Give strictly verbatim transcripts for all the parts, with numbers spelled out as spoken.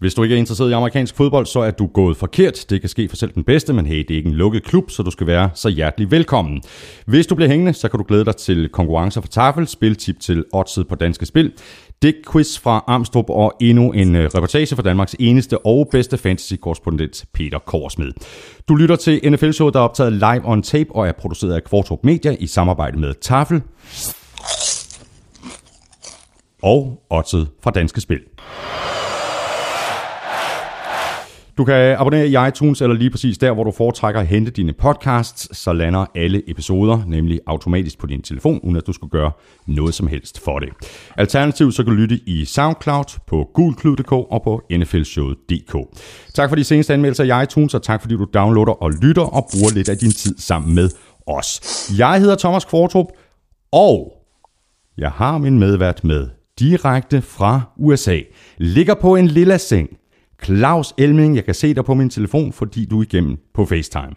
Hvis du ikke er interesseret i amerikansk fodbold, så er du gået forkert. Det kan ske for selv den bedste, men hey, det er ikke en lukket klub, så du skal være så hjertelig velkommen. Hvis du bliver hængende, så kan du glæde dig til konkurrencer fra Tafel, spiltip til oddset på Danske Spil, Dick-quiz fra Amstrup og endnu en reportage fra Danmarks eneste og bedste fantasy-korrespondent, Peter Korsmed. Du lytter til N F L-showet, der er optaget live on tape og er produceret af Kvartrup Media i samarbejde med Tafel og oddset fra Danske Spil. Du kan abonnere i iTunes eller lige præcis der, hvor du foretrækker at hente dine podcasts, så lander alle episoder nemlig automatisk på din telefon, uden at du skal gøre noget som helst for det. Alternativt så kan du lytte i SoundCloud, på gulklud punktum d k og på n f l showet punktum d k. Tak for de seneste anmeldelser i iTunes, og tak fordi du downloader og lytter og bruger lidt af din tid sammen med os. Jeg hedder Thomas Kvartrup, og jeg har min medvært med direkte fra U S A. Ligger på en lilla seng. Claus Elming, jeg kan se dig på min telefon, fordi du er igennem på FaceTime.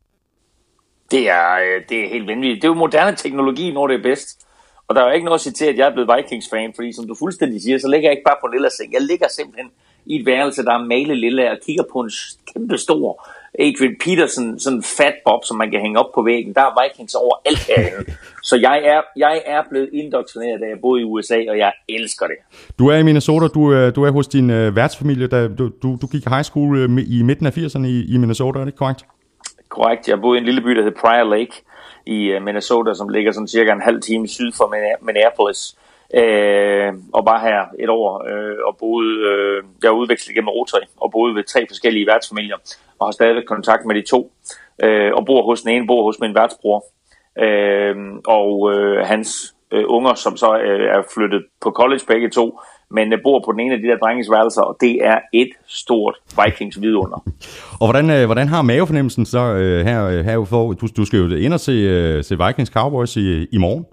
Det er, det er helt vanvittigt. Det er jo moderne teknologi, når det er bedst. Og der er jo ikke noget at sige til, at jeg er blevet Vikings-fan, fordi som du fuldstændig siger, så ligger jeg ikke bare på en lilla seng. Jeg ligger simpelthen i et værelse, der er malet lilla, og kigger på en kæmpe stor Adrian Peterson, sådan en fat bob, som man kan hænge op på væggen. Der er Vikings overalt herinde. Så jeg er, jeg er blevet indoktrineret, da jeg boede i U S A, og jeg elsker det. Du er i Minnesota, du, du er hos din uh, værtsfamilie, da du, du, du gik high school uh, i midten af firserne i, i Minnesota, er det korrekt? Korrekt, jeg boede i en lille by, der hedder Prior Lake i uh, Minnesota, som ligger sådan cirka en halv time syd for Minneapolis. Øh, og bare her et år øh, og boede, øh, jeg er udvekslet gennem Rotary og boede ved tre forskellige værtsfamilier og har stadig kontakt med de to øh, og bor hos den ene, bor hos min værtsbror øh, og øh, hans øh, unger, som så øh, er flyttet på college begge to, men øh, bor på den ene af de der drenges værelser, og det er et stort Vikings vidunder. Og hvordan, øh, hvordan har mavefornemmelsen så øh, her, her for, du, du skal jo ind og se, øh, se Vikings Cowboys i, i morgen?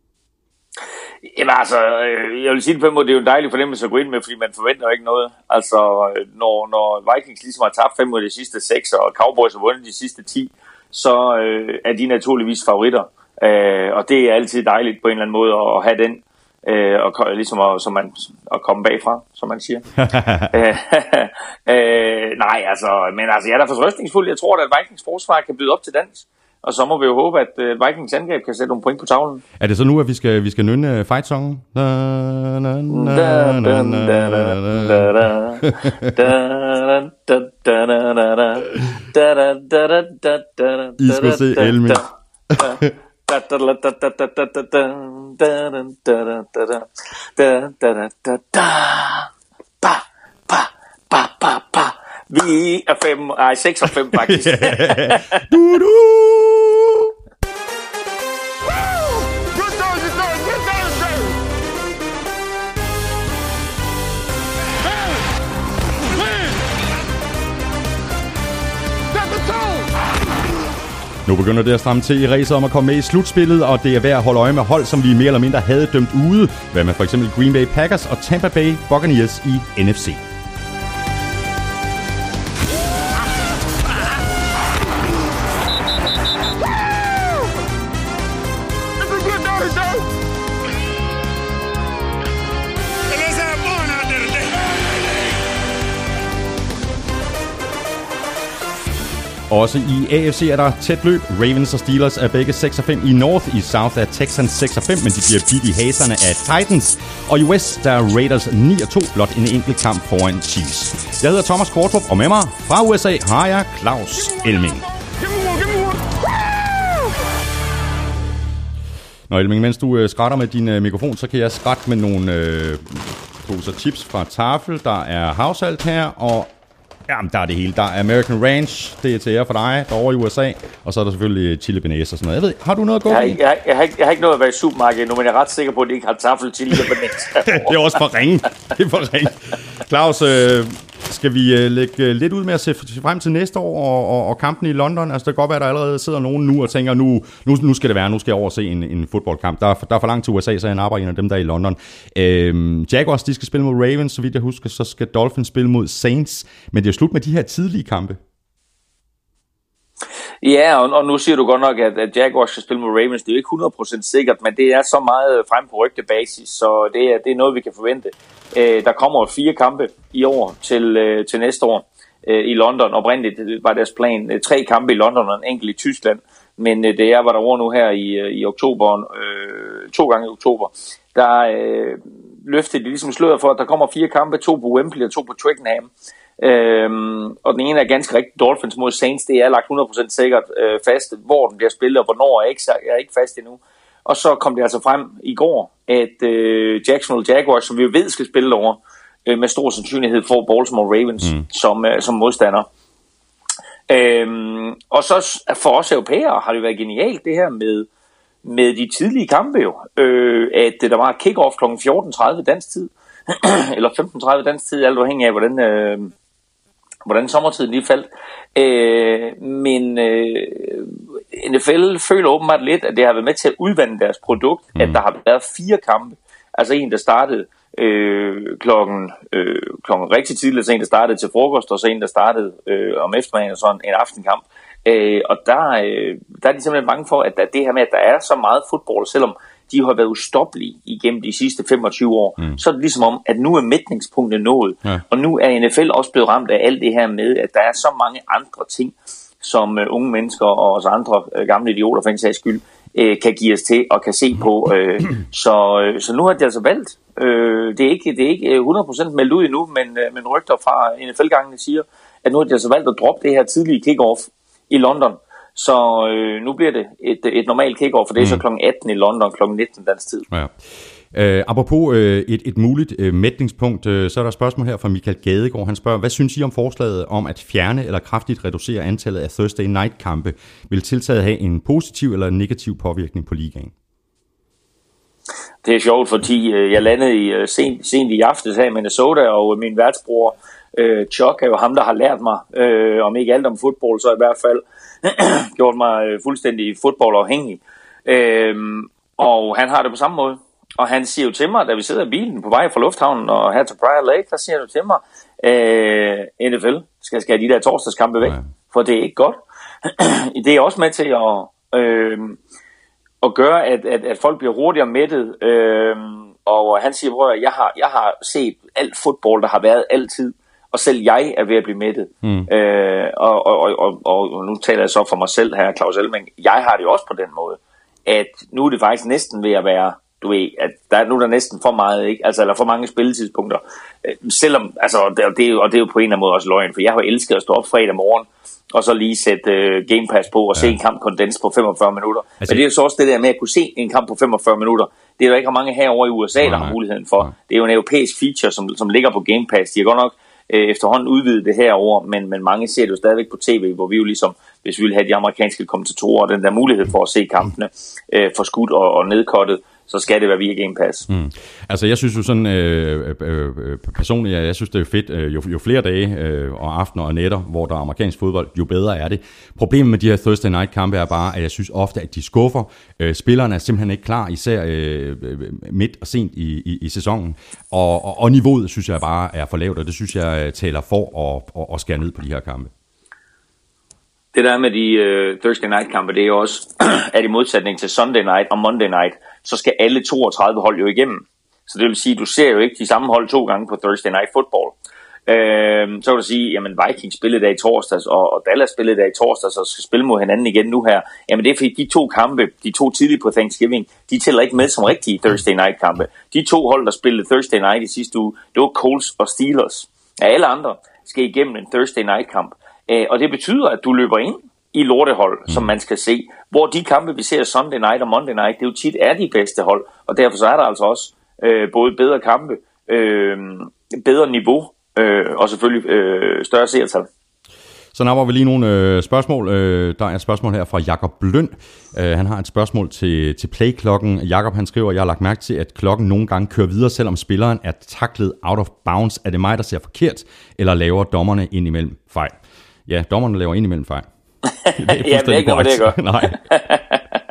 Jamen altså, jeg vil sige det på en måde, det er jo en dejlig fornemmelse at gå ind med, fordi man forventer jo ikke noget. Altså, når, når Vikings ligesom har tabt fem ud af de sidste seks, og Cowboys har vundet de sidste ti, så øh, er de naturligvis favoritter. Øh, og det er altid dejligt på en eller anden måde at, at have den, øh, og ligesom at, som man, at komme bagfra, som man siger. øh, øh, nej, altså, men altså, jeg er da fortrøstningsfuld. Jeg tror, at Vikings forsvar kan byde op til dans. Og så må vi jo håbe, at uh, Vikings angreb kan sætte nogle point på tavlen. Er det så nu, at vi skal, vi skal nynne fight-songen? I skal se Elming. Vi er fem, nej, seks og fem faktisk. Du, du. Nu begynder det at stramme til i ræset om at komme med i slutspillet, og det er værd at holde øje med hold, som vi mere eller mindre havde dømt ude. Hvad med for eksempel Green Bay Packers og Tampa Bay Buccaneers i N F C. Også i A F C er der tæt løb. Ravens og Steelers er begge seks og fem i North. I South er Texans seks og fem, men de bliver bidt i haserne af Titans. Og i West der er Raiders ni og to, blot en enkelt kamp foran Chiefs. Jeg hedder Thomas Kvartrup, og med mig fra U S A har jeg Claus Elming. Nå Elming, mens du øh, skrætter med din øh, mikrofon, så kan jeg skrætte med nogle øh, poser chips fra Tafel. Der er havsalt her, og jamen, der er det hele. Der er American Ranch, det er til jer for dig, derovre i U S A. Og så er der selvfølgelig chili bearnaise og sådan noget. Jeg ved, har du noget at gå jeg, jeg, jeg, har ikke, jeg har ikke noget at være i supermarkedet nu, men jeg er ret sikker på, at det ikke har Tafel chili bearnaise. Det er også for ringe. Det er for ringe. Claus, øh, skal vi øh, lægge lidt ud med at se frem til næste år og, og, og kampen i London? Altså, det kan godt være, at der allerede sidder nogen nu og tænker, nu, nu, nu skal det være, nu skal jeg over se en, en fodboldkamp. Der er, der er for langt til U S A, så jeg arbejder en af dem, der er i London. Øh, Jaguars, de skal spille mod Ravens, så vidt jeg husker, så skal Dolphins spille mod Saints. Men det er slut med de her tidlige kampe. Ja, og, og nu siger du godt nok, at, at Jaguars skal spille mod Ravens. Det er jo ikke hundrede procent sikkert, men det er så meget frem på rygtebasis, så det er, det er noget, vi kan forvente. Øh, der kommer fire kampe i år til, øh, til næste år øh, i London. Oprindeligt var deres plan øh, tre kampe i London og en enkelt i Tyskland. Men øh, det er, var der over nu her i, øh, i oktober, øh, to gange i oktober, der øh, løftede de ligesom sløret for, at der kommer fire kampe, to på Wembley og to på Twickenham. Øhm, og den ene er ganske rigtig, Dolphins mod Saints, det er lagt hundrede procent sikkert øh, fast, hvor den bliver spillet og hvornår er ikke, er ikke fast endnu. Og så kom det altså frem i går, at øh, Jacksonville Jaguars, som vi jo ved skal spille over, øh, med stor sandsynlighed får Baltimore Ravens mm. som, øh, som modstander. Øhm, og så for os europæere har det været genialt det her med, med de tidlige kampe jo, øh, at der var et kick-off klokken fjorten tredive dansk tid, eller femten tredive dansk tid, alt afhængig af hvordan, øh, hvordan sommertiden lige faldt. Øh, men øh, N F L føler åbenbart lidt, at det har været med til at udvande deres produkt, mm. at der har været fire kampe, altså en der startede Øh, klokken, øh, klokken rigtig tidligt, så en der startede til frokost, og så en der startede øh, om eftermiddagen, og sådan en aftenkamp. Øh, og der, øh, der er de simpelthen bange for, at der, det her med, at der er så meget fodbold, selvom de har været ustoppelige igennem de sidste femogtyve år, mm. så er det ligesom om, at nu er mætningspunktet nået, ja. Og nu er N F L også blevet ramt af alt det her med, at der er så mange andre ting, som uh, unge mennesker og os andre uh, gamle idioter for en sags skyld, uh, kan give os til og kan se på. Uh, så, uh, så nu har de altså valgt. Uh, det er ikke, det er ikke hundrede procent meldt ud endnu, men, uh, men rygter fra N F L-gangene siger, at nu har de altså valgt at droppe det her tidlige kick-off i London. Så øh, nu bliver det et, et normalt kick-off, for det er mm. så klokken atten i London, klokken nitten dansk tid. Ja. Øh, apropos øh, et, et muligt øh, mætningspunkt, øh, så er der et spørgsmål her fra Michael Gadegaard. Han spørger, hvad synes I om forslaget om at fjerne eller kraftigt reducere antallet af Thursday Night-kampe? Vil tiltaget have en positiv eller en negativ påvirkning på ligaen? Det er sjovt, fordi øh, jeg landede i, øh, sent, sent i aftes her i Minnesota, og min værtsbror øh, Chuck er jo ham, der har lært mig, øh, om ikke alt om fodbold, så i hvert fald gjort mig øh, fuldstændig fodboldafhængig. Øh, og han har det på samme måde. Og han siger jo til mig, da vi sidder i bilen på vej fra lufthavnen og her til Prior Lake, der siger du til mig, øh, N F L skal, skal have de der torsdagskampe væk, ja. For det er ikke godt. Det er også med til at, øh, at gøre, at, at, at folk bliver hurtigere mættet. Øh, og han siger, bror, jeg har, jeg har set alt fodbold, der har været altid, og selv jeg er ved at blive mættet. Mm. Øh, og, og, og, og, og nu taler jeg så for mig selv her, Claus Elming. Jeg har det også på den måde, at nu er det faktisk næsten ved at være, du ved, at der, nu er der næsten for meget, ikke? Altså, eller for mange spilletidspunkter. Øh, selvom, altså, det, det, og det er jo på en eller anden måde også løgn, for jeg har jo elsket at stå op fredag morgen, og så lige sætte uh, Game Pass på, og ja. Se en kamp kondens på femogfyrre minutter. Altså, men det er jo så også det der med at kunne se en kamp på femogfyrre minutter. Det er jo ikke mange herovre i U S A, der har muligheden for. Nej. Det er jo en europæisk feature, som, som ligger på Game Pass. De har godt nok øh, efterhånden udvidet det herover, men, men mange ser det jo stadigvæk på tv, hvor vi jo ligesom, hvis vi vil have de amerikanske kommentatorer, den der mulighed for at se kampene øh, forskudt og, og nedkottet, så skal det være via Game Pass. Mm. Altså jeg synes jo sådan øh, øh, øh, personligt, jeg synes det er fedt, øh, jo, jo flere dage øh, og aftener og nætter, hvor der er amerikansk fodbold, jo bedre er det. Problemet med de her Thursday Night kampe er bare, at jeg synes ofte, at de skuffer. Øh, spillerne er simpelthen ikke klar, især øh, midt og sent i, i, i sæsonen. Og, og, og niveauet synes jeg bare er for lavt, og det synes jeg taler for at, at, at skære ned på de her kampe. Det der med de uh, Thursday Night kampe, det er jo også, at i modsætning til Sunday Night og Monday Night, så skal alle toogtredive hold jo igennem. Så det vil sige, du ser jo ikke de samme hold to gange på Thursday Night Football. Uh, så vil du sige, jamen Vikings spillede der i torsdags, og, og Dallas spillede der i torsdags, og skal spille mod hinanden igen nu her. Jamen det er fordi, de to kampe, de to tidlige på Thanksgiving, de tæller ikke med som rigtige Thursday Night kampe. De to hold, der spillede Thursday Night i sidste uge, det var Colts og Steelers. Ja, alle andre skal igennem en Thursday Night kamp. Uh, og det betyder, at du løber ind i lortehold, mm. som man skal se. Hvor de kampe, vi ser Sunday Night og Monday Night, det er jo tit er de bedste hold, og derfor så er der altså også øh, både bedre kampe, øh, bedre niveau, øh, og selvfølgelig øh, større seertal. Så napper vi lige nogle øh, spørgsmål. Øh, der er et spørgsmål her fra Jakob Bløn. Øh, han har et spørgsmål til, til play-klokken. Jakob han skriver, jeg har lagt mærke til, at klokken nogle gange kører videre, selvom spilleren er taklet out of bounds. Er det mig, der ser forkert, eller laver dommerne indimellem fejl? Ja, dommerne laver indimellem fejl. Det er ja, det er ikke noget, det gør. Nej.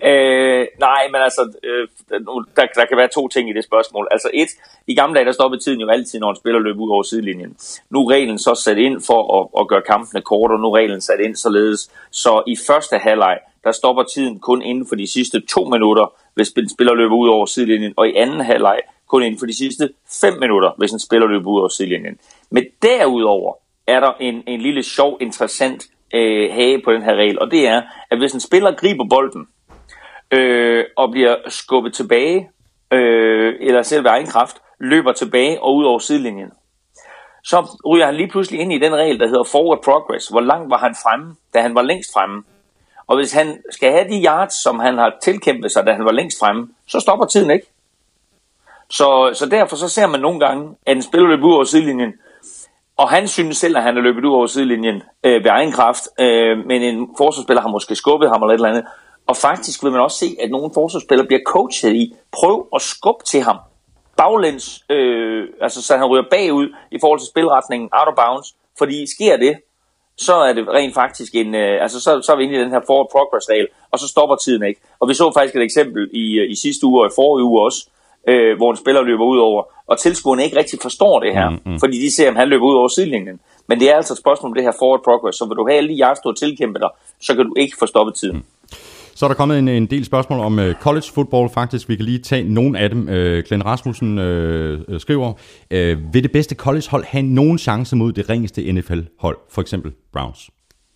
Øh, nej, men altså, øh, der, der kan være to ting i det spørgsmål. Altså et, i gamle dage, der stoppede tiden jo altid, når en spiller løb ud over sidelinjen. Nu er reglen så sat ind for at, at gøre kampene kortere, og nu er reglen sat ind således. Så i første halvleg, der stopper tiden kun inden for de sidste to minutter, hvis en spiller løber ud over sidelinjen, og i anden halvleg kun inden for de sidste fem minutter, hvis en spiller løber ud over sidelinjen. Men derudover er der en, en lille sjov, interessant øh, hage på den her regel, og det er, at hvis en spiller griber bolden, Øh, og bliver skubbet tilbage, øh, eller selv ved egen kraft, løber tilbage og ud over sidelinjen, så ryger han lige pludselig ind i den regel, der hedder forward progress. Hvor langt var han fremme, da han var længst fremme? Og hvis han skal have de yards, som han har tilkæmpet sig, da han var længst fremme, så stopper tiden ikke. Så, så derfor så ser man nogle gange, at en spiller løber ud over sidelinjen, og han synes selv, at han er løbet ud over sidelinjen øh, ved egen kraft, øh, men en forsvarsspiller har måske skubbet ham eller et eller andet. Og faktisk vil man også se, at nogle forsvarsspillere bliver coachet i, prøv at skubbe til ham baglæns, øh, altså så han ryger bagud i forhold til spilretningen out of bounds, fordi sker det, så er det rent faktisk en, øh, altså så, så er vi inde i den her forward progress regel, og så stopper tiden ikke. Og vi så faktisk et eksempel i, i sidste uge og i forrige uge også, øh, hvor en spiller løber ud over, og tilskuerne ikke rigtig forstår det her, mm, mm. fordi de ser, at han løber ud over sidelinjen. Men det er altså et spørgsmål om det her forward progress, så vil du have alle de yards, du har tilkæmpet dig, så kan du ikke få stoppet tiden. Mm. Så er der kommet en, en del spørgsmål om uh, college football faktisk. Vi kan lige tage nogle af dem. Uh, Glenn Rasmussen uh, skriver, uh, vil det bedste collegehold have nogen chance mod det ringeste N F L-hold? For eksempel Browns.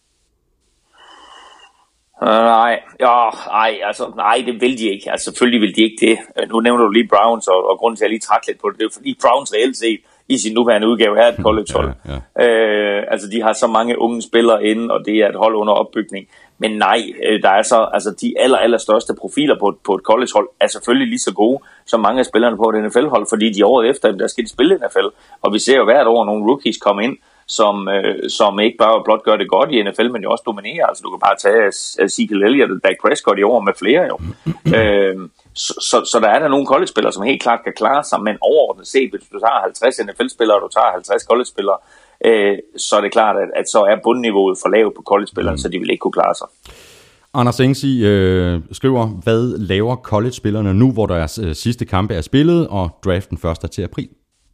Uh, nej, ja, nej, altså, nej, det vil de ikke. Altså, selvfølgelig vil de ikke det. Uh, nu nævner du lige Browns, og, og grunden til, at jeg lige trækker lidt på det, det er fordi Browns reelt set i sin nuværende udgave er et collegehold. Ja, ja. Uh, altså, de har så mange unge spillere inde, og det er et hold under opbygning. Men nej, der er så, altså de aller, aller største profiler på, på et collegehold er selvfølgelig lige så gode som mange af spillerne på et N F L-hold, fordi de året efter, der skal de spille N F L. Og vi ser jo hvert år nogle rookies komme ind, som, øh, som ikke bare blot gør det godt i N F L, men jo også dominerer. Altså du kan bare tage Ezekiel Elliott og Dak Prescott i år med flere jo. øh, så, så, så der er der nogle college-spillere, som helt klart kan klare sig, men overordnet set, hvis du tager halvtreds N F L-spillere, og du tager halvtreds college-spillere, Øh, så er det klart, at, at så er bundniveauet for lavt på college-spillerne, mm. så de vil ikke kunne klare sig. Anders Engsi øh, skriver, hvad laver college-spillerne nu, hvor deres øh, sidste kampe er spillet, og draften først er til april?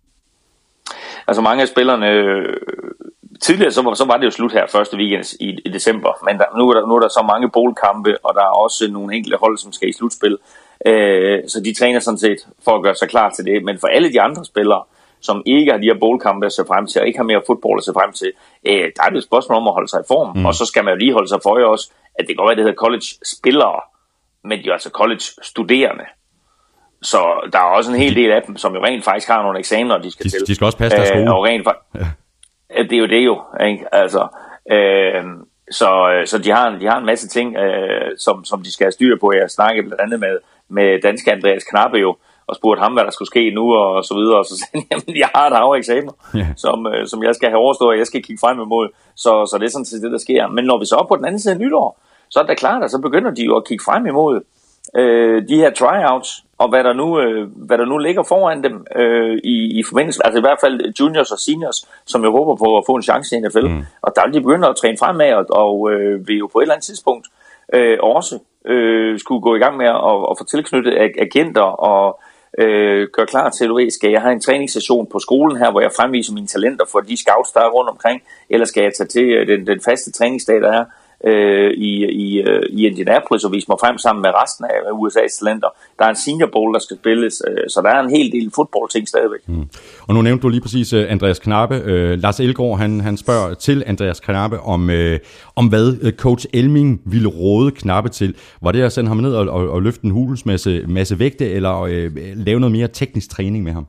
Altså mange af spillerne, øh, tidligere så var, så var det jo slut her første weekend i, i december, men der, nu, er der, nu er der så mange bowl-kampe, og der er også nogle enkelte hold, som skal i slutspil, øh, så de træner sådan set for at gøre sig klar til det, men for alle de andre spillere, som ikke har de her bowl-kampe at se frem til, og ikke har mere fodbold at se frem til, øh, der er det et spørgsmål om at holde sig i form. Mm. Og så skal man jo lige holde sig for øje også, at det går være, det hedder college-spillere, men de er altså college-studerende. Så der er også en hel del af dem, som jo rent faktisk har nogle eksamener, de skal de, til. De skal også passe deres skole. Øh, og rent fa- ja. Det er jo det jo, ikke? Altså, øh, så, så de har, de har en masse ting, øh, som, som de skal have styr på. Jeg snakkede blandt andet med, med danske Andreas Knappe jo, og spurgte ham, hvad der skulle ske nu, og så videre, og så sagde han, jamen, jeg har et hav eksamener, yeah. som, øh, som jeg skal have overstået, og jeg skal kigge frem imod, så, så det er sådan set det, der sker. Men når vi så er på den anden side af nytår, så er det klart, at så begynder de jo at kigge frem imod øh, de her tryouts, og hvad der nu, øh, hvad der nu ligger foran dem øh, i, i forbindelse, altså i hvert fald juniors og seniors, som jo håber på at få en chance i N F L, mm. og der vil de begynde at træne fremad, og, og øh, vil jo på et eller andet tidspunkt øh, også øh, skulle gå i gang med at, at få tilknyttet agenter og Øh, gør klar til, du ved, skal jeg have en træningssession på skolen her, hvor jeg fremviser mine talenter for de scouts, der er rundt omkring, eller skal jeg tage til den, den faste træningsdag, der er øh, i, i, øh, i Indianapolis, og vise mig frem sammen med resten af U S A's talenter. Der er en senior bowl, der skal spilles, øh, så der er en hel del fodboldting stadigvæk. Mm. Og nu nævnte du lige præcis uh, Andreas Knappe. Uh, Lars Elgaard, han, han spørger til Andreas Knappe om, uh, om hvad uh, coach Elming ville råde Knappe til. Var det at sende ham ned og, og, og løfte en hulens masse, masse vægte, eller uh, lave noget mere teknisk træning med ham?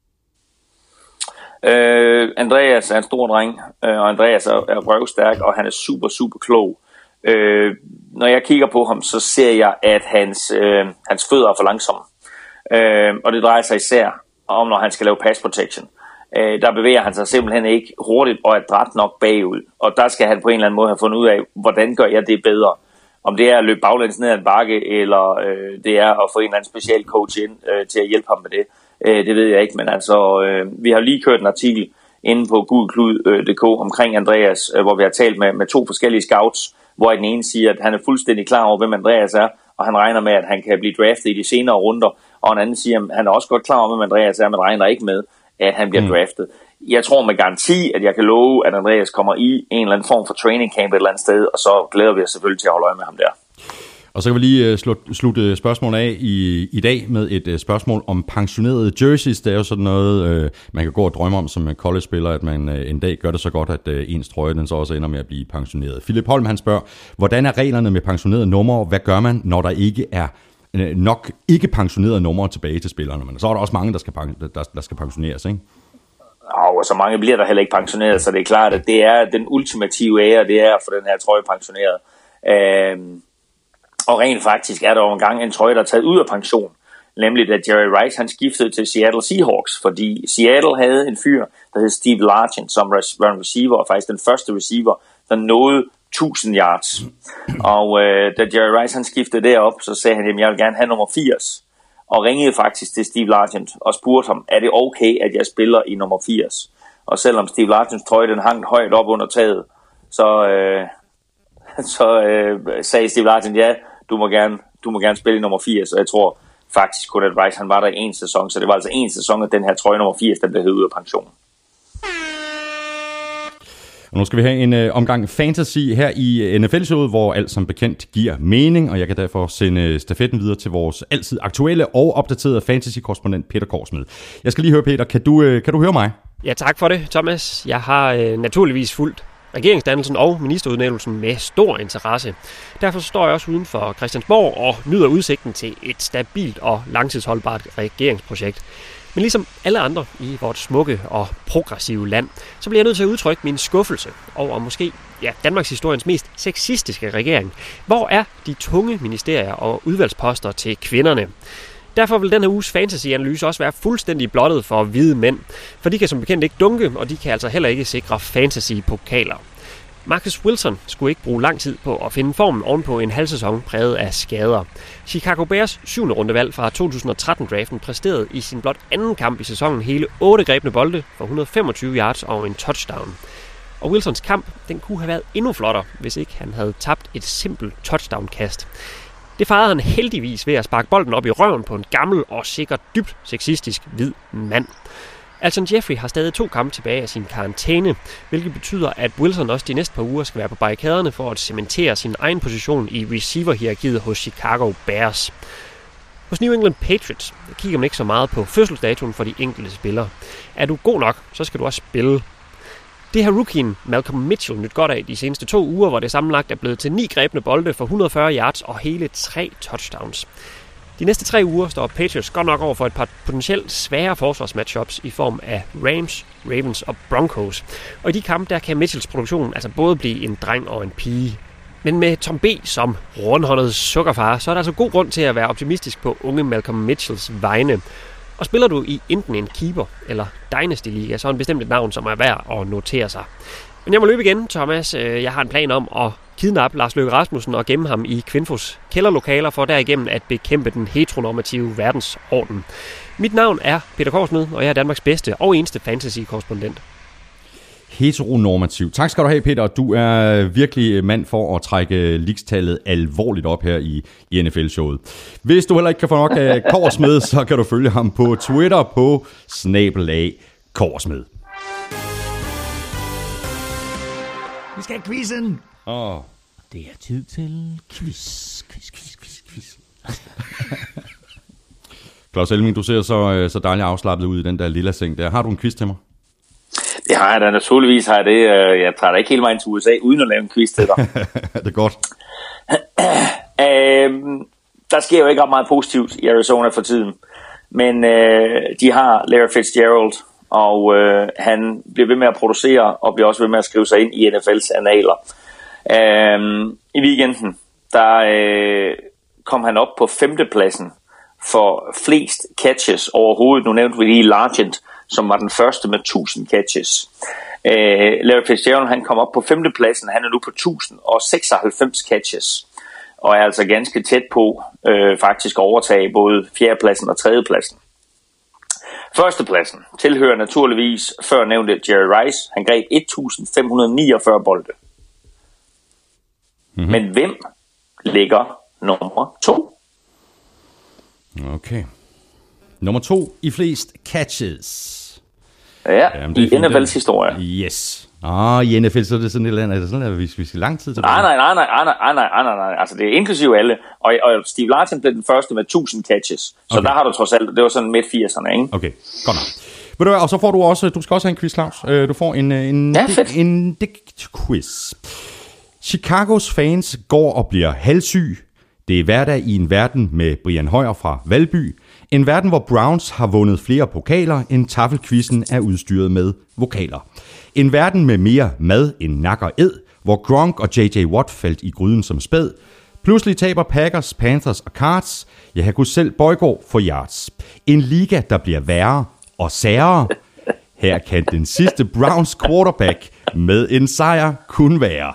Uh, Andreas er en stor dreng, uh, og Andreas er, er røvstærk, og han er super, super klog. Uh, når jeg kigger på ham, så ser jeg, at hans, uh, hans fødder er for langsomme. Uh, og det drejer sig især om, når han skal lave pass protection. Uh, der bevæger han sig simpelthen ikke hurtigt og er dræt nok bagud. Og der skal han på en eller anden måde have fundet ud af, hvordan gør jeg det bedre. Om det er at løbe baglæns ned ad en bakke, eller uh, det er at få en eller anden special coach ind uh, til at hjælpe ham med det. Uh, det ved jeg ikke, men altså, uh, vi har lige kørt en artikel inde på gulklud punktum d k omkring Andreas, uh, hvor vi har talt med, med to forskellige scouts, hvor den ene siger, at han er fuldstændig klar over, hvem Andreas er, og han regner med, at han kan blive draftet i de senere runder, og en anden siger, at han er også godt klar om, at Andreas er, men regner ikke med, at han bliver mm. draftet. Jeg tror med garanti, at jeg kan love, at Andreas kommer i en eller anden form for training camp et eller andet sted, og så glæder vi os selvfølgelig til at holde øje med ham der. Og så kan vi lige slutte, slutte spørgsmålet af i, i dag med et uh, spørgsmål om pensionerede jerseys. Det er jo sådan noget, uh, man kan gå og drømme om som college-spiller, at man uh, en dag gør det så godt, at uh, ens trøje den så også ender med at blive pensioneret. Philip Holm, han spørger, hvordan er reglerne med pensionerede numre? Hvad gør man, når der ikke er uh, nok ikke pensionerede numre tilbage til spillerne? Men så er der også mange, der skal, der, der skal pensioneres, ikke? Og så mange bliver der heller ikke pensioneret, så det er klart, at det er den ultimative ære, det er for den her trøje pensioneret. Uh, Og rent faktisk er der jo engang en trøje, der er taget ud af pension. Nemlig da Jerry Rice han skiftede til Seattle Seahawks. Fordi Seattle havde en fyr, der hed Steve Largent som run receiver. Og faktisk den første receiver, der nåede tusind yards. Og øh, da Jerry Rice han skiftede derop, så sagde han, at jeg vil gerne have nummer firs. Og ringede faktisk til Steve Largent og spurgte ham, er det okay, at jeg spiller i nummer firs? Og selvom Steve Largents trøje den hang højt op under taget, så, øh, så øh, sagde Steve Largent, ja, Du må, gerne, du må gerne spille i nummer firs, og jeg tror faktisk kun, at Rice han var der i en sæson, så det var altså en sæson, at den her trøje nummer firs, den blev hævet ud af pensionen. Og nu skal vi have en øh, omgang fantasy her i N F L-showet, hvor alt som bekendt giver mening, og jeg kan derfor sende stafetten videre til vores altid aktuelle og opdaterede fantasy-korrespondent Peter Korsmed. Jeg skal lige høre, Peter, kan du, øh, kan du høre mig? Ja, tak for det, Thomas. Jeg har øh, naturligvis fulgt regeringsdannelsen og ministerudnævnelsen med stor interesse. Derfor står jeg også uden for Christiansborg og nyder udsigten til et stabilt og langtidsholdbart regeringsprojekt. Men ligesom alle andre i vores smukke og progressive land, så bliver jeg nødt til at udtrykke min skuffelse over måske ja, Danmarks historiens mest sexistiske regering. Hvor er de tunge ministerier og udvalgsposter til kvinderne? Derfor vil den her uges fantasy-analyse også være fuldstændig blottet for hvide mænd, for de kan som bekendt ikke dunke, og de kan altså heller ikke sikre fantasy-pokaler. Marcus Wilson skulle ikke bruge lang tid på at finde formen ovenpå en halv sæson præget af skader. Chicago Bears syvende rundevalg fra to tusind og tretten-draften præsterede i sin blot anden kamp i sæsonen hele otte grebne bolde for et hundrede og femogtyve yards og en touchdown. Og Wilsons kamp, den kunne have været endnu flottere, hvis ikke han havde tabt et simpelt touchdown-kast. Det fejrede han heldigvis ved at sparke bolden op i røven på en gammel og sikkert dybt sexistisk hvid mand. Alshon Jeffrey har stadig to kampe tilbage af sin karantæne, hvilket betyder, at Wilson også de næste par uger skal være på barrikaderne for at cementere sin egen position i receiver-hierarkiet hos Chicago Bears. Hos New England Patriots kigger man ikke så meget på fødselsdatoen for de enkelte spillere. Er du god nok, så skal du også spille. Det har rookien Malcolm Mitchell nyt godt af de seneste to uger, hvor det sammenlagt er blevet til ni grebne bolde for et hundrede og fyrre yards og hele tre touchdowns. De næste tre uger står Patriots godt nok over for et par potentielt svære forsvarsmatchups i form af Rams, Ravens og Broncos. Og i de kampe der kan Mitchells produktion altså både blive en dreng og en pige. Men med Tom B. som rundhåndet sukkerfar, så er der altså god grund til at være optimistisk på unge Malcolm Mitchells vegne. Og spiller du i enten en keeper eller Dynasty Liga, så er en bestemt et navn, som er værd at notere sig. Men jeg må løbe igen, Thomas. Jeg har en plan om at kidnappe Lars Løkke Rasmussen og gemme ham i Kvinfos kælderlokaler for derigennem at bekæmpe den heteronormative verdensorden. Mit navn er Peter Korsmed, og jeg er Danmarks bedste og eneste fantasy-korrespondent. Heteronormativ. Tak skal du have, Peter. Du er virkelig mand for at trække ligestallet alvorligt op her i, i N F L-showet. Hvis du heller ikke kan få nok af Korsmed, så kan du følge ham på Twitter på snabel-a Korsmed. Vi skal have quizzen. Åh. Oh. Det er tid til quiz, quiz, quiz, quiz, quiz. Claus Elming, du ser så, så dejligt afslappet ud i den der lille seng der. Har du en quiz til mig? Det har jeg da naturligvis. Har jeg det. Jeg tager da ikke hele vejen til U S A uden at lave en quiz til dig. Det er godt. øhm, der sker jo ikke ret meget positivt i Arizona for tiden. Men øh, de har Larry Fitzgerald, og øh, han bliver ved med at producere, og bliver også ved med at skrive sig ind i N F L's annaler. Øhm, I weekenden, der øh, kom han op på femtepladsen for flest catches overhovedet. Nu nævnte vi lige Largent, som var den første med tusind catches. Øh, Larry Fitzgerald, han kom op på femtepladsen. Han er nu på tusind og seksoghalvfems catches, og er altså ganske tæt på øh, faktisk at overtage både fjerdepladsen og tredjepladsen. Førstepladsen tilhører naturligvis før nævnte Jerry Rice. Han greb et tusind fem hundrede niogfyrre bolde. Mm-hmm. Men hvem ligger nummer to? Okay. Nummer to i flest catches. Ja, Jamen, i N F L's historie. Yes. Åh, i N F L, så er det sådan et eller andet, er det sådan, at vi, vi skal lang tid tilbage? Nej, nej, nej, nej, nej, nej, nej, nej, nej, altså det er inklusive alle, og, og Steve Larsen blev den første med tusind catches, så okay. Der har du trods alt, det var sådan midt firserne, ikke? Okay, godt nok. Ved du hvad, og så får du også, du skal også have en quiz, Claus. Du får en, en, ja, digt, en digt-quiz. Chicagos fans går og bliver halvsyg. Det er hverdag i en verden med Brian Højer fra Valby. En verden, hvor Browns har vundet flere pokaler, end taffelquizzen er udstyret med vokaler. En verden med mere mad end nak og ed, hvor Gronk og J J Watt faldt i gryden som spæd. Pludselig taber Packers, Panthers og Cards. Jeg har kunnet selv Bøjgaard for yards. En liga, der bliver værre og særere. Her kan den sidste Browns quarterback med en sejr kun være.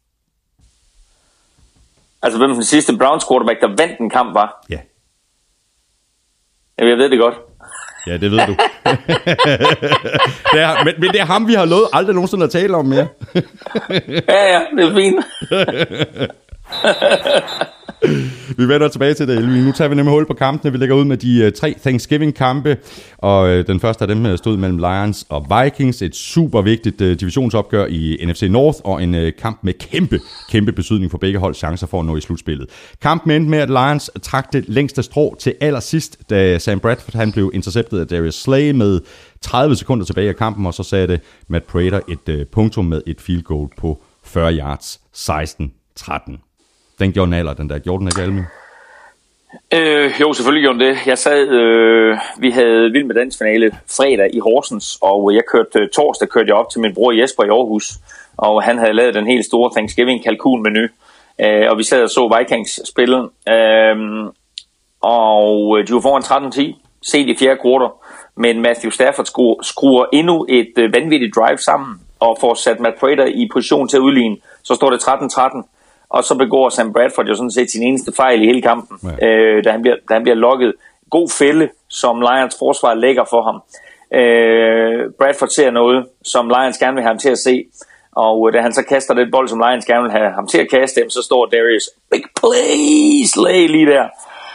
Altså, hvem den sidste Browns quarterback, der vandt en kamp, var? Ja. Jamen, jeg ved det godt. Ja, det ved du. det er, men, men det er ham, vi har lovet aldrig nogensinde at tale om mere. ja, ja, det er fint. Vi vender tilbage til det, Elvin. Nu tager vi nemlig hul på kampene. Vi lægger ud med de uh, tre Thanksgiving-kampe, og uh, den første af dem stod mellem Lions og Vikings. Et super vigtigt uh, divisionsopgør i N F C North, og en uh, kamp med kæmpe, kæmpe betydning for begge hold chancer for at nå i slutspillet. Kampen endte med, at Lions trak det længste strå til allersidst, da Sam Bradford han blev interceptet af Darius Slay med tredive sekunder tilbage af kampen, og så satte Matt Prater et uh, punktum med et field goal på fyrre yards, seksten tretten. Den gjorde den alder, den der. Gjorde den ikke, Almin? Øh, jo, selvfølgelig gjorde den det. Jeg sad, øh, vi havde Vild med Dans finale fredag i Horsens, og jeg kørte øh, torsdag kørte jeg op til min bror Jesper i Aarhus, og han havde lavet den helt store Thanksgiving kalkun-menu, øh, og vi sad og så Vikings spille, øh, og de var foran tretten ti, set i fjerde kvartal, men Matthew Stafford skruer, skruer endnu et øh, vanvittigt drive sammen, og får sat Matt Prater i position til at udligne, så står det tretten tretten. Og så begår Sam Bradford jo sådan set sin eneste fejl i hele kampen, ja. øh, da, han bliver, da han bliver lukket. God fælde, som Lions forsvar lægger for ham. Øh, Bradford ser noget, som Lions gerne vil have ham til at se. Og da han så kaster den bold, som Lions gerne vil have ham til at kaste, så står Darius, big play, Slay lige der.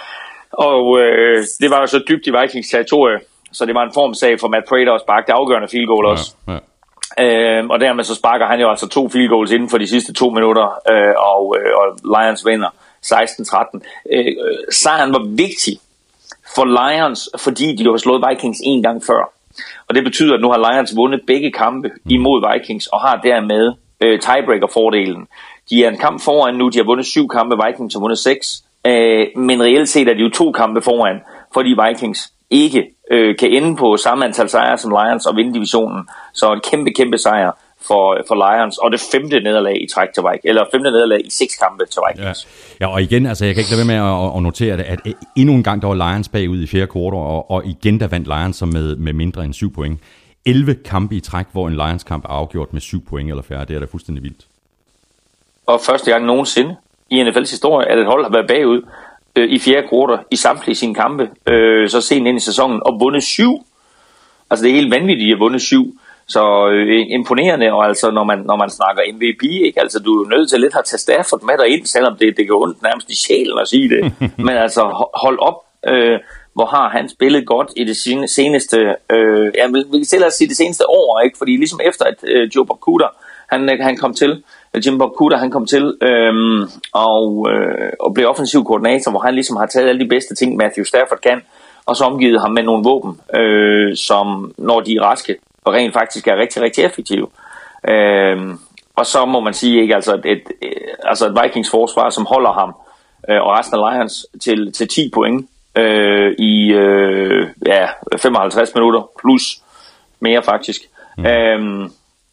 Og øh, det var jo så dybt i Vikings territorie, så det var en formsag for Matt Prater at sparke det afgørende field goal også. Ja, ja. Øhm, og dermed så sparker han jo altså to field goals inden for de sidste to minutter, øh, og, øh, og Lions vinder seksten tretten. Øh, sejren var vigtig for Lions, fordi de jo har slået Vikings en gang før. Og det betyder, at nu har Lions vundet begge kampe imod Vikings, og har dermed øh, tiebreaker-fordelen. De er en kamp foran nu, de har vundet syv kampe, Vikings har vundet seks, øh, men reelt set er de jo to kampe foran, fordi Vikings ikke øh, kan ende på samme antal sejre som Lions og vinde divisionen. Så en kæmpe, kæmpe sejr for, for Lions, og det femte nederlag i træk til Vikings, eller femte nederlag i seks kampe til Vikings. Ja. ja, og igen, altså jeg kan ikke lade være med at, at notere det, at endnu en gang der var Lions bagud i fjerde kvartal, og, og igen der vandt Lions så med, med mindre end syv point. elleve kampe i træk, hvor en Lions kamp er afgjort med syv point eller færre, det er da fuldstændig vildt. Og første gang nogensinde i N F L's historie, at et hold har været bagud i fjerde kvartal i samtlige sine kampe, øh, så sent ind i sæsonen, og vundet syv. Altså det er helt vanvittigt at vundet syv. Så øh, imponerende, og altså når man, når man snakker M V P, ikke? Altså du er nødt til lidt at tage Stafford med dig ind, selvom det, det går ondt nærmest i sjælen at sige det. Men altså hold op, øh, hvor har han spillet godt i det seneste, øh, ja, vi kan selv sige det seneste år, ikke? Fordi ligesom efter at øh, Joe Barcuda, han, han kom til, Jim Barcuda, han kom til øhm, og, øh, og blev offensiv koordinator, hvor han ligesom har taget alle de bedste ting, Matthew Stafford kan, og så omgivet ham med nogle våben, øh, som når de er raske, og rent faktisk er rigtig, rigtig effektive. Øh, og så må man sige, ikke, altså, et, et, altså et Vikings forsvar, som holder ham øh, og resten af Lions til, til ti point øh, i øh, ja, femoghalvtreds minutter, plus mere faktisk. Mm. Øh,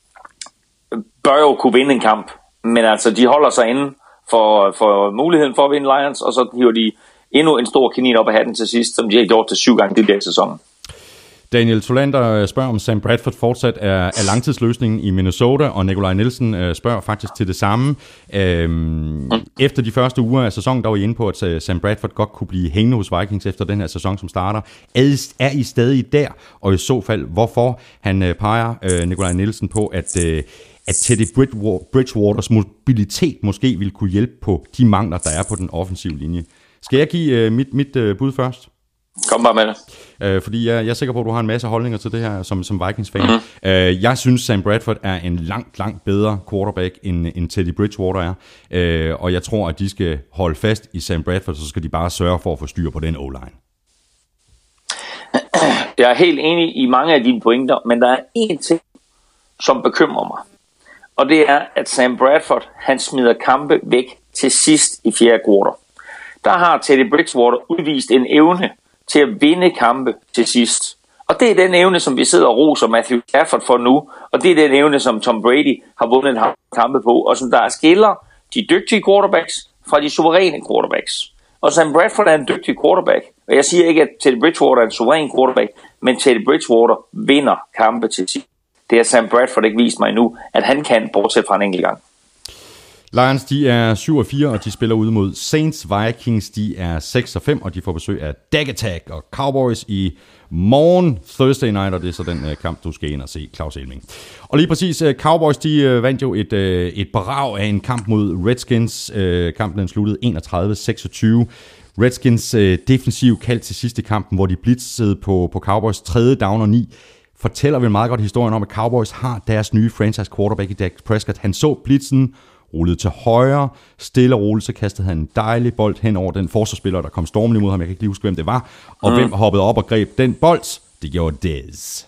bør jo kunne vinde en kamp, men altså de holder sig inde for, for muligheden for at vinde Lions, og så hiver de endnu en stor kanin op af hatten til sidst, som de har gjort til syv gange det der sæson. Daniel Tolander spørger, om Sam Bradford fortsat er, er langtidsløsningen i Minnesota, og Nikolaj Nielsen spørger faktisk til det samme. Øhm, mm. Efter de første uger af sæsonen, der var I inde på, at Sam Bradford godt kunne blive hængende hos Vikings efter den her sæson, som starter. Er, er I stadig der? Og i så fald, hvorfor? Han peger øh, Nikolaj Nielsen på, at øh, at Teddy Bridgewaters mobilitet måske ville kunne hjælpe på de mangler, der er på den offensive linje. Skal jeg give uh, mit, mit uh, bud først? Kom bare med det. Øh, fordi jeg, jeg er sikker på, at du har en masse holdninger til det her som, som Vikings-fan. Mm-hmm. Øh, jeg synes, Sam Bradford er en langt, langt bedre quarterback, end, end Teddy Bridgewater er. Øh, og jeg tror, at de skal holde fast i Sam Bradford, så skal de bare sørge for at få styr på den O-line. Jeg er helt enig i mange af dine pointer, men der er én ting, som bekymrer mig. Og det er, at Sam Bradford, han smider kampe væk til sidst i fjerde kvartal. Der har Teddy Bridgewater udvist en evne til at vinde kampe til sidst. Og det er den evne, som vi sidder og roser Matthew Stafford for nu. Og det er den evne, som Tom Brady har vundet kampe på. Og som der skiller de dygtige quarterbacks fra de suveræne quarterbacks. Og Sam Bradford er en dygtig quarterback. Og jeg siger ikke, at Teddy Bridgewater er en suveræn quarterback, men Teddy Bridgewater vinder kampe til sidst. Det har Sam Bradford ikke vist mig endnu, at han kan, bortset fra en enkelt gang. Lions, de er syv og fire, og de spiller ud mod Saints. Vikings, de er seks og fem, og de får besøg af Dag Attack og Cowboys i morgen, Thursday night, og det er så den uh, kamp, du skal ind og se, Claus Elming. Og lige præcis, uh, Cowboys, de uh, vandt jo et, uh, et brag af en kamp mod Redskins. Uh, kampen den sluttede enogtredive seksogtyve. Redskins uh, defensiv kald til sidste kampen, hvor de blitzede på, på Cowboys tredje down og ni, fortæller vel meget godt historien om, at Cowboys har deres nye franchise quarterback i Dak Prescott. Han så blitzen, rullede til højre, stille og roligt, så kastede han en dejlig bold hen over den forsvarsspiller, der kom stormende mod ham. Jeg kan ikke lige huske, hvem det var. Og mm. hvem hoppede op og greb den bold? Det gjorde Dez.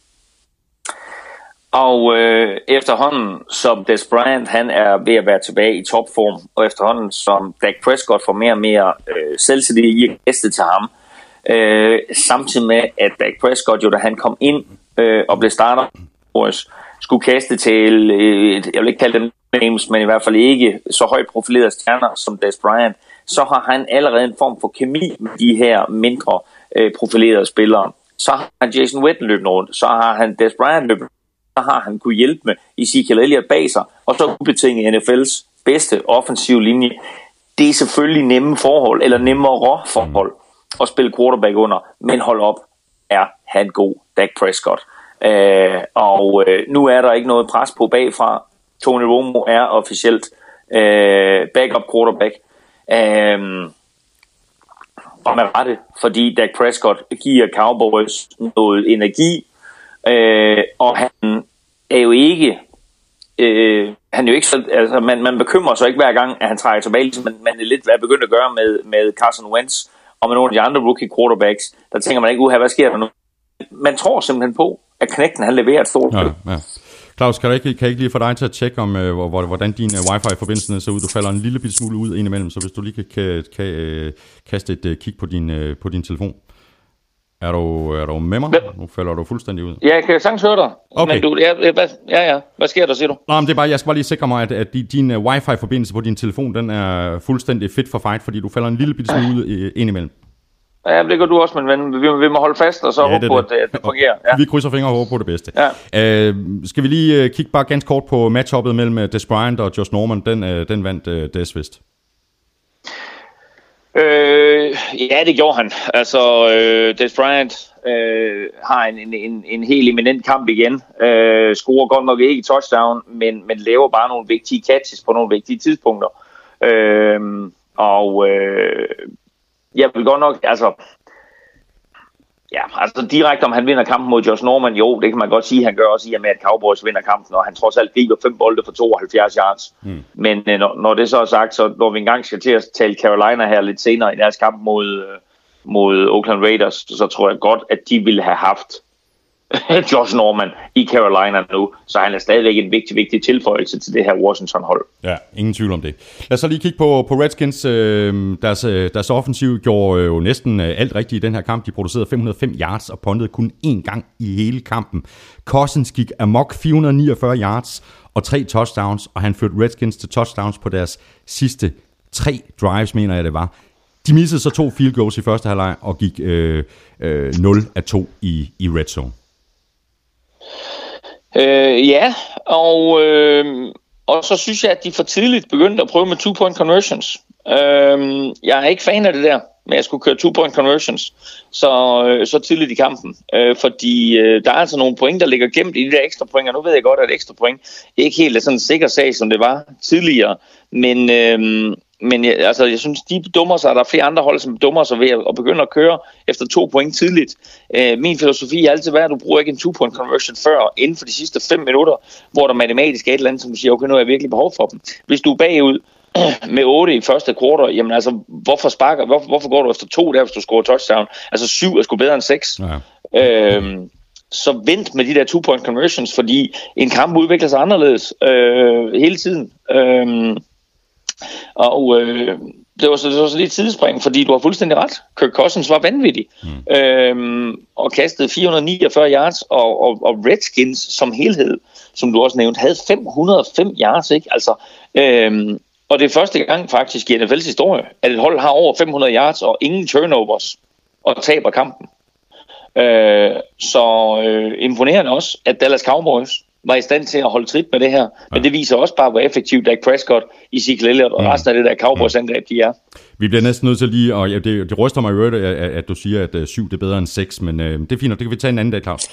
Og øh, efterhånden, som Dez Bryant, han er ved at være tilbage i topform, og efterhånden, som Dak Prescott får mere og mere øh, selvtillid i at kaste til ham, øh, samtidig med, at Dak Prescott jo, da han kom ind øh, og blev starter, skulle kaste til, øh, jeg vil ikke kalde dem names, men i hvert fald ikke så højt profilerede stjerner som Dez Bryant, så har han allerede en form for kemi med de her mindre øh, profilerede spillere. Så har han Jason Witten løbet rundt, så har han Dez Bryant løbet, så har han kunne hjælpe med Ezekiel Elliott bag sig, og så ubetinget N F L's bedste offensive linje. Det er selvfølgelig nemme forhold, eller nemmere forhold at spille quarterback under, men hold op, er han god, Dak Prescott. Øh, og øh, nu er der ikke noget pres på bagfra. Tony Romo er officielt øh, backup quarterback. Øh, og man var det, fordi Dak Prescott giver Cowboys noget energi, øh, og han er jo ikke, øh, han er jo ikke så, altså man, man bekymrer sig ikke hver gang, at han trækker tilbage, ligesom man, man er lidt er begyndt at gøre med, med Carson Wentz og med nogle af de andre rookie quarterbacks. Der tænker man ikke, uha, hvad sker der nu? Man tror simpelthen på, at knægten han leverer et stort spil. Ja, ja. Claus, kan jeg ikke, kan jeg ikke lige få dig til at tjekke, om, øh, hvordan din øh, wifi-forbindelse ser ud? Du falder en lille bitte smule ud indimellem, så hvis du lige kan, kan, kan øh, kaste et øh, kig på din, øh, på din telefon. Er du, er du med mig? Hvem? Nu falder du fuldstændig ud. Ja, jeg kan sagtens høre dig. Okay. Men du, ja, ja, ja. Hvad sker der, siger du? Nå, men det er bare, jeg skal bare lige sikre mig, at, at din uh, wifi-forbindelse på din telefon, den er fuldstændig fit for fight, fordi du falder en lille bitte smule ud øh, indimellem. Ja, det gør du også, men ven. Vi, vi må holde fast, og så ja, håbe på, at det, det fungerer. Ja. Vi krydser fingre og håber på det bedste. Ja. Uh, skal vi lige uh, kigge bare ganske kort på matchuppet mellem uh, Dez Bryant og Josh Norman? Den, uh, den vandt uh, Dez vist. Øh, ja, det gjorde han. Altså, øh, Dez Bryant øh, har en, en, en helt eminent kamp igen. Øh, scorer godt nok ikke i touchdown, men, men laver bare nogle vigtige catches på nogle vigtige tidspunkter. Øh, og øh, jeg vil godt nok, altså, ja, altså direkte om han vinder kampen mod Josh Norman, jo, det kan man godt sige, han gør også i og med, at Cowboys vinder kampen, og han trods alt griber fem bolde for tooghalvfjerds yards. Mm. Men øh, når, når det så er sagt, så når vi engang skal til at tale Carolina her lidt senere i deres kamp mod, øh, mod Oakland Raiders, så tror jeg godt, at de ville have haft Josh Norman i Carolina nu, så han er stadigvæk en vigtig, vigtig tilføjelse til det her Washington-hold. Ja, ingen tvivl om det. Lad os så lige kigge på, på Redskins. Deres, deres offensiv gjorde jo næsten alt rigtigt i den her kamp. De producerede fem hundrede og fem yards og puntede kun én gang i hele kampen. Cousins gik amok fire hundrede og niogfyrre yards og tre touchdowns, og han førte Redskins til touchdowns på deres sidste tre drives, mener jeg det var. De missede så to field goals i første halvleg og gik øh, øh, nul af to i, i red zone. Øh, ja, og, øh, og så synes jeg, at de for tidligt begyndte at prøve med two-point conversions. Øh, jeg er ikke fan af det der, med at skulle køre two-point conversions så, øh, så tidligt i kampen. Øh, fordi øh, der er altså nogle point, der ligger gemt i de der ekstra point, og nu ved jeg godt, at ekstra point ikke helt er sådan en sikker sag, som det var tidligere. Men, øh, men jeg, altså, jeg synes, de dummer sig, der er flere andre hold, som dummer sig ved at, at begynde at køre efter to point tidligt. Øh, min filosofi har altid været, at du bruger ikke en two-point conversion før, inden for de sidste fem minutter, hvor der matematisk er et eller andet, som du siger, okay, nu har jeg virkelig behov for dem. Hvis du er bagud med otte i første kvartal, jamen altså, hvorfor sparker, hvor, hvorfor går du efter to der, hvis du scorer touchdown? Altså syv er sgu bedre end seks. Ja. Øhm, så vent med de der two-point conversions, fordi en kamp udvikler sig anderledes øh, hele tiden. Øhm, og øh, det var så, det var så lidt tidsspring, fordi du har fuldstændig ret. Kirk Cousins var vanvittig mm. øhm, og kastede fire hundrede niogfyrre yards, og, og, og Redskins som helhed, som du også nævnte, havde fem hundrede og fem yards, ikke? Altså, øhm, og det er første gang faktisk i N F L's historie, at et hold har over fem hundrede yards og ingen turnovers og taber kampen. Øh, så øh, imponerende også, at Dallas Cowboys var i stand til at holde trit med det her. Men det viser også bare, hvor effektivt Dak Prescott, Ezekiel Elliott og resten af det der Cowboys-angreb, de er. Vi bliver næsten nødt til lige, og ja, det, det ryster mig i øvrigt, at, at du siger, at syv det er bedre end seks, men øh, det er fint, og det kan vi tage en anden dag, Claus.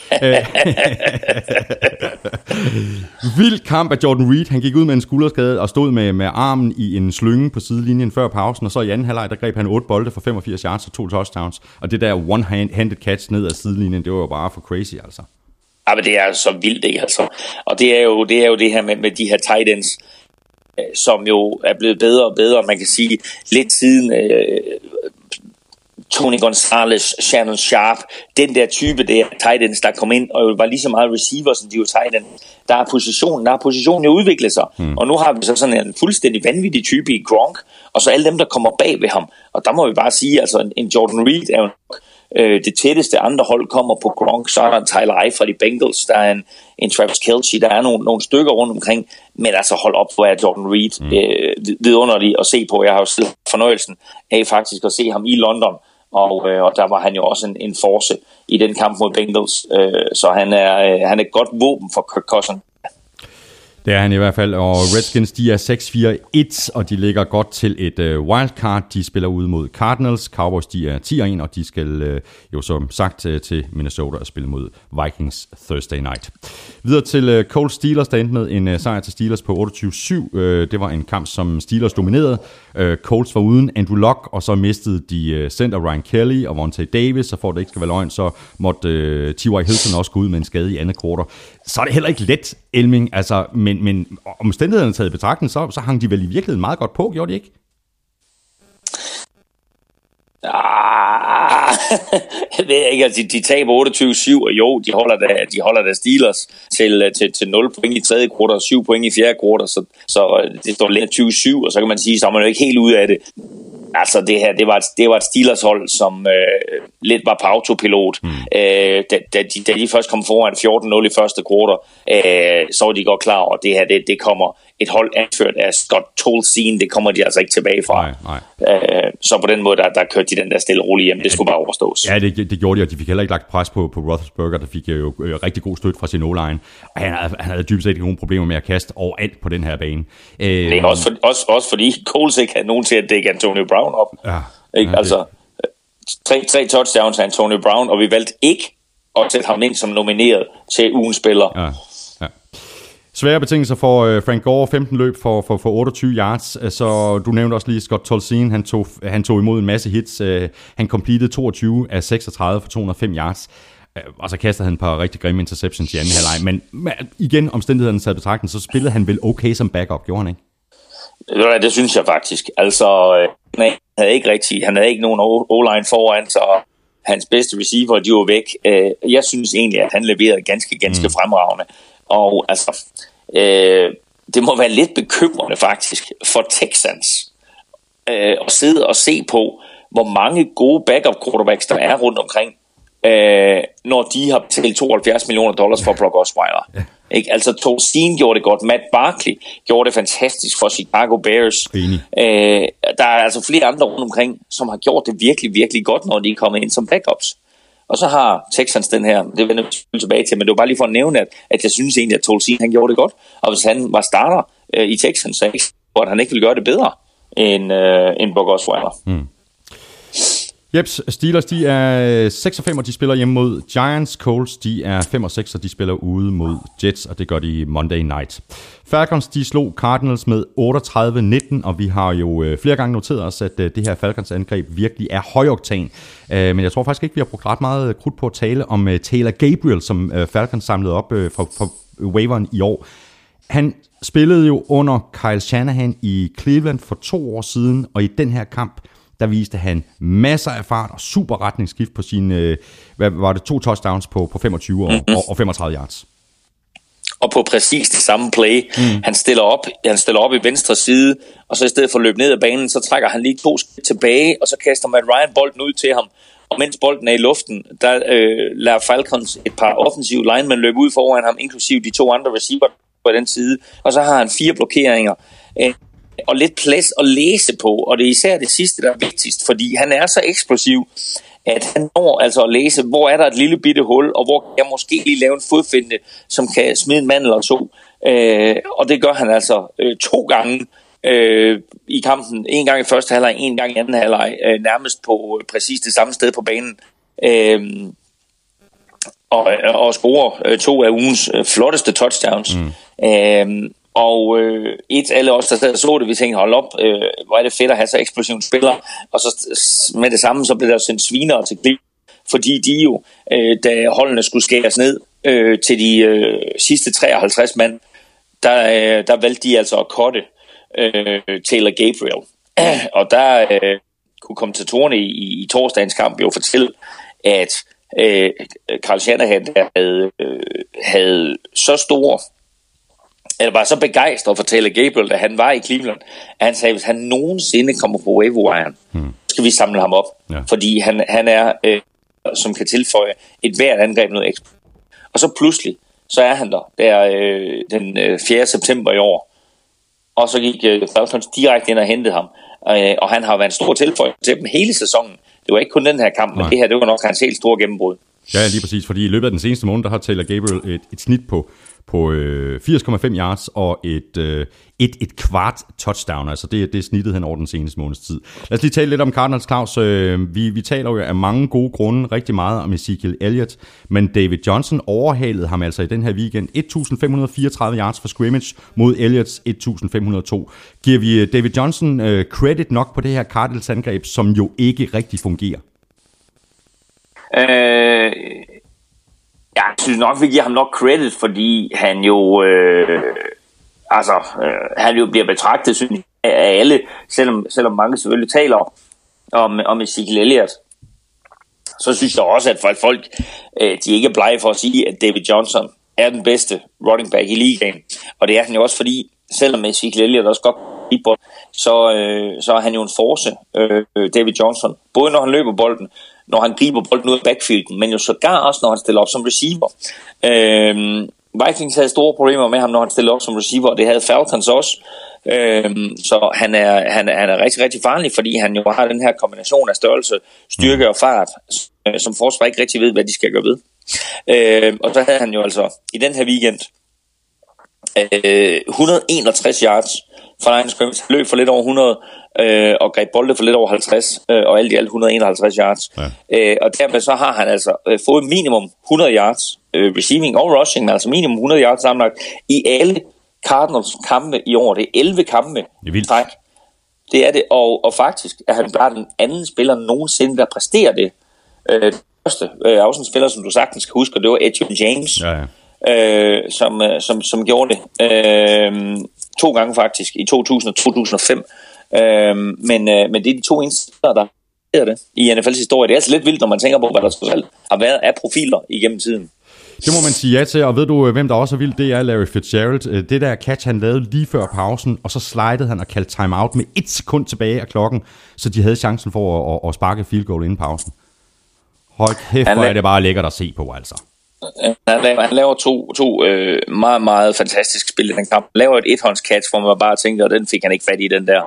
Vild kamp af Jordan Reed. Han gik ud med en skulderskade og stod med, med armen i en slynge på sidelinjen før pausen, og så i anden halvleg, der greb han otte bolde for femogfirs yards og to touchdowns, og det der one-handed catch ned ad sidelinjen, det var jo bare for crazy, altså. Ja, men det er så vildt, ikke altså. Og det er jo det, er jo det her med, med de her tight ends, øh, som jo er blevet bedre og bedre. Man kan sige, lidt siden øh, Tony Gonzalez, Shannon Sharp, den der type der tight ends, der kom ind, og jo var lige så meget receiver, som de jo tight ends. Der er positionen, der er positionen jo udviklet sig. Hmm. Og nu har vi så sådan en fuldstændig vanvittig type i Gronk, og så alle dem, der kommer bag ved ham. Og der må vi bare sige, altså en, en Jordan Reed er jo Øh, det tætteste andre hold kommer på Gronk, så er der en Tyler Eifert fra de Bengals, der er en, en Travis Kelce, der er nogle, nogle stykker rundt omkring, men altså hold op, hvor er Jordan Reed mm. øh, vidunderlig at se på. Jeg har jo selv fornøjelsen af faktisk at se ham i London, og, øh, og der var han jo også en, en force i den kamp mod Bengals, øh, så han er, øh, han er et godt våben for Kirk Cousins. Det er han i hvert fald, og Redskins, de er seks fire et, og de ligger godt til et uh, wildcard. De spiller ud mod Cardinals. Cowboys, de er ti og en, og de skal uh, jo som sagt uh, til Minnesota og spille mod Vikings Thursday night. Videre til uh, Colts Steelers, der endte med en uh, sejr til Steelers på otteogtyve syv. Uh, det var en kamp, som Steelers dominerede. Uh, Colts var uden Andrew Luck, og så mistede de uh, center Ryan Kelly og Vontae Davis, så for det ikke skal være løgn, så måtte uh, T Y. Hilton også gå ud med en skade i andet kvartal. Så er det heller ikke let, Elming, altså, men, men omstændighederne taget i betragtning, så, så hang de vel i virkeligheden meget godt på, gjorde de ikke? Ah, jeg ved ikke, altså, de, de taber otteogtyve syv, og jo, de holder da, de holder da Steelers til, til, til nul point i tredje kvartal og syv point i fjerde kvartal, så, så det står lidt tyve syv, og så kan man sige, så er man jo ikke helt ude af det. Altså det her, det var et, det var et Steelers-hold, som øh, lidt var på autopilot. Mm. Øh, da, da, de, da de først kom foran fjorten nul i første kvartal, øh, så var de godt klar over, at det her, det, det kommer et hold anført af Scott Tolzien, det kommer de altså ikke tilbage fra. Nej, nej. Øh, så på den måde, der, der kørte de den der stille roligt hjem. Det skulle bare overstås. Ja, det, det gjorde de, og de fik heller ikke lagt pres på, på Roethlisberger, der fik jo øh, rigtig god støtte fra sin O-line. Og han havde, han havde dybest set ikke nogen problemer med at kaste overalt på den her bane. Øh, det er også, for, også, også fordi Coles ikke havde nogen til at dække Antonio Brown op. Ja, ikke? Ja, altså, tre, tre touchdowns af Antonio Brown, og vi valgte ikke at sætte ham ind som nomineret til ugens spiller. Ja. Svære betingelser for uh, Frank Gore, femten løb for, for, for otteogtyve yards, så du nævnte også lige Scott Tolzien, han tog, han tog imod en masse hits, uh, han completed toogtyve af seksogtredive for to hundrede og fem yards, uh, og så kastede han et par rigtig grimme interceptions i anden halvleg, men, men igen, omstændighederne taget betragtning, så spillede han vel okay som backup, gjorde han ikke? Det, det synes jeg faktisk, altså han havde ikke rigtig, han havde ikke nogen O-line foran, så hans bedste receiver, de var væk. Uh, jeg synes egentlig, at han leverede ganske, ganske mm. fremragende. Og altså, øh, det må være lidt bekymrende faktisk for Texans øh, at sidde og se på, hvor mange gode backup quarterbacks der er rundt omkring, øh, når de har betalt tooghalvfjerds millioner dollars for Brock Osweiler. Ja. Ikke? Altså Tolzien gjorde det godt, Matt Barkley gjorde det fantastisk for Chicago Bears. Øh, der er altså flere andre rundt omkring, som har gjort det virkelig, virkelig godt, når de er kommet ind som backups. Og så har Texans den her, det vender vi tilbage til, men det var bare lige for at nævne, at, at jeg synes egentlig, at Tolzien han gjorde det godt. Og hvis han var starter øh, i Texans, så at han ikke ville gøre det bedre end, øh, end Brock Osweiler. Mm. Jeps, Steelers, de er seks og fem, og de spiller hjemme mod Giants. Colts, de er fem og seks, og de spiller ude mod Jets, og det gør de Monday Night. Falcons, de slog Cardinals med otteogtredive nitten, og vi har jo flere gange noteret os, at det her Falcons-angreb virkelig er højoktan. Men jeg tror faktisk ikke, vi har brugt ret meget krudt på at tale om Taylor Gabriel, som Falcons samlede op fra, fra waiveren i år. Han spillede jo under Kyle Shanahan i Cleveland for to år siden, og i den her kamp, der viste han masser af fart og super retningsskift på sine, hvad var det, to touchdowns på, på femogtyve og, mm-hmm. og femogtredive yards. Og på præcis det samme play. Mm. Han stiller op, han stiller op i venstre side, og så i stedet for at løbe ned ad banen, så trækker han lige to skridt tilbage, og så kaster Matt Ryan bolden ud til ham. Og mens bolden er i luften, der øh, lader Falcons et par offensive linemen løbe ud foran ham, inklusive de to andre receiver på den side. Og så har han fire blokeringer. Øh, og lidt plads at læse på, og det er især det sidste, der er vigtigst, fordi han er så eksplosiv, at han når altså at læse, hvor er der et lille bitte hul, og hvor kan jeg måske lige lave en fodfinde, som kan smide en mand eller to. Øh, og det gør han altså øh, to gange øh, i kampen. En gang i første halvleg, en gang i anden halvleg, øh, nærmest på øh, præcis det samme sted på banen. Øh, og, og scorer øh, to af ugens øh, flotteste touchdowns. Mm. Øh, Og øh, et alle os, der sad og så det, vi tænkte, hold op, øh, hvor er det fedt at have så eksplosiv en spiller. Og så med det samme, så blev der sendt svinere til Cleveland, fordi de jo, øh, da holdene skulle skæres ned øh, til de øh, sidste treoghalvtreds mand, der, øh, der valgte de altså at cutte øh, Taylor Gabriel. Og der øh, kunne kommentatorerne i, i, i torsdagens kamp jo fortælle, at øh, Kyle Shanahan havde, øh, havde så stor... Jeg var så begejstret for Taylor Gabriel, da han var i Cleveland, at han sagde, at hvis han nogensinde kommer på waiver-wiren, hmm. så skal vi samle ham op. Ja. Fordi han, han er, øh, som kan tilføje et hvert angreb noget ekstra. Og så pludselig, så er han der, der øh, den øh, fjerde september i år. Og så gik øh, Falcons direkte ind og hentede ham. Øh, og han har været en stor tilføje til dem hele sæsonen. Det var ikke kun den her kamp, men Nej. det her, det var nok hans helt store gennembrud. Ja, lige præcis, fordi i løbet af den seneste måned, der har Taylor Gabriel et, et snit på på øh, firs komma fem yards og et, øh, et, et kvart touchdown. Altså det, det er snittet hen over den seneste måneds tid. Lad os lige tale lidt om Cardinals, Claus. Øh, vi, vi taler jo af mange gode grunde rigtig meget om Ezekiel Elliott, men David Johnson overhalede ham altså i den her weekend. et tusind fem hundrede fireogtredive yards for scrimmage mod Elliots et tusind fem hundrede og to. Giver vi David Johnson øh, credit nok på det her Cardinals angreb, som jo ikke rigtig fungerer? Øh... Jeg synes nok, vi giver ham nok credit, fordi han jo, øh, altså, øh, han jo bliver betragtet, synes jeg, af alle, selvom, selvom mange selvfølgelig taler om, om Ezekiel Elliott. Så synes jeg også, at folk, øh, de ikke er blege for at sige, at David Johnson er den bedste running back i ligaen. Og det er han jo også, fordi selvom Ezekiel Elliott også godt i bold, så, øh, så er han jo en force, øh, David Johnson. Både når han løber bolden, når han griber bolden ud af backfielden, men jo sågar også, når han stiller op som receiver. Øhm, Vikings havde store problemer med ham, når han stillede op som receiver, og det havde Falcons også. Øhm, så han er, han, han er rigtig, rigtig farlig, fordi han jo har den her kombination af størrelse, styrke og fart, som forsvar ikke rigtig ved, hvad de skal gøre ved. Øhm, og så havde han jo altså i den her weekend øh, et hundrede og enogtres yards fra line scrimmage, løb for lidt over hundrede, øh, og greb bolde for lidt over halvtreds, øh, og alt i alt et hundrede og enoghalvtreds yards. Ja. Øh, og dermed så har han altså øh, fået minimum hundrede yards, øh, receiving og rushing, men altså minimum hundrede yards sammenlagt i alle Cardinals kampe i år. Det er elleve kampe. Det er vildt. Træk. Det er det, og, og faktisk er han bare den anden spiller nogensinde, der præsterer det. Øh, det første øh, er også en spiller, som du sagtens skal huske, og det var Edgerrin James, ja, ja. Øh, som, som, som gjorde det. Øh, To gange faktisk, i to tusind og to tusind og fem. Øhm, men, øh, men det er de to eneste, der er det i N F L's historie. Det er altså lidt vildt, når man tænker på, hvad der trods alt har været af profiler igennem tiden. Det må man sige ja til, og ved du, hvem der også er vildt? Det er Larry Fitzgerald. Det der catch, han lavede lige før pausen, og så slidede han og kaldte timeout med et sekund tilbage af klokken, så de havde chancen for at, at sparke field goal inden pausen. Hold kæft, hvor er det bare lækkert at se på, altså. Han laver, han laver to, to øh, meget, meget fantastiske spil i den kamp. Han laver et ethåndscatch, hvor man bare tænker, og den fik han ikke fat i, den der.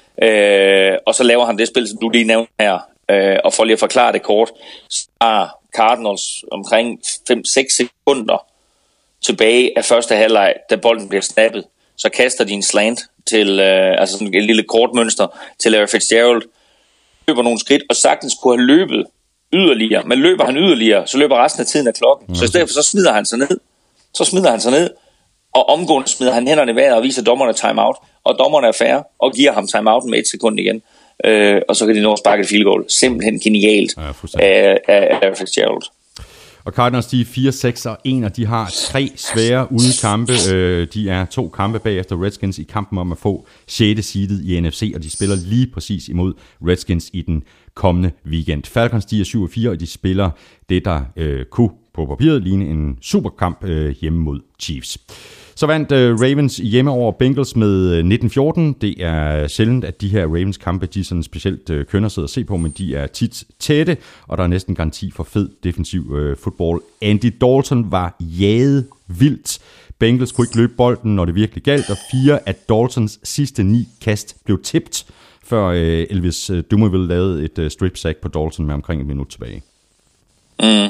Øh, og så laver han det spil, som du lige nævnte her. Øh, og for lige at forklare det kort, så har Cardinals omkring fem til seks sekunder tilbage af første halvleg, da bolden bliver snappet. Så kaster de en slant til, øh, altså sådan et lille kortmønster til Larry Fitzgerald. løber nogle skridt, og sagtens kunne have løbet yderligere. Men løber han yderligere, så løber resten af tiden af klokken. Mm. Så i stedet for, så smider han sig ned. Så smider han sig ned, og omgående smider han hænderne i vejret og viser dommerne timeout. Og dommerne er fair, og giver ham timeouten med et sekund igen. Øh, og så kan de nå at sparke et field goal. Simpelthen genialt ja, af, af, af Fitzgerald. Og Cardinals, de er fire seks og en, og de har tre svære udekampe. De er to kampe bagefter Redskins i kampen om at få sjette seedet i N F C, og de spiller lige præcis imod Redskins i den kommende weekend. Falcons, de er syv og fire, og de spiller det, der øh, kunne på papiret ligne en superkamp øh, hjemme mod Chiefs. Så vandt uh, Ravens hjemme over Bengals med nitten fjorten. Det er sjældent, at de her Ravens-kampe, de er sådan specielt uh, kønner sidder og se på, men de er tit tætte, og der er næsten garanti for fed defensiv uh, fodbold. Andy Dalton var jaget vildt. Bengals kunne ikke løbe bolden, når det virkelig galt, og fire af Daltons sidste ni kast blev tipped, før uh, Elvis uh, Dumervil lavede et uh, strip sack på Dalton med omkring et minut tilbage. Mm.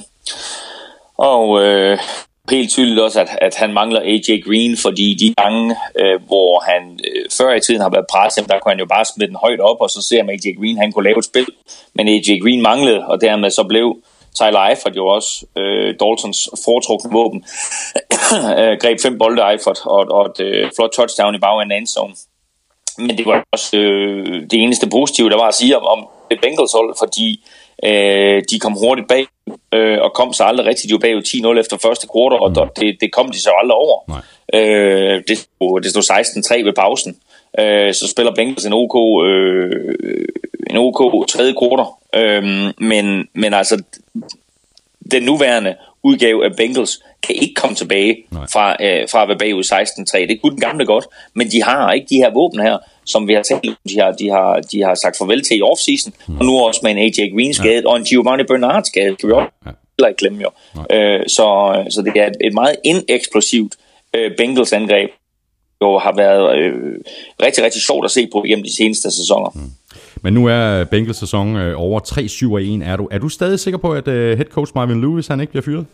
Og... Øh helt tydeligt også, at, at han mangler A J Green, fordi de gange, øh, hvor han øh, før i tiden har været presset, der kunne han jo bare smide den højt op, og så ser man A J Green, han kunne lave et spil, men A J Green manglede, og dermed så blev Tyler Eifert jo også øh, Daltons foretrukne våben. Greb fem bolde Eifert, og, og et øh, flot touchdown i bagenden af endzone. Men det var også øh, det eneste positive, der var at sige om, om det Bengals hold, fordi øh, de kom hurtigt bag, øh, og kom så aldrig rigtigt. De var bagud ti nul efter første kvartal, og mm. det, det kom de så aldrig over. Øh, det, det stod seksten tre ved pausen. Øh, så spiller Bengals en OK, øh, en OK tredje kvartal. Øh, men, men altså, den nuværende udgave af Bengals kan ikke komme tilbage fra, øh, fra at være bagud seksten tre. Det kunne den gamle godt, men de har ikke de her våben her, som vi har talt om, de har, de har, de har sagt farvel til i offseason, mm. og nu også med en A J Green skade, ja. og en Giovanni Bernard skade, kan vi også heller ikke glemme jo. Øh, så, så det er et, et meget ineksplosivt øh, Bengals angreb, jo har været øh, rigtig, rigtig sjovt at se på igennem de seneste sæsoner. Mm. Men nu er Bengals sæson øh, over tre syv og en. Er du, er du stadig sikker på, at øh, head coach Marvin Lewis, han ikke bliver fyret?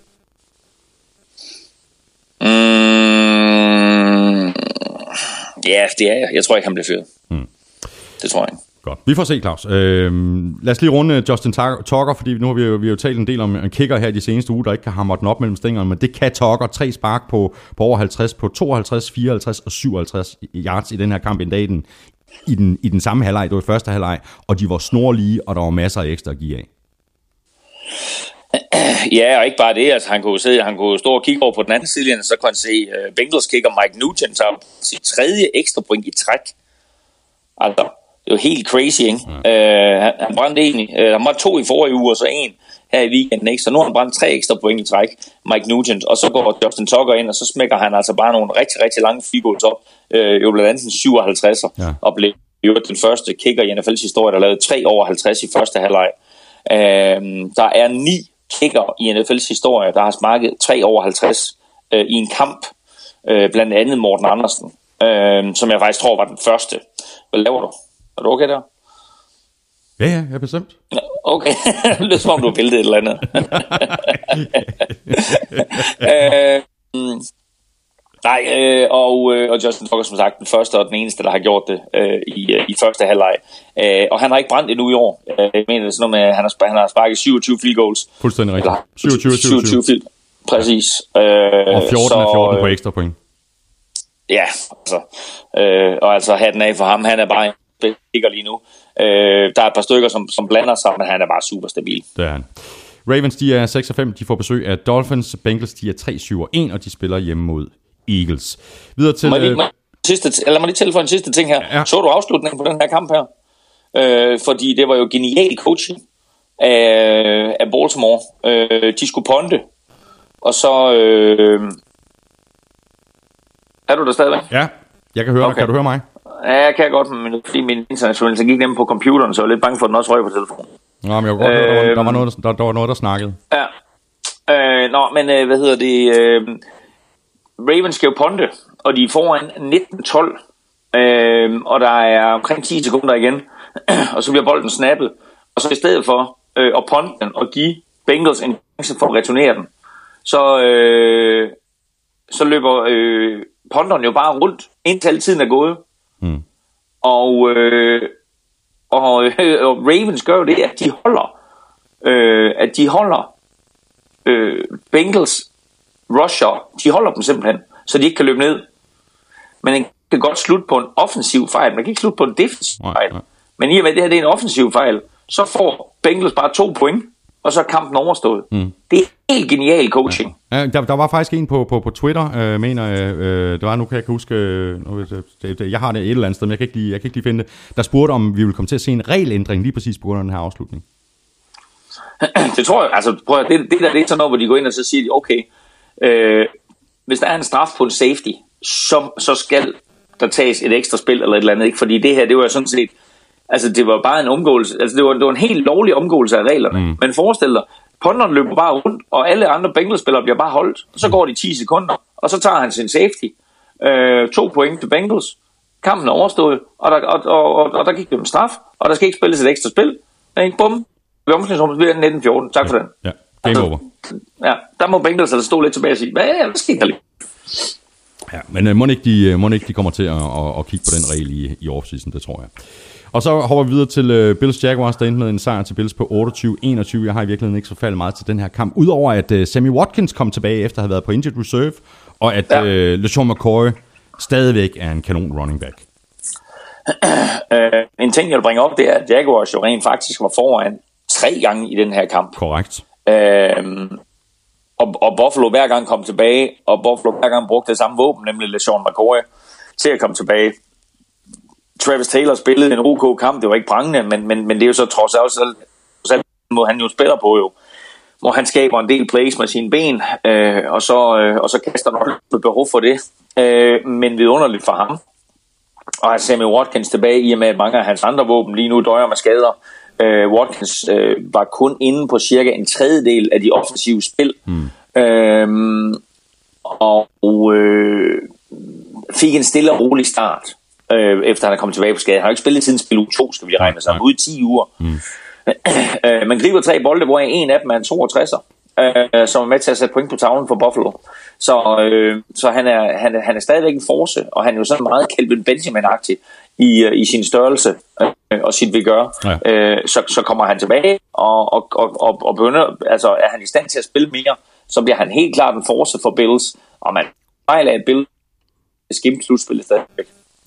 Mm, ja, det er jeg. Jeg tror ikke, han bliver fyret. Mm. Det tror jeg ikke. Godt. Vi får se, Claus. Øh, lad os lige runde Justin Tucker, fordi nu har vi jo, vi har jo talt en del om en kicker her de seneste uger, der ikke kan hamre den op mellem stængerne, men det kan Tucker. Tre spark på, på over halvtreds, på tooghalvtreds, fireoghalvtreds og syvoghalvtreds yards i den her kamp en dag i den, i den, i den samme halvleg. Det var i første halvleg, og de var snorlige, og der var masser af ekstra at give af. Ja, og ikke bare det. Altså, han kunne se, han kunne stå og kigge over på den anden side, så kunne han se uh, Bengals kicker Mike Nugent tager sit tredje ekstra point i træk. Altså, det er jo helt crazy, ikke? Ja. Uh, han, han brændte egentlig. Uh, han var to i forrige uge, og så en her i weekenden, ikke? Så nu har han brændt tre ekstra point i træk, Mike Nugent, og så går Justin Tucker ind, og så smækker han altså bare nogle rigtig, rigtig lange field goals op. Uh, jo blandt andet en syvoghalvtredser, ja. Og blev jo den første kicker i N F L's historie, der lavede tre over halvtreds i første halvleg. Uh, der er ni kicker i N F L's historie, der har sparket tre over halvtreds uh, i en kamp, uh, blandt andet Morten Andersen, uh, som jeg faktisk tror var den første. Hvad laver du? Er du okay der? Ja, ja, jeg er bestemt. Okay, det lyder som om du har billedet et eller andet. øh, nej, øh, og, øh, og Justin Tucker som sagt den første og den eneste, der har gjort det øh, i, øh, i første halvleg. Øh, og han har ikke brændt endnu i år. Øh, jeg mener det er sådan noget med, at han har, han har sparket syvogtyve field goals. Fuldstændig rigtigt. syvogtyve syvogtyve field. Præcis. Øh, og fjorten så, af fjorten på ekstra point. Ja, altså. Øh, og altså hatten af for ham, han er bare ligger lige nu. Øh, der er et par stykker, som, som blander sig, men han er bare super stabil. Det er han. Ravens, de er seks og fem, de får besøg af Dolphins. Bengals, de er tre syv og en, og de spiller hjemme mod Eagles. Videre til... Må lige, må, sidste, lad mig lige tilføje en sidste ting her. Ja. Så du afslutningen på den her kamp her? Øh, fordi det var jo genial coaching af, af Baltimore. Øh, de skulle ponte, og så... Øh, er du der stadigvæk? Ja, jeg kan høre okay. dig. Kan du høre mig? Ja, jeg kan godt, men fordi min internetforbindelse gik nemme på computeren, så jeg var lidt bange for, at den også røg på telefonen. Nå, men jeg kunne godt høre, der, der, var noget, der, der var noget, der snakkede. Ja. Øh, nå, men øh, hvad hedder det? Øh, Ravens skal jo ponte, og de er foran nitten tolv, øh, og der er omkring ti sekunder igen, og så bliver bolden snappet. Og så i stedet for øh, at ponte den og give Bengals en chance for at returnere den, så, øh, så løber øh, ponteren jo bare rundt, indtil tiden er gået. Hmm. Og øh, Og, øh, og Ravens gør jo det, at de holder, øh, at de holder øh, Bengals rusher, de holder dem simpelthen, så de ikke kan løbe ned. Men den kan godt slutte på en offensiv fejl, man kan ikke slutte på en defensiv fejl. Nej, nej. Men i og med, at det her det er en offensiv fejl, så får Bengals bare to point, og så er kampen overstået. Mm. Det er helt genial coaching. Ja. Ja, der, der var faktisk en på, på, på Twitter, øh, mener jeg, øh, det var, nu kan jeg ikke huske, øh, nu, det, det, jeg har det et eller andet sted, men jeg kan, ikke lige, jeg kan ikke lige finde det, der spurgte, om vi ville komme til at se en regelændring lige præcis på grund af den her afslutning. Det tror jeg, altså prøv at, det, det der det er sådan noget, hvor de går ind og så siger, de, okay, øh, hvis der er en straf på en safety, så, så skal der tages et ekstra spil eller et eller andet, ikke? Fordi det her, det var sådan set, altså det var bare en omgåelse, altså det var, det var en helt lovlig omgåelse af reglerne, mm. men forestil dig, punteren løber bare rundt, og alle andre Bengals-spillere bliver bare holdt, og så går de ti sekunder, og så tager han sin safety, øh, to point til Bengals, kampen er overstået, og der, og, og, og, og der gik det en straf, og der skal ikke spilles et ekstra spil, ikke? Bum, ved omklædningsrummet bliver nitten fjorten, tak for den. Ja, game over. Ja, der må Bengals altså stå lidt tilbage og sige, hvad, hvad sker der lige? Ja, men uh, må ikke de, må ikke de kommer til at, at, at kigge på den regel i, i offseason, det tror jeg. Og så hopper vi videre til uh, Bills Jaguars, der endte med en sejr til Bills på otteogtyve enogtyve. Jeg har i virkeligheden ikke så faldet meget til den her kamp, udover at uh, Sammy Watkins kom tilbage efter at have været på injured reserve, og at ja. uh, LeSean McCoy stadigvæk er en kanon running back. Uh, en ting, jeg vil bringe op, det er, at Jaguars jo rent faktisk var foran tre gange i den her kamp. Korrekt. Uh, og, og Buffalo hver gang kom tilbage, og Buffalo hver gang brugte det samme våben, nemlig LeSean McCoy, til at komme tilbage. Travis Taylor spillede en OK kamp, det var ikke prangende, men, men, men det er jo så trods alt, selv må han jo spiller på jo, hvor han skaber en del plays med sine ben, øh, og, så, øh, og så kaster han noget behov for det, øh, men vidunderligt for ham. Og at Sammy Watkins tilbage, i og med at mange af hans andre våben lige nu døjer med skader. Øh, Watkins øh, var kun inde på cirka en tredjedel af de offensive spil, mm. øh, og øh, fik en stille og rolig start. Øh, efter han er kommet tilbage på skade. Han har ikke spillet siden spil uge to, skal vi regne sammen, ude i ti uger. Mm. Øh, man griber tre bolde, hvor en af dem er en toogtresser, øh, som er med til at sætte point på tavlen for Buffalo. Så, øh, så han, er, han, er, han er stadigvæk en force, og han er jo sådan meget Kelvin Benjamin-agtig i, i sin størrelse øh, og sit vigør. Ja. Øh, så, så kommer han tilbage, og, og, og, og, og begynder, altså er han i stand til at spille mere, så bliver han helt klart en force for Bills, og man fejler et Bills skimt slutspillet stadigvæk.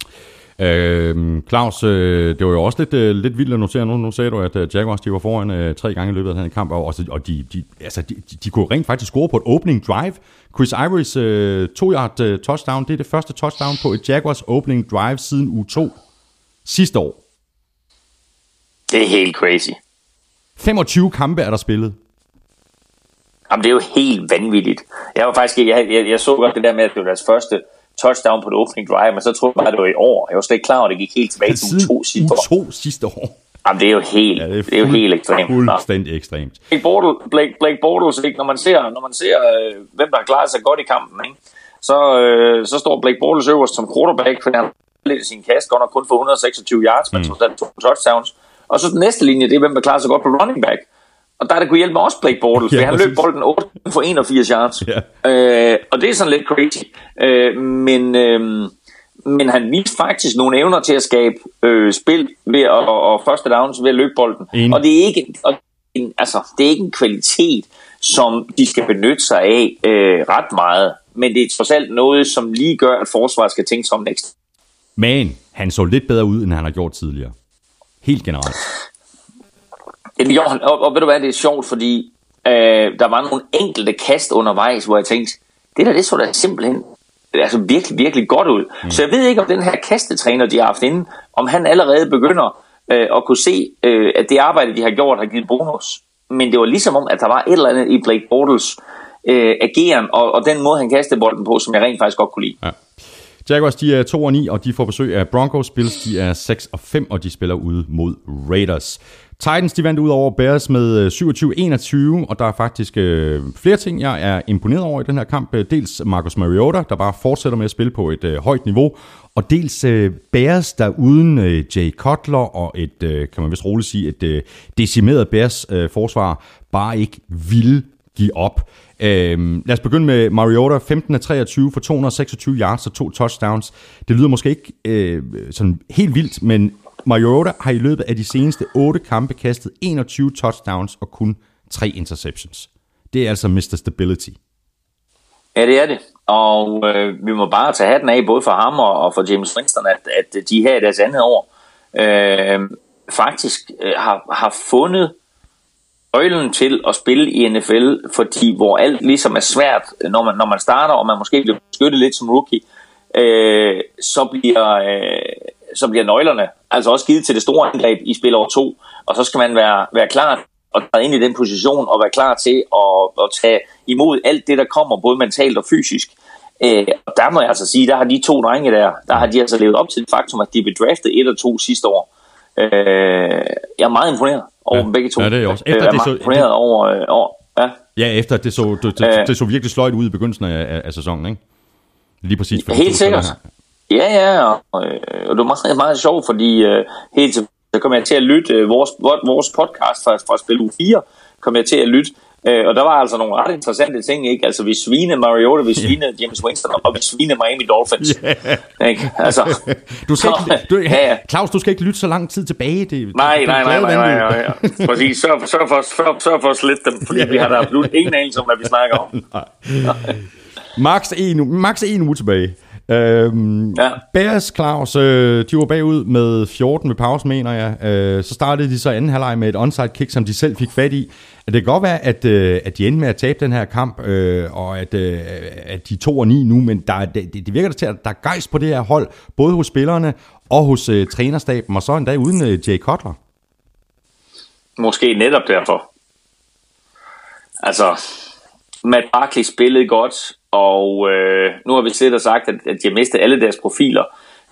Øh, Claus, øh, det var jo også lidt, øh, lidt vildt at notere nu. Nu sagde du, at uh, Jaguars de var foran øh, tre gange i løbet af den her kamp, og, og de, de, altså, de, de, de kunne rent faktisk score på et opening drive. Chris Ivorys øh, to-yard øh, touchdown, det er det første touchdown på et Jaguars opening drive siden uge to sidste år. Det er helt crazy. femogtyve kampe er der spillet. Jamen, det er jo helt vanvittigt. Jeg var faktisk ikke, jeg, jeg, jeg så godt det der med, at det var deres første touchdown på det opening drive, men så troede jeg bare, det var i år. Jeg var slet ikke klar over, at det gik helt tilbage til uge to sidste år. uge to sidste år. Jamen, det er jo helt, ja, det er, fuld, det er jo helt ekstremt. Fuldstændig ekstremt. Blake Bortles, Blake, Blake Bortles, ikke? Når man ser, når man ser øh, hvem der har klaret sig godt i kampen, ikke? Så, øh, så står Blake Bortles øverst som quarterback, fordi han har lidt i sin kast, godt nok kun for et hundrede og seksogtyve yards, men mm. så to touchdowns. Og så den næste linje, det er, hvem der klarer sig godt på running back. Og der er det kunne hjælpe også Blake Bortles, ja, for han løb bolden otte for enogfirs yards. Yeah. Øh, og det er sådan lidt crazy. Øh, men, øh, men han viste faktisk nogle evner til at skabe øh, spil ved at, og, og første downs ved at løbe bolden. En. Og det er ikke og, en, altså, det er ikke en kvalitet, som de skal benytte sig af øh, ret meget. Men det er trods alt noget, som lige gør, at forsvaret skal tænke sig om næste. Men han så lidt bedre ud, end han har gjort tidligere. Helt generelt. Jo, og, og ved du hvad, det er sjovt, fordi øh, der var nogle enkelte kast undervejs, hvor jeg tænkte, det der, det så da simpelthen altså virkelig, virkelig godt ud. Mm. Så jeg ved ikke, om den her kastetræner, de har haft inde, om han allerede begynder øh, at kunne se, øh, at det arbejde, de har gjort, har givet bonus. Men det var ligesom om, at der var et eller andet i Blake Bortles øh, ageren, og, og den måde, han kastede bolden på, som jeg rent faktisk godt kunne lide. Ja. Jaguars, de er to og ni, og de får besøg af Broncos. Bills, de er seks og fem, og de spiller ude mod Raiders. Titans, de vandt ud over Bears med syvogtyve enogtyve, og der er faktisk øh, flere ting, jeg er imponeret over i den her kamp. Dels Marcus Mariota, der bare fortsætter med at spille på et øh, højt niveau, og dels øh, Bears, der uden øh, Jay Cutler og et, øh, kan man vist roligt sige, et øh, decimeret Bears øh, forsvar, bare ikke ville give op. Øh, lad os begynde med Mariota, femten af treogtyve for to hundrede og seksogtyve yards og to touchdowns. Det lyder måske ikke øh, sådan helt vildt, men Mariota har i løbet af de seneste otte kampe kastet enogtyve touchdowns og kun tre interceptions. Det er altså mister Stability. Ja, det er det. Og øh, vi må bare tage hatten af, både for ham og, og for James Winston, at, at de her i deres andet år øh, faktisk øh, har, har fundet øjlen til at spille i N F L, fordi hvor alt ligesom er svært, når man, når man starter, og man måske bliver beskyttet lidt som rookie, øh, så, bliver, øh, så bliver nøglerne altså også givet til det store angreb i spil over to, og så skal man være, være klar og træde ind i den position og være klar til at, at tage imod alt det, der kommer, både mentalt og fysisk. Øh, og der må jeg altså sige, der har de to drenge der, der har de altså levet op til det faktum, at de blev draftet et og to sidste år. Øh, jeg er meget imponeret over ja, dem begge to. Ja, det er jeg også. Efter jeg er meget så, imponeret det, over, øh, over ja. ja, efter det så, det, det, det så virkelig sløjt ud i begyndelsen af, af, af sæsonen, ikke? Lige præcis. For helt sikkert. Ja, ja, og, og det var meget, meget sjovt, fordi øh, helt til så kom jeg til at lytte øh, vores, vores podcast fra, fra Spil U fire, kom jeg til at lytte, øh, og der var altså nogle ret interessante ting, ikke? Altså, vi svinede Mariota, vi svinede yeah. James Winston, og vi svinede Miami Dolphins. Yeah. Ikke? Altså, du skal ikke, du, ja, ja. Claus, du skal ikke lytte så lang tid tilbage. Det, nej, det, nej, nej, nej, nej, nej, nej. Præcis, sørg, sørg, for, sørg, sørg for at slette dem, fordi yeah. vi har da absolut ingen anelse om, hvad vi snakker om. Max en, max en uge tilbage. Øhm, ja. Bears, Claus, øh, de var bagud med fjorten ved pause, mener jeg. Øh, så startede de så anden halvleg med et onside kick, som de selv fik fat i. Det kan godt være, at, øh, at de endte med at tabe den her kamp, øh, og at, øh, at de to og ni nu, men der, det, det virker til, at der er gejst på det her hold, både hos spillerne og hos øh, trænerstaben, og så endda uden øh, Jay Cutler. Måske netop derfor. Altså, Matt Barkley spillede godt, og øh, nu har vi set og sagt, at, at de har mistet alle deres profiler.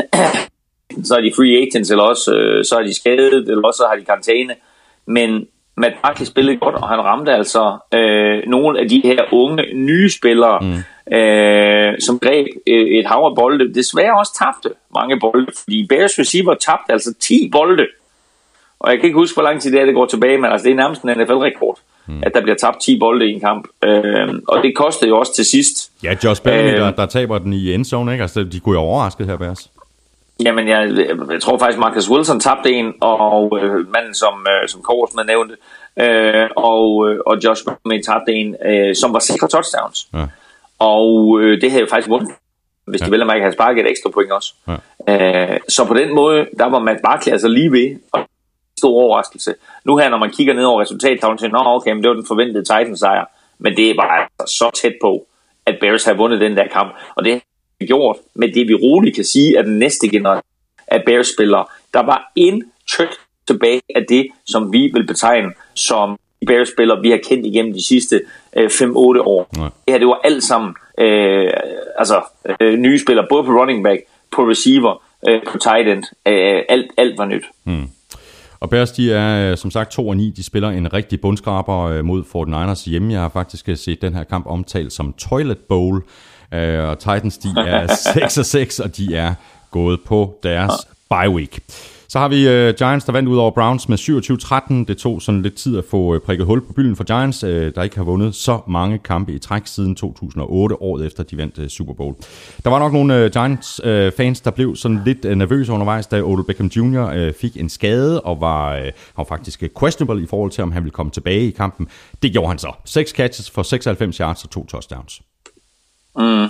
Så er de free agents, eller også øh, så er de skadet, eller også så har de karantæne. Men Matt Barkley spillede godt, og han ramte altså øh, nogle af de her unge, nye spillere, mm. øh, som greb øh, et hav af bolde. Desværre også tabte mange bolde, fordi Bears receiver tabte altså ti bolde. Og jeg kan ikke huske, hvor lang tid det er, det går tilbage, men altså, det er nærmest en N F L-rekord, mm. at der bliver tabt ti bolde i en kamp. Øh, og det kostede jo også til sidst. Ja, Josh Bellamy, øh, der, der taber den i endzone, ikke? Altså, de kunne jo overraske her, Bears. Jamen, jeg, jeg tror faktisk, Marcus Wilson tabte en, og øh, manden, som, øh, som Korsmed nævnte, øh, og, øh, og Josh Bellamy tabte en, øh, som var sikre touchdowns. Ja. Og øh, det havde jo faktisk vundet, hvis ja. de vel ikke havde sparket et ekstra point også. Ja. Øh, så på den måde, der var Matt Barkley altså lige ved, og stor overraskelse. Nu her, når man kigger ned over resultattavlen, så nå, okay, men det var den forventede Titans-sejr, men det var altså så tæt på, at Bears havde vundet den der kamp, og det har vi gjort med det, vi roligt kan sige, at den næste generation af Bears-spillere, der var en tryk tilbage af det, som vi vil betegne som Bears-spillere, vi har kendt igennem de sidste øh, fem otte år. Nej. Det her, det var alt sammen øh, altså øh, nye spillere, både på running back, på receiver, øh, på tight end, øh, alt, alt var nyt. Hmm. Og Bears, de er som sagt to og ni, de spiller en rigtig bundskraber mod forty-niners hjemme. Jeg har faktisk set den her kamp omtalt som Toilet Bowl, og Titans, de er seks og seks, og de er gået på deres bye week. Så har vi uh, Giants, der vandt ud over Browns med syvogtyve tretten. Det tog sådan lidt tid at få uh, prikket hul på bylden for Giants, uh, der ikke har vundet så mange kampe i træk siden to tusind og otte, året efter de vandt uh, Super Bowl. Der var nok nogle uh, Giants-fans, uh, der blev sådan lidt uh, nervøse undervejs, da Odell Beckham junior Uh, fik en skade og var, uh, var faktisk uh, questionable i forhold til, om han ville komme tilbage i kampen. Det gjorde han så. Seks catches for seksoghalvfems yards og to touchdowns. Mm.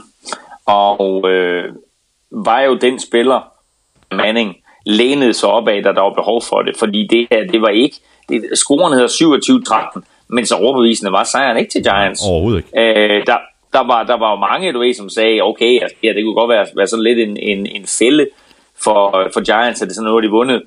Og øh, var jo den spiller, Manning lænede sig op af, da der var behov for det, fordi det her, det var ikke, det, scoren hedder syvogtyve tretten, men så overbevisende var sejren ikke til Giants. Overhovedet ikke. Øh, der, der, var, der var mange, du ved, som sagde, okay, altså, ja, det kunne godt være, være sådan lidt en, en, en fælde for, for Giants, at det sådan noget, de vundet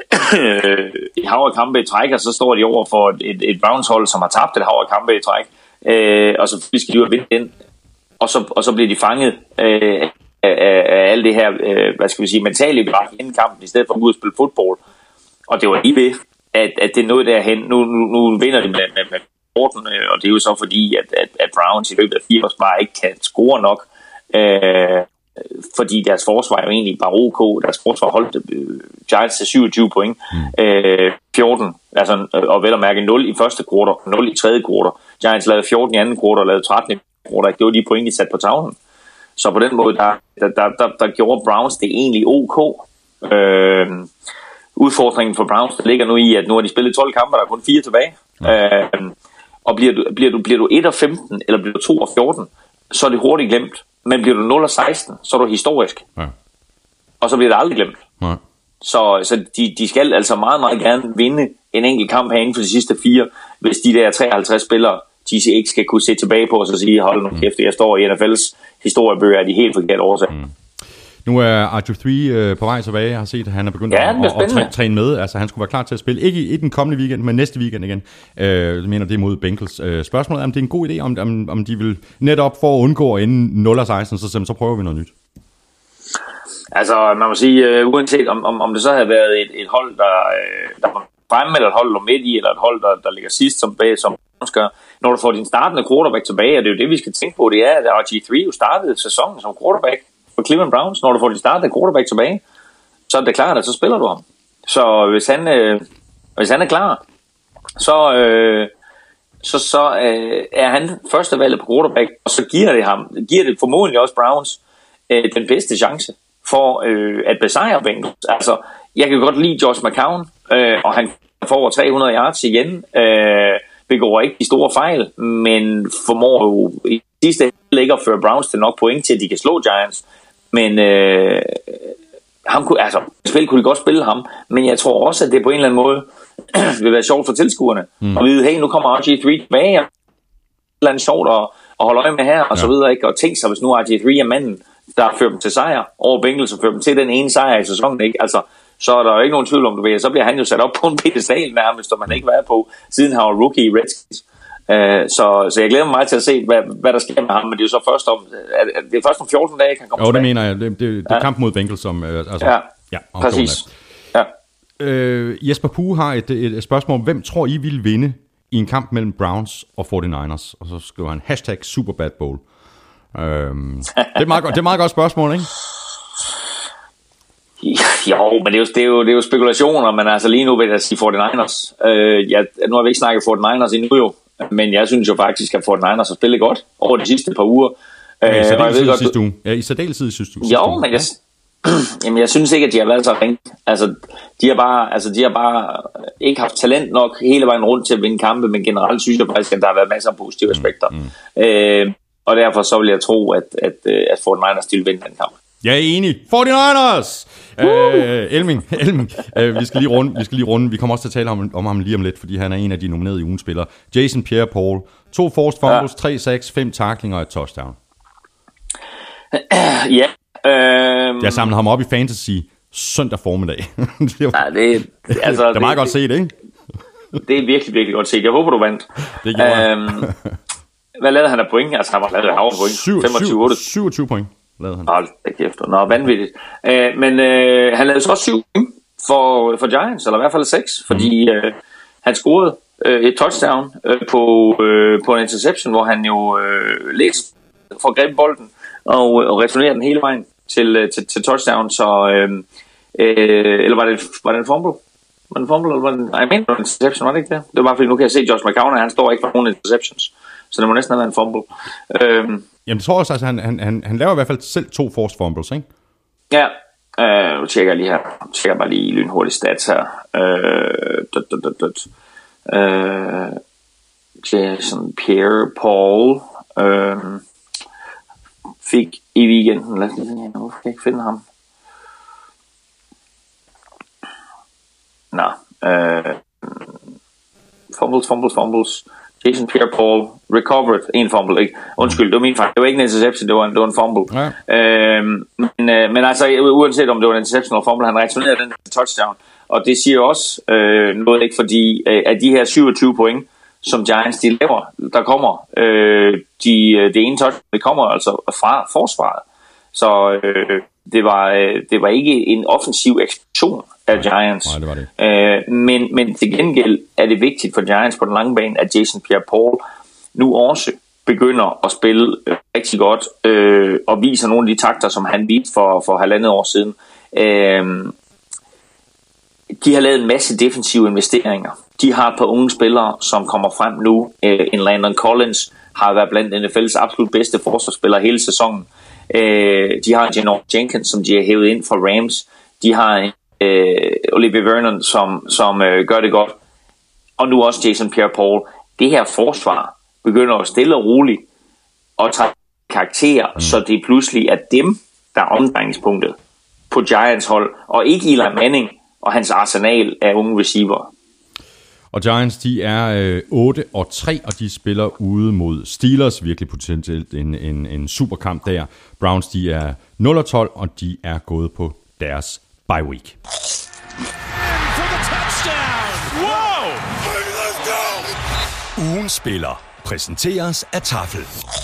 i hav af kampe i træk, og så står de over for et, et Browns-hold, som har tabt et hav af kampe i træk, øh, og så skal de jo vinde den, og så, og så bliver de fanget øh, af, af alt det her, øh, hvad skal vi sige, mentale bræk inden kampen, i stedet for at gå ud og spille fodbold. Og det var lige ved, at, at det nåede derhen. Nu, nu, nu vinder de med, med, med fjorten, øh, og det er jo så fordi, at, at, at Browns i løbet af fire års bare ikke kan score nok, øh, fordi deres forsvar er jo egentlig bare ok. Deres forsvar holdt øh, Giants til syvogtyve point, mm. øh, fjorten, altså, og vel at mærke nul i første kvartal, nul i tredje kvartal. Giants lavede fjorten i anden kvartal og lavede tretten i kvartal. Det var de point, de satte på tavlen. Så på den måde, der, der, der, der, der gjorde Browns det egentlig ok. Øh, udfordringen for Browns, der ligger nu i, at nu har de spillet tolv kampe, der er kun fire tilbage. Ja. Øh, og bliver du, bliver, du, bliver du et og femten, eller bliver du to og fjorten, så er det hurtigt glemt. Men bliver du nul og seksten, så er du historisk. Ja. Og så bliver det aldrig glemt. Ja. Så, så de, de skal altså meget, meget gerne vinde en enkelt kamp her inden for de sidste fire, hvis de der treoghalvtreds spillere, de ikke skal kunne se tilbage på os og sige, hold nu kæft, jeg står i N F L's historiebøger af de helt forkerte årsager. Mm. Nu er R G tre øh, på vej tilbage. Jeg har set, at han er begyndt ja, at, at, at træne med. Altså, han skulle være klar til at spille. Ikke i, i den kommende weekend, men næste weekend igen. Øh, jeg mener, det er mod Bengals. Øh, spørgsmålet er, om det er en god idé, om, om, om de vil netop for at undgå inden nul og seksten, så, så prøver vi noget nyt. Altså, man må sige, uh, uanset om, om, om det så havde været et, et hold, der, uh, der var fremme, eller et hold, der midt i, eller et hold, der, der ligger sidst, som bag, som skal. Når du får din startende quarterback tilbage, og det er jo det, vi skal tænke på, det er, at R G tre jo startede sæsonen som quarterback for Cleveland Browns. Når du får din startende quarterback tilbage, så er det klart, at så spiller du ham. Så hvis han, øh, hvis han er klar, så, øh, så, så øh, er han første valget på quarterback, og så giver det ham, giver det formodentlig også Browns øh, den bedste chance for øh, at besejre Bengals. Altså, jeg kan godt lide Josh McCown, øh, og han får over tre hundrede yards igen, øh, begår ikke de store fejl, men formår jo i sidste ende ikke at føre Browns til nok point til, at de kan slå Giants. Men øh, ham kunne, altså, spil kunne de godt spille ham, men jeg tror også, at det på en eller anden måde vil være sjovt for tilskuerne. Mm. Og vide, hey, nu kommer R G tre tilbage, og det er sjovt at, at holde øje med her, og ja. så videre, ikke? Og tænk sig, hvis nu R G tre er manden, der fører dem til sejr over Bengals, og fører dem til den ene sejr i sæsonen, ikke? Altså, så er der jo ikke nogen tvivl om, du ved, så bliver han jo sat op på en pedestal nærmest, som man ikke været på, siden han var rookie i Redskins. Uh, så, så jeg glæder mig meget til at se, hvad, hvad der sker med ham, men det er jo så først om, det er først om fjorten dage, kan komme jo, tilbage. Jo, det mener jeg. Det, det, det er ja. kamp mod Bengals, som... Uh, altså, ja, ja præcis. Ja. Uh, Jesper Pue har et, et, et spørgsmål. Hvem tror I vil vinde i en kamp mellem Browns og forty-niners? Og så skriver han hashtag Super Bad Bowl. Uh, det, er meget godt, det er et meget godt spørgsmål, ikke? Jo, men det er jo, det, er jo, det er jo spekulationer, men altså lige nu vil jeg sige forty-niners. Uh, ja, nu har vi ikke snakket forty-niners endnu jo, men jeg synes jo faktisk, at forty-niners har spillet godt over de sidste par uger. Ja, i særdeleshed uh, sidste uge. Ja, i særdeleshed sidste uge. Jo, men jeg, jamen, jeg synes ikke, at de har været så ringe. Altså, de har bare, altså, de har bare ikke haft talent nok hele vejen rundt til at vinde kampe, men generelt synes jeg faktisk, at der har været masser af positive aspekter. Mm, mm. Uh, og derfor så vil jeg tro, at, at, at forty-niners vil vinde den kamp. Jeg er enig. forty-niners! Uh, Elming, Elming. Uh, vi skal lige runde, vi skal lige runde. Vi kommer også til at tale om, om ham lige om lidt, fordi han er en af de nominerede i ugens spillere. Jason Pierre-Paul. To forced fumbles, ja. tre sacks, fem tacklinger og et touchdown. Ja. Øh... Jeg samlede ham op i fantasy søndag formiddag. det var, ja, det, altså, det er meget det, godt set, ikke? Det er virkelig, virkelig godt set. Jeg håber, du vandt. Det gjorde jeg. øhm, Hvad lavede han af point? Altså, han har lavet af point. femogtyve otte. syvogtyve point lavede han. Hold da kæft. Nå, vanvittigt. Øh, men øh, han lavede så også syv point for, for Giants, eller i hvert fald seks, fordi øh, han scorede øh, et touchdown øh, på, øh, på en interception, hvor han jo øh, læste for at gribe bolden og, og returnerede den hele vejen til, til, til touchdown. Så, øh, øh, eller var det, var det en fumble? Var det en fumble, eller var det en, jeg mener, det var en interception, var det ikke det? Det var bare fordi, nu kan jeg se Josh McCown, han står ikke for nogen interceptions. Så det må næsten have været en fumble. Øhm, Jamen, jeg tror også, at han, han, han, han laver i hvert fald selv to forced fumbles, ikke? Ja, øh, nu tjekker jeg lige her. Jeg tjekker bare lige lynhurtigt stats her. Øh, dut, dut, dut, dut. Øh, Jason Pierre-Paul øh, fik i weekenden, lad os lige se, hvorfor kan jeg ikke finde ham? Nå, øh, fumbles, fumbles, fumbles. Jason Pierre-Paul recovered en fumble, ikke? Undskyld, det var min fejl. Det var ikke en interception, det var en, det var en fumble. Ja. Øhm, men, øh, men altså, uanset om det var en interception eller fumble, han returnerede den touchdown. Og det siger også øh, noget, ikke? Fordi øh, af de her syvogtyve point, som Giants de laver, der kommer øh, de, det ene touchdown, det kommer altså fra forsvaret. Så øh, det, var, øh, det var ikke en offensiv eksplosion af Giants. Nej, det var det. Øh, men, men til gengæld er det vigtigt for Giants på den lange bane, at Jason Pierre-Paul nu også begynder at spille øh, rigtig godt øh, og viser nogle af de takter, som han viste for, for halvandet år siden. Øh, de har lavet en masse defensive investeringer. De har et par unge spillere, som kommer frem nu. Øh, en Landon Collins har været blandt N F L's absolut bedste forsvarsspillere hele sæsonen. Øh, de har en Janoris Jenkins, som de har hævet ind fra Rams. De har en øh, Olivier Vernon, som, som øh, gør det godt, og nu også Jason Pierre-Paul. Det her forsvar begynder at stille og roligt og tage karakterer, mm. så det pludselig er dem, der er omdrejningspunktet på Giants hold, og ikke Eli Manning og hans arsenal af unge receiver. Og Giants, de er øh, otte og tre, og de spiller ude mod Steelers, virkelig potentielt en, en, en superkamp der. Browns, de er nul og tolv, og de er gået på deres bye week. Ugen spiller præsenteres af Tafel.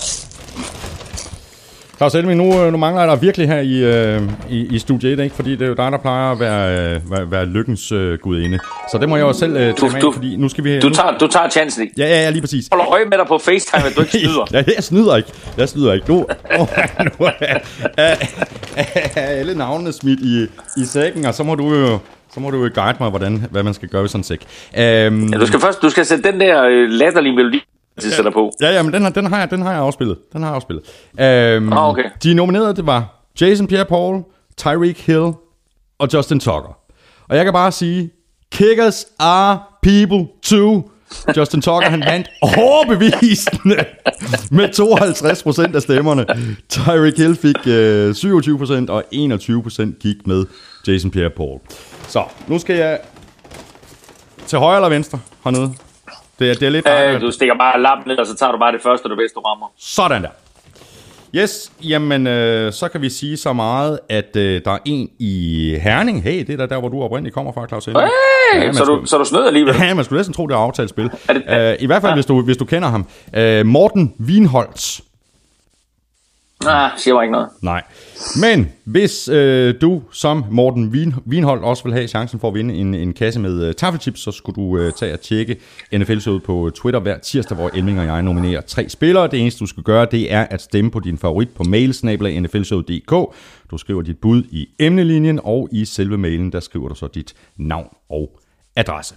Claus Elming, nu, nu mangler jeg dig virkelig her i, øh, i, i studie et, ikke? Fordi det er jo dig, der plejer at være, øh, være, være lykkens øh, gudinde. Så det må jeg jo selv øh, tage med, fordi nu skal vi... Du tager, du tager chancen. Ja, ja, ja, lige præcis. Hold øje med dig på FaceTime, at du ikke snyder. Ja, jeg snyder ikke. Jeg snyder ikke. Nu, nu, nu er, er, er alle navnene smidt i, i sækken, og så må du jo... Så må du jo guide mig, hvordan, hvad man skal gøre ved sådan en sæk. Um, ja, du skal først du skal sætte den der øh, latterlige melodi, til ja, sætter på. Ja, ja, men den, den, har jeg, den har jeg afspillet. Den har jeg afspillet. Um, ah, okay. De nominerede, det var Jason Pierre-Paul, Tyreek Hill og Justin Tucker. Og jeg kan bare sige, kickers are people too. Justin Tucker, han vandt overbevisende med tooghalvtreds procent af stemmerne. Tyreek Hill fik øh, syvogtyve procent, og enogtyve procent gik med Jason Pierre-Paul. Så, nu skal jeg til højre eller venstre hernede. Det er, det er lidt... Øh, du stikker bare lappen ned, og så tager du bare det første, du bedste, du rammer. Sådan der. Yes, jamen øh, så kan vi sige så meget, at øh, der er en i Herning. Hey, det er der, der hvor du oprindeligt kommer fra, Claus Elming. Hey, ja, så, skulle, du, så du snød alligevel. Ja, man skulle næsten tro, det er aftalt spil. Uh, I hvert fald, ja. hvis, du, hvis du kender ham. Uh, Morten Wienholtz. Nej, siger mig ikke noget. Nej. Men hvis øh, du som Morten Wien, Wienholdt også vil have chancen for at vinde en, en kasse med øh, taffelchips, så skulle du øh, tage og tjekke N F L-showet på Twitter hver tirsdag, hvor Elming og jeg nominerer tre spillere. Det eneste, du skal gøre, det er at stemme på din favorit på mail, snabel-a n f l showet punktum d k. Du skriver dit bud i emnelinjen, og i selve mailen, der skriver du så dit navn og adresse.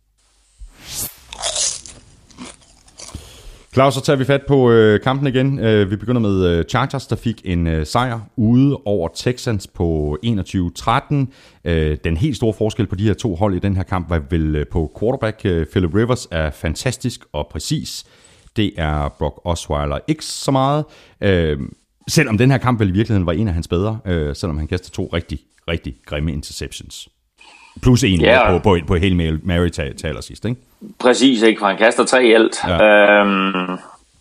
Claus, så tager vi fat på øh, kampen igen. Øh, vi begynder med øh, Chargers, der fik en øh, sejr ude over Texans på enogtyve tretten. Øh, den helt store forskel på de her to hold i den her kamp var vel øh, på quarterback. Øh, Philip Rivers er fantastisk og præcis. Det er Brock Osweiler ikke så meget. Øh, selvom den her kamp vel i virkeligheden var en af hans bedre, øh, selvom han kastede to rigtig, rigtig grimme interceptions. Plus en yeah. på, på, på Hail Mary til allersidst, ikke? Præcis, ikke? For han kaster tre i alt. Ja. Øhm,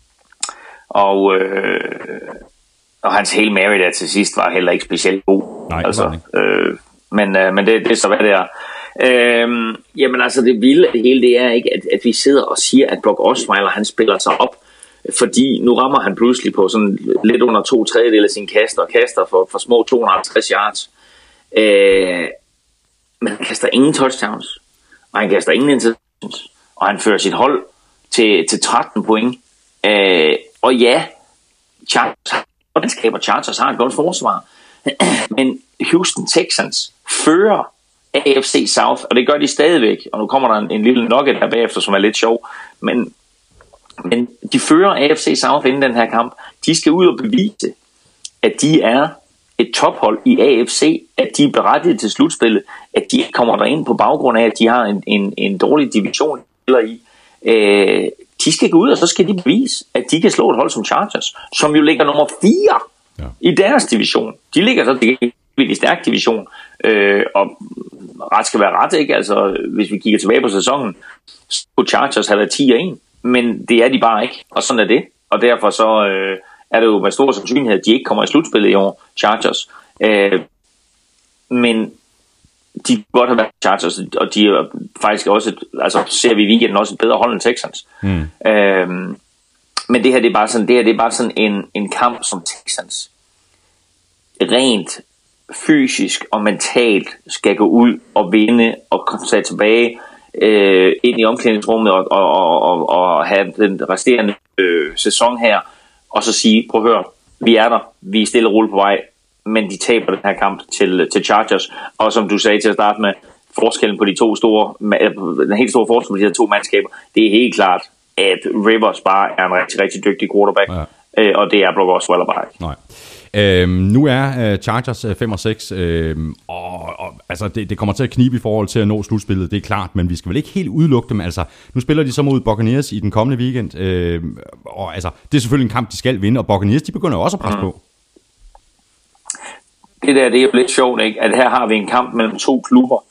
og, øh, og hans Hail Mary der til sidst var heller ikke specielt god. Nej, altså, det var øh, men, øh, men det, det er så, hvad det er. Øhm, jamen altså, det vilde det hele, det er ikke, at, at vi sidder og siger, at Brock Osweiler, han spiller sig op. Fordi nu rammer han pludselig på sådan lidt under to tredjedel af sine kaster, og kaster for, for små to hundrede og halvtreds yards. Øh, Men han kaster ingen touchdowns, og han kaster ingen interceptions, og han fører sit hold til, til tretten point. Øh, og ja, Chargers, Chargers har et godt forsvar, men Houston Texans fører A F C South, og det gør de stadigvæk. Og nu kommer der en, en lille nugget her bagefter, som er lidt sjov, men, men de fører A F C South inden den her kamp. De skal ud og bevise, at de er et tophold i A F C, at de er berettiget til slutspillet, at de ikke kommer derind på baggrund af, at de har en, en, en dårlig division eller i. Øh, de skal gå ud, og så skal de bevise, at de kan slå et hold som Chargers, som jo ligger nummer fire ja. i deres division. De ligger så i en virkelig stærk division, øh, og ret skal være ret, ikke? Altså, hvis vi kigger tilbage på sæsonen, så kunne Chargers have været ti og en, men det er de bare ikke, og sådan er det. Og derfor så øh, er det jo med stor sandsynlighed, at de ikke kommer i slutspillet i år, Chargers. Øh, men de kan godt have været Chargers, og de er faktisk også, et, altså ser vi i weekenden også et bedre hold end Texans. Mm. Øh, men det her, det er bare sådan, det her, det er bare sådan en, en kamp som Texans rent fysisk og mentalt skal gå ud og vinde og komme tilbage øh, ind i omklædningsrummet og, og, og, og have den resterende øh, sæson her, og så sige, prøv at høre, vi er der, vi er stille og roligt på vej, men de taber den her kamp til, til Chargers, og som du sagde til at starte med, forskellen på de to store, den helt store forskel på de her to mandskaber, det er helt klart, at Rivers bare er en rigtig, rigtig dygtig quarterback, ja. øh, og det er Brock Osweiler bare ikke. Nej. Øhm, nu er uh, Chargers uh, fem og seks, øhm, og, og altså, det, det kommer til at knibe i forhold til at nå slutspillet, det er klart, men vi skal vel ikke helt udelukke dem. Altså, nu spiller de så mod Buccaneers i den kommende weekend, øhm, og altså, det er selvfølgelig en kamp, de skal vinde, og Buccaneers, de begynder jo også at presse mm. på. Det der, det er jo lidt sjovt, ikke? At her har vi en kamp mellem to klubber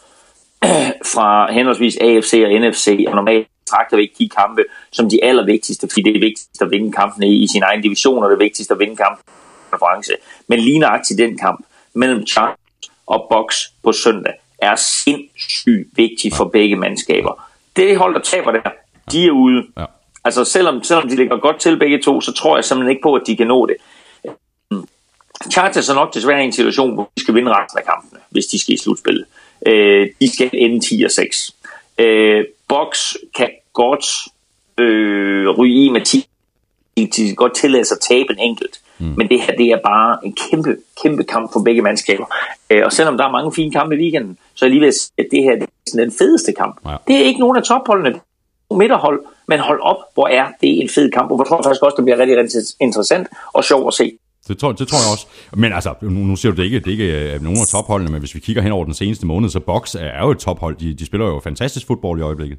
fra henholdsvis A F C og N F C, og normalt betragter vi ikke de kampe som de allervigtigste, fordi det er vigtigst at vinde kampene i sin egen division, og det er vigtigst at vinde kampen i konference. Men lige nøjagtigt den kamp mellem Chargers og Bucks på søndag er sindssygt vigtig for begge mandskaber. Det hold, der taber der, de er ude. Ja. Altså selvom, selvom de ligger godt til begge to, så tror jeg simpelthen ikke på, at de kan nå det. Chargers er nok desværre i en situation, hvor de skal vinde resten af kampene, hvis de skal i slutspillet. Øh, de skal ende ti og seks. Øh, Bucks kan godt øh, ryge i med ti. De kan godt tillade sig at tabe en enkelt. Mm. Men det her, det er bare en kæmpe, kæmpe kamp for begge mandskaber. Øh, og selvom der er mange fine kampe i weekenden, så er jeg lige ved at sige, at det her det er den fedeste kamp. Ja. Det er ikke nogen af topholdene. Midterhold, men hold op, hvor er det en fed kamp, og hvor tror jeg faktisk også, det bliver rigtig, rigtig interessant og sjovt at se. Det tror, det tror jeg også. Men altså, nu, nu siger du det ikke, det ikke er nogen af topholdene, men hvis vi kigger hen over den seneste måned, så Bucks er jo et tophold. De, de spiller jo fantastisk fodbold i øjeblikket.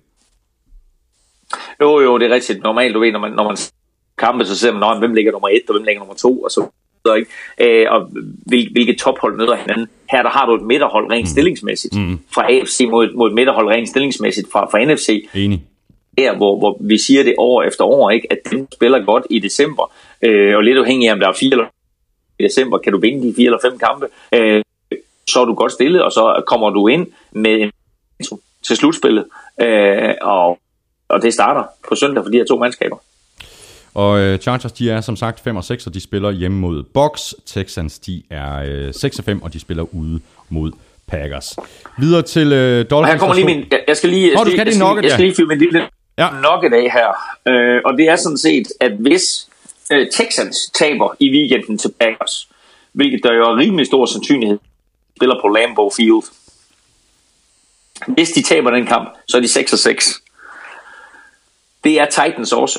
Jo, jo, det er rigtigt. Normalt, du ved, når man, når man kampe, så ser man, hvem ligger nummer et, og hvem ligger nummer to, og så videre, ikke? Øh, og hvil, hvilke tophold møder hinanden. Her der har du et midterhold rent mm. stillingsmæssigt. Mm. Fra A F C mod, mod et midterhold rent stillingsmæssigt fra, fra N F C. Enig. Der, hvor, hvor vi siger det år efter år, ikke, at de spiller godt i december, øh, og lidt afhængig af, om der er fire eller i december, kan du vinde de fire eller fem kampe, øh, så er du godt stillet, og så kommer du ind med en til slutspillet, øh, og, og det starter på søndag for de her to mandskaber. Og øh, Chargers, de er som sagt fem og seks, og de spiller hjemme mod Bucks. Texans, de er øh, seks og fem, og de spiller ude mod Packers. Videre til øh, Dolphins. Og her kommer lige min, jeg skal lige, jeg skal, oh, jeg skal, jeg skal lige fyre min lille ja. nugget af her, øh, og det er sådan set, at hvis øh, Texans taber i weekenden til Packers, hvilket der jo er rimelig stor sandsynlighed, spiller på Lambeau Field. Hvis de taber den kamp, så er de seks og seks. Det er Titans også.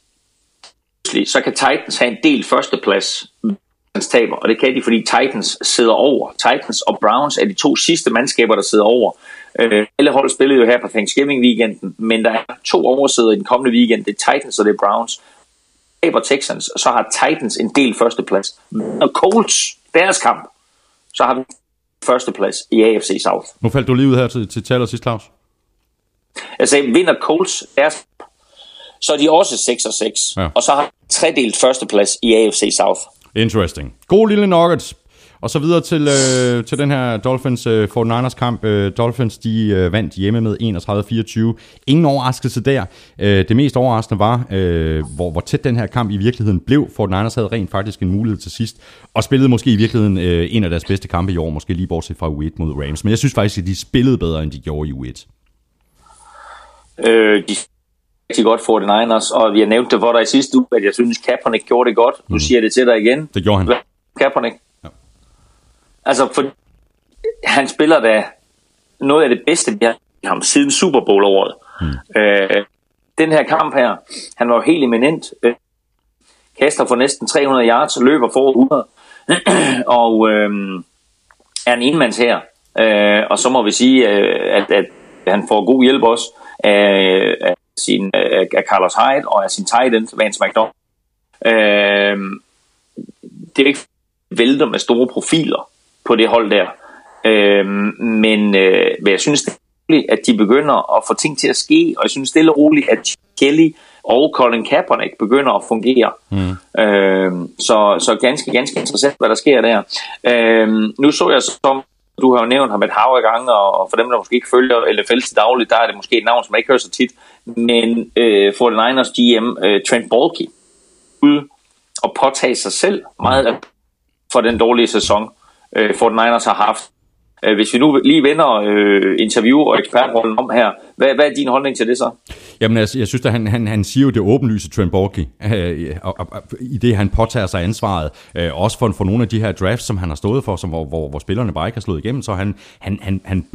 Så kan Titans have en del førsteplads, Titans taber, og det kan de, fordi Titans sidder over. Titans og Browns er de to sidste mandskaber, der sidder over. Øh, alle hold spiller jo her på Thanksgiving-weekenden, men der er to oversider i den kommende weekend. Det er Titans og det er Browns. Taber Texans, og så har Titans en del førsteplads. Og Colts, deres kamp, så har vi førsteplads i A F C South. Nu faldt du lige ud her til, til taler sidst, Claus. Jeg sagde, vinder Colts deres, så er de også seks og seks, ja. Og så har de tredelt førsteplads i A F C South. Interesting. God lille nugget. Og så videre til, øh, til den her Dolphins øh, forty-niners kamp. Øh, Dolphins, de øh, vandt hjemme med enogtredive fireogtyve. Ingen overraskelse der. Øh, det mest overraskende var, øh, hvor, hvor tæt den her kamp i virkeligheden blev. forty-niners havde rent faktisk en mulighed til sidst, og spillede måske i virkeligheden øh, en af deres bedste kampe i år, måske lige bortset fra U et mod Rams. Men jeg synes faktisk, at de spillede bedre, end de gjorde i U et. Øh, de rigtig godt forty-niners, og vi har nævnt det for dig i sidste uge, at jeg synes, Kaepernick gjorde det godt. Nu siger jeg det til dig igen. Det gjorde han. Kaepernick. Ja. Altså, for han spiller da noget af det bedste, vi har ham siden Super Bowl-året. Hmm. Øh, den her kamp her, han var jo helt eminent. Øh, kaster for næsten tre hundrede yards, løber for hundrede, og øh, er en enmands her. Øh, og så må vi sige, øh, at, at han får god hjælp også af, af sin af Carlos Hyde og af sin tight end Vance McDonald. Øh, det er ikke vælter med store profiler på det hold der, øh, men øh, jeg synes det er roligt, at de begynder at få ting til at ske, og jeg synes stille og roligt, at Kelly og Colin Kaepernick begynder at fungere. Mm. Øh, så, så ganske, ganske interessant, hvad der sker der. Øh, nu så jeg som du har jo nævnt ham et hav af gange, og for dem, der måske ikke følger N F L til dagligt, der er det måske et navn, som man ikke hører så tit. Men øh, forty-niners G M, øh, Trent Baalke, ude og påtage sig selv meget for den dårlige sæson, øh, forty-niners har haft. Øh, hvis vi nu lige vender øh, interview og ekspertrollen om her, hvad, hvad er din holdning til det så? Jamen, jeg, jeg synes, at han, han, han siger jo det åbenlyse, Trent Baalke, øh, og, og, og, i det, han påtager sig ansvaret, øh, også for, for nogle af de her drafts, som han har stået for, som, hvor, hvor, hvor spillerne bare ikke har slået igennem, så han, han, han, han bør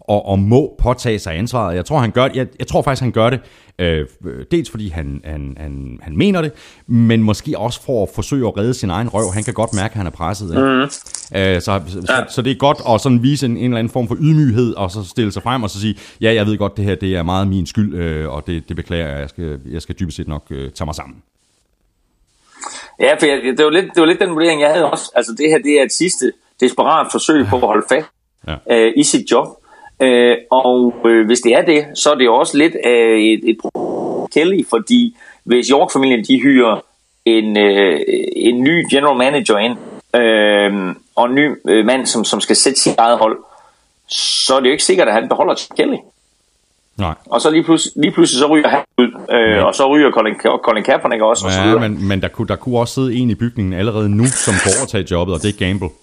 og, og må påtage sig ansvaret. Jeg tror, han gør det. Jeg, jeg tror faktisk, han gør det. Øh, dels fordi han, han, han, han mener det, men måske også for at forsøge at redde sin egen røv. Han kan godt mærke, at han er presset. Mm. Øh, så, så, så, så det er godt at sådan vise en, en eller anden form for ydmyghed, og så stille sig frem og så sige, ja, jeg ved godt, det her det er meget min skyld, øh, og det, det beklager jeg. Jeg skal, jeg skal dybest set nok øh, tage mig sammen. Ja, for jeg, det, var lidt, det var lidt den vurdering, jeg havde også. Altså det her, det er et sidste desperat forsøg på at holde fast ja. øh, i sit job. Øh, og øh, hvis det er det, så er det jo også lidt af et, et problem Kelly, fordi hvis York-familien de hyrer en, øh, en ny general manager ind, øh, og en ny øh, mand, som, som skal sætte sit eget hold, så er det jo ikke sikkert, at han beholder Kelly. Nej. Og så lige pludselig, lige pludselig så ryger han ud, øh, ja. Og så ryger Colin, Colin Kaepernick også. Ja, og men, men der, kunne, der kunne også sidde en i bygningen allerede nu, som kan overtage jobbet, og det er Gamble.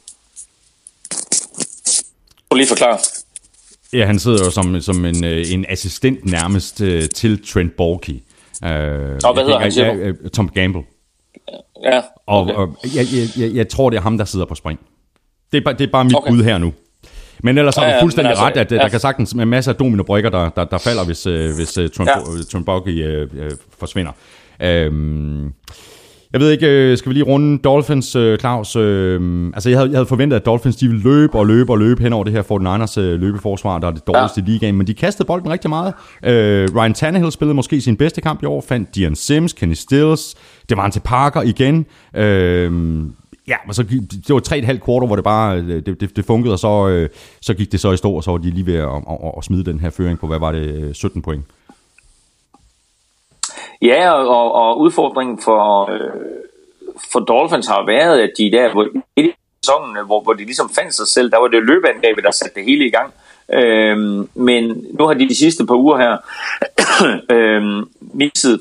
Du lige forklare. Ja, han sidder jo som, som en, en assistent nærmest uh, til Trent Baalke. Uh, og hvad hedder han, siger ja, uh, Tom Gamble. Ja, okay. Og, og jeg, jeg, jeg, jeg tror, det er ham, der sidder på spring. Det er, bare, det er bare mit okay. bud her nu. Men ellers har du ja, ja, fuldstændig altså, ret, at ja. der kan sagtens med masser af dominobrikker, der, der, der falder, hvis, hvis uh, Trent, ja. Trent Baalke uh, uh, forsvinder. Um, Jeg ved ikke, skal vi lige runde Dolphins, Claus? Altså, jeg havde, jeg havde forventet, at Dolphins de ville løbe og løbe og løbe hen over det her forty-niners løbeforsvar, der er det dårligste ja. i ligaen, men de kastede bolden rigtig meget. Uh, Ryan Tannehill spillede måske sin bedste kamp i år, fandt Dion Sims, Kenny Stills, det var han til Parker igen. Uh, ja, og så det var tre og et halvt kvartal, hvor det bare det, det, det funkede, og så, uh, så gik det så i stå, og så var de lige ved at, at, at, at smide den her føring på, hvad var det, sytten point. Ja, og, og udfordringen for, øh, for Dolphins har været, at de der, hvor, i sæsonen, hvor, hvor de ligesom fandt sig selv, der var det løbeangrebet, der satte det hele i gang. Øh, men nu har de de sidste par uger her øh, mixet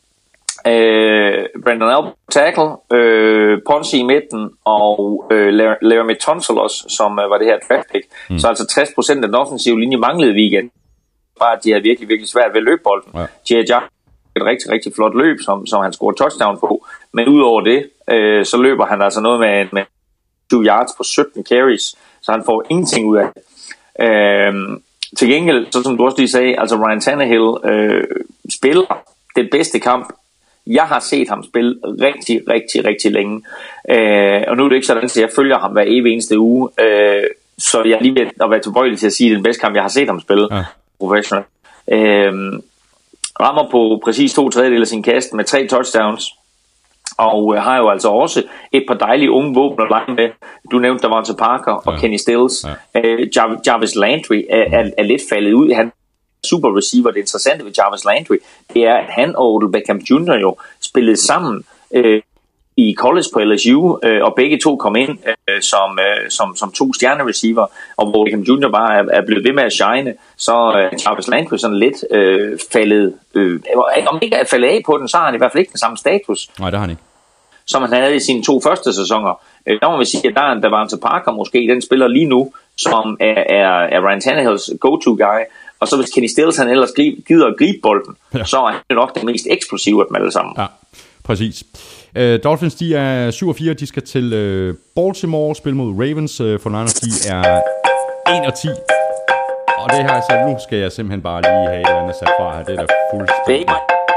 øh, Brandon Albert tackle, øh, Ponce i midten og øh, Laramie Tunsil også, som øh, var det her draft pick. Mm. Så altså tres procent af den offensive linje manglede weekend. Bare at de havde virkelig, virkelig svært ved at løbe bolden. Ja. J J et rigtig, rigtig flot løb, som, som han scorer touchdown på. Men udover det, øh, så løber han altså noget med, med tyve yards på sytten carries, så han får ingenting ud af det. Øh, til gengæld, så som du også lige sagde, altså Ryan Tannehill øh, spiller det bedste kamp, jeg har set ham spille rigtig, rigtig, rigtig længe. Øh, og nu er det ikke sådan, at jeg følger ham hver evig eneste uge, øh, så jeg er lige ved at være tilbøjelig til at sige, at det er den bedste kamp, jeg har set ham spille ja. professional. Øh, rammer på præcis to tredjedel af sin kast med tre touchdowns, og øh, har jo altså også et par dejlige unge våben at lege med. Du nævnte Devontae Parker og ja. Kenny Stills. Ja. Øh, Jar- Jarvis Landry er, er, er lidt faldet ud. Han er super receiver. Det interessante ved Jarvis Landry, det er, at han og Odell Beckham junior jo spillede sammen øh, i college på L S U, øh, og begge to kom ind øh, som, øh, som, som to stjernereceiver, og hvor Beckham junior bare er, er blevet ved med at shine, så øh, Jarvis Landry sådan lidt øh, faldet, øh, om ikke er faldet af på den, så har han i hvert fald ikke den samme status. Nej, det har han ikke. Som han havde i sine to første sæsoner. Øh, der må vi sige, at der, der var en til Parker måske, den spiller lige nu, som er, er, er Ryan Tannehills go-to-guy, og så hvis Kenny Stills han ellers gider at gribe bolden, ja. så er han nok det mest eksplosive af dem alle sammen. Ja, præcis. Uh, Dolphins, de er syv og fire, de skal til uh, Baltimore, spille mod Ravens. Uh, for Niners, de er en og ti. Og det her, så nu skal jeg simpelthen bare lige have et eller andet sat fra her. Det er da fuldstændig...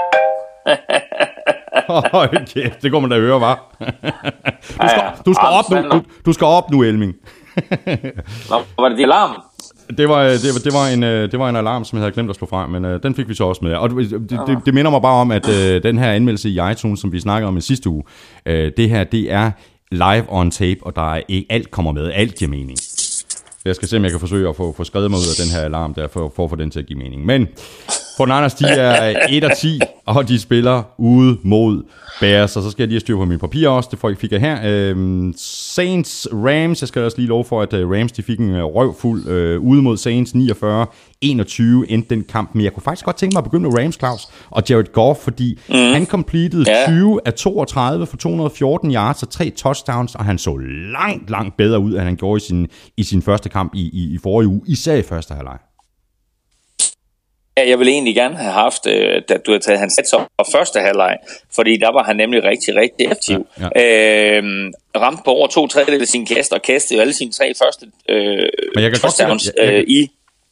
Okay, det går man da høre, hva'? du, skal, du, skal op nu, du, du skal op nu, Elming. Nå, var det de alarm? Det var, det, det, var en, det var en alarm, som jeg havde glemt at slå fra, men uh, den fik vi så også med. Og det, det, det minder mig bare om, at uh, den her anmeldelse i iTunes, som vi snakkede om i sidste uge, uh, det her, det er live on tape, og der er ikke, alt kommer med, alt giver mening. Jeg skal se, om jeg kan forsøge at få, få skrevet mig ud af den her alarm, der for, for at få den til at give mening. Men for Niners, de er et og ti, og de spiller ude mod Bears, og så skal jeg lige have styr på mine papirer også, det får jeg fik jeg her. Øhm, Saints, Rams, jeg skal også lige love for, at uh, Rams de fik en uh, røvfuld uh, ude mod Saints, niogfyrre enogtyve endte den kamp, men jeg kunne faktisk godt tænke mig at begynde med Rams, Claus, og Jared Goff, fordi mm. han completed yeah. tyve af toogtredive for to hundrede og fjorten yards og tre touchdowns, og han så langt, langt bedre ud, end han gjorde i sin, i sin første kamp i, i, i forrige uge, især i første halvleg. Ja, jeg ville egentlig gerne have haft, øh, da du havde taget hans sats op på første halvleg, fordi der var han nemlig rigtig, rigtig effektiv. Ja, ja. Øh, ramte på over to tredjedel af sin kast, og kastede jo alle sine tre første øh, touchdowns øh, i...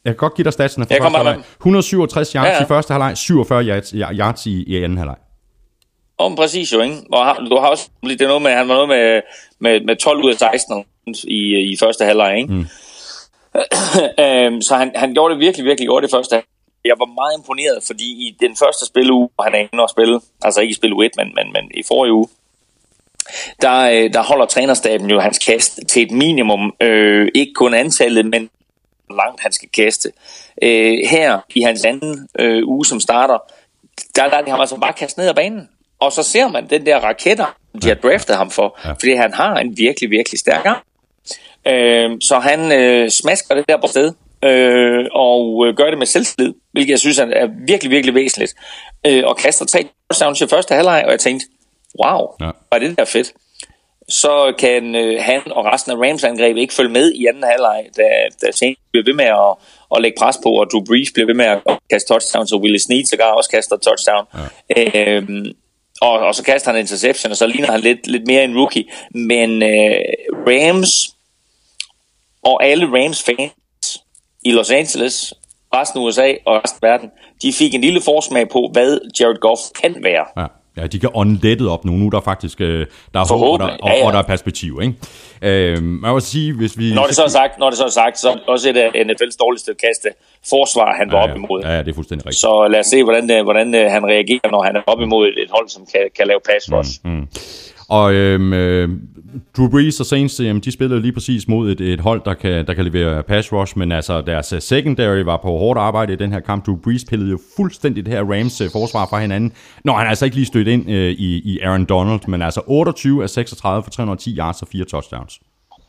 Jeg kan godt give dig statsene for Jeg første halvleg. med. et hundrede og syvogtres yards Ja, ja. i første halvleg, syvogfyrre yards, yards i, i anden halvleg. Om præcis jo, ikke? Og du har også det er noget med, han var noget med, med, med tolv ud af seksten i, i første halvleg, ikke? Mm. øhm, så han, han gjorde det virkelig, virkelig godt i første halvleg. Jeg var meget imponeret, fordi i den første spilleuge, han er inde og spille, altså ikke i spil et, men, men, men i forrige uge, der, der holder trænerstaben jo hans kast til et minimum. Øh, ikke kun antallet, men langt han skal kaste. Øh, her i hans anden øh, uge, som starter, der lader de ham altså bare kaste ned ad banen. Og så ser man den der raketter, de har draftet ham for, ja. Fordi han har en virkelig, virkelig stærk arm. Øh, så han øh, smasker det der på sted, øh, og øh, gør det med selvtillid, hvilket jeg synes er virkelig, virkelig væsentligt. Øh, og kaster tre touchdowns til første halvleg, og jeg tænkte, wow, ja. Var det der fedt. Så kan øh, han og resten af Rams-angrebet ikke følge med i anden halvleg, da, da Saints bliver ved med at, at lægge pres på, og Drew Brees bliver ved med at kaste touchdowns, og Willie Snead sågar også kaster touchdown. Ja. Øhm, og, og så kaster han en interception, og så ligner han lidt, lidt mere en rookie. Men øh, Rams og alle Rams-fans i Los Angeles, resten af U S A og resten af verden, de fik en lille forsmag på, hvad Jared Goff kan være. Ja. Ja, de kan ånde lettet op nu. Nu er der faktisk øh, der er håb, og der, og, ja, ja. og der er perspektiv, ikke? Øh, man vil sige, hvis vi... Når det så er sagt, når det så er sagt, så er det også et af N F L's dårligste kaste forsvar, han var ja, op imod. Ja, ja, det er fuldstændig rigtigt. Så lad os se, hvordan, hvordan han reagerer, når han er op imod et hold, som kan, kan lave pass rush. Mm, mm. Og øhm, øh, Drew Brees og Saints, jamen, de spillede lige præcis mod et, et hold, der kan, der kan levere pass rush, men altså deres secondary var på hårdt arbejde i den her kamp. Drew Brees pillede jo fuldstændig det her Rams forsvar fra hinanden. Nå, han er altså ikke lige stødt ind øh, i, i Aaron Donald, men altså otteogtyve af seksogtredive for tre hundrede og ti yards og fire touchdowns.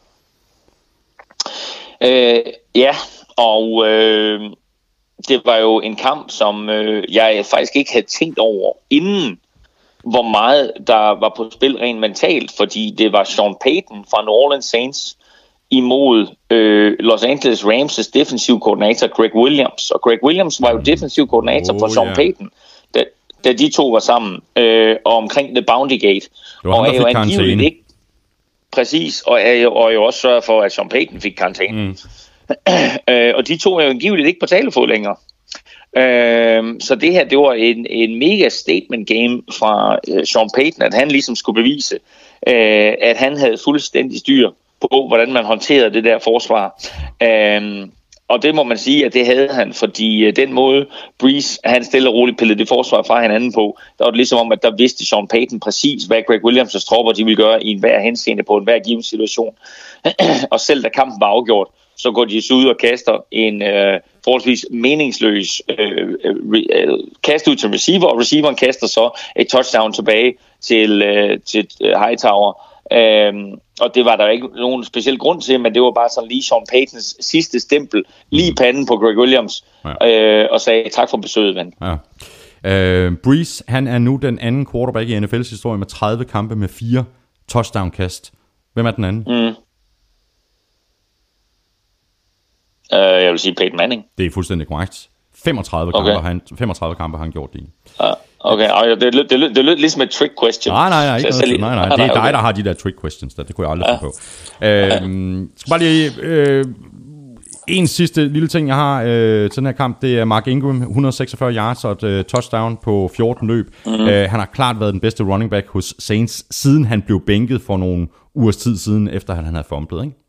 Øh, ja, og øh, det var jo en kamp, som øh, jeg faktisk ikke havde tænkt over inden, hvor meget der var på spil rent mentalt, fordi det var Sean Payton fra New Orleans Saints imod øh, Los Angeles Rams' defensive koordinator Greg Williams. Og Greg Williams var jo defensive koordinator oh, for Sean yeah. Payton, da, da de to var sammen øh, og omkring The Bounty Gate. Og er jo angiveligt ikke præcis, og er jo, og jo også sørget for, at Sean Payton fik karantæne. Mm. øh, og de to er jo angiveligt ikke på talefod længere. Øh, så det her, det var en, en mega statement game fra øh, Sean Payton, at han ligesom skulle bevise, øh, at han havde fuldstændig styr på, hvordan man håndterede det der forsvar. Øh, og det må man sige, at det havde han, fordi øh, den måde Brees, han stille og roligt pillede det forsvar fra hinanden på, der var det ligesom om, at der vidste Sean Payton præcis, hvad Greg Williams' tropper de ville gøre i enhver henseende på enhver given situation. Og selv da kampen var afgjort, så går de så ud og kaster en øh, forholdsvis meningsløs øh, øh, kast ud til receiver, og receiveren kaster så et touchdown tilbage til, øh, til øh, Hightower. Øhm, og det var der ikke nogen speciel grund til, men det var bare sådan lige Sean Paytons sidste stempel, lige panden på Greg Williams, ja. øh, og sagde tak for besøget, ven. Ja. Øh, Brees, han er nu den anden quarterback i N F L's historie med tredive kampe med fire touchdown-kast. Hvem er den anden? Mm. Uh, jeg vil sige Peyton Manning. Det er fuldstændig korrekt. femogtredive okay. kampe, han, femogtredive kampe har han gjort det i. Uh, okay, uh, det lød, det, lød, det lød ligesom et trick question. Nej, nej, nej, ikke noget, lige... nej, nej. Det er dig, der har de der trick questions, der. Det kunne jeg aldrig uh. finde på. Uh, skal bare lige... Øh, en sidste lille ting, jeg har øh, til den her kamp, det er Mark Ingram, et hundrede og seksogfyrre yards og et øh, touchdown på fjorten løb. Mm-hmm. Øh, han har klart været den bedste running back hos Saints, siden han blev bænket for nogle ugers tid siden, efter han havde fumblet, ikke?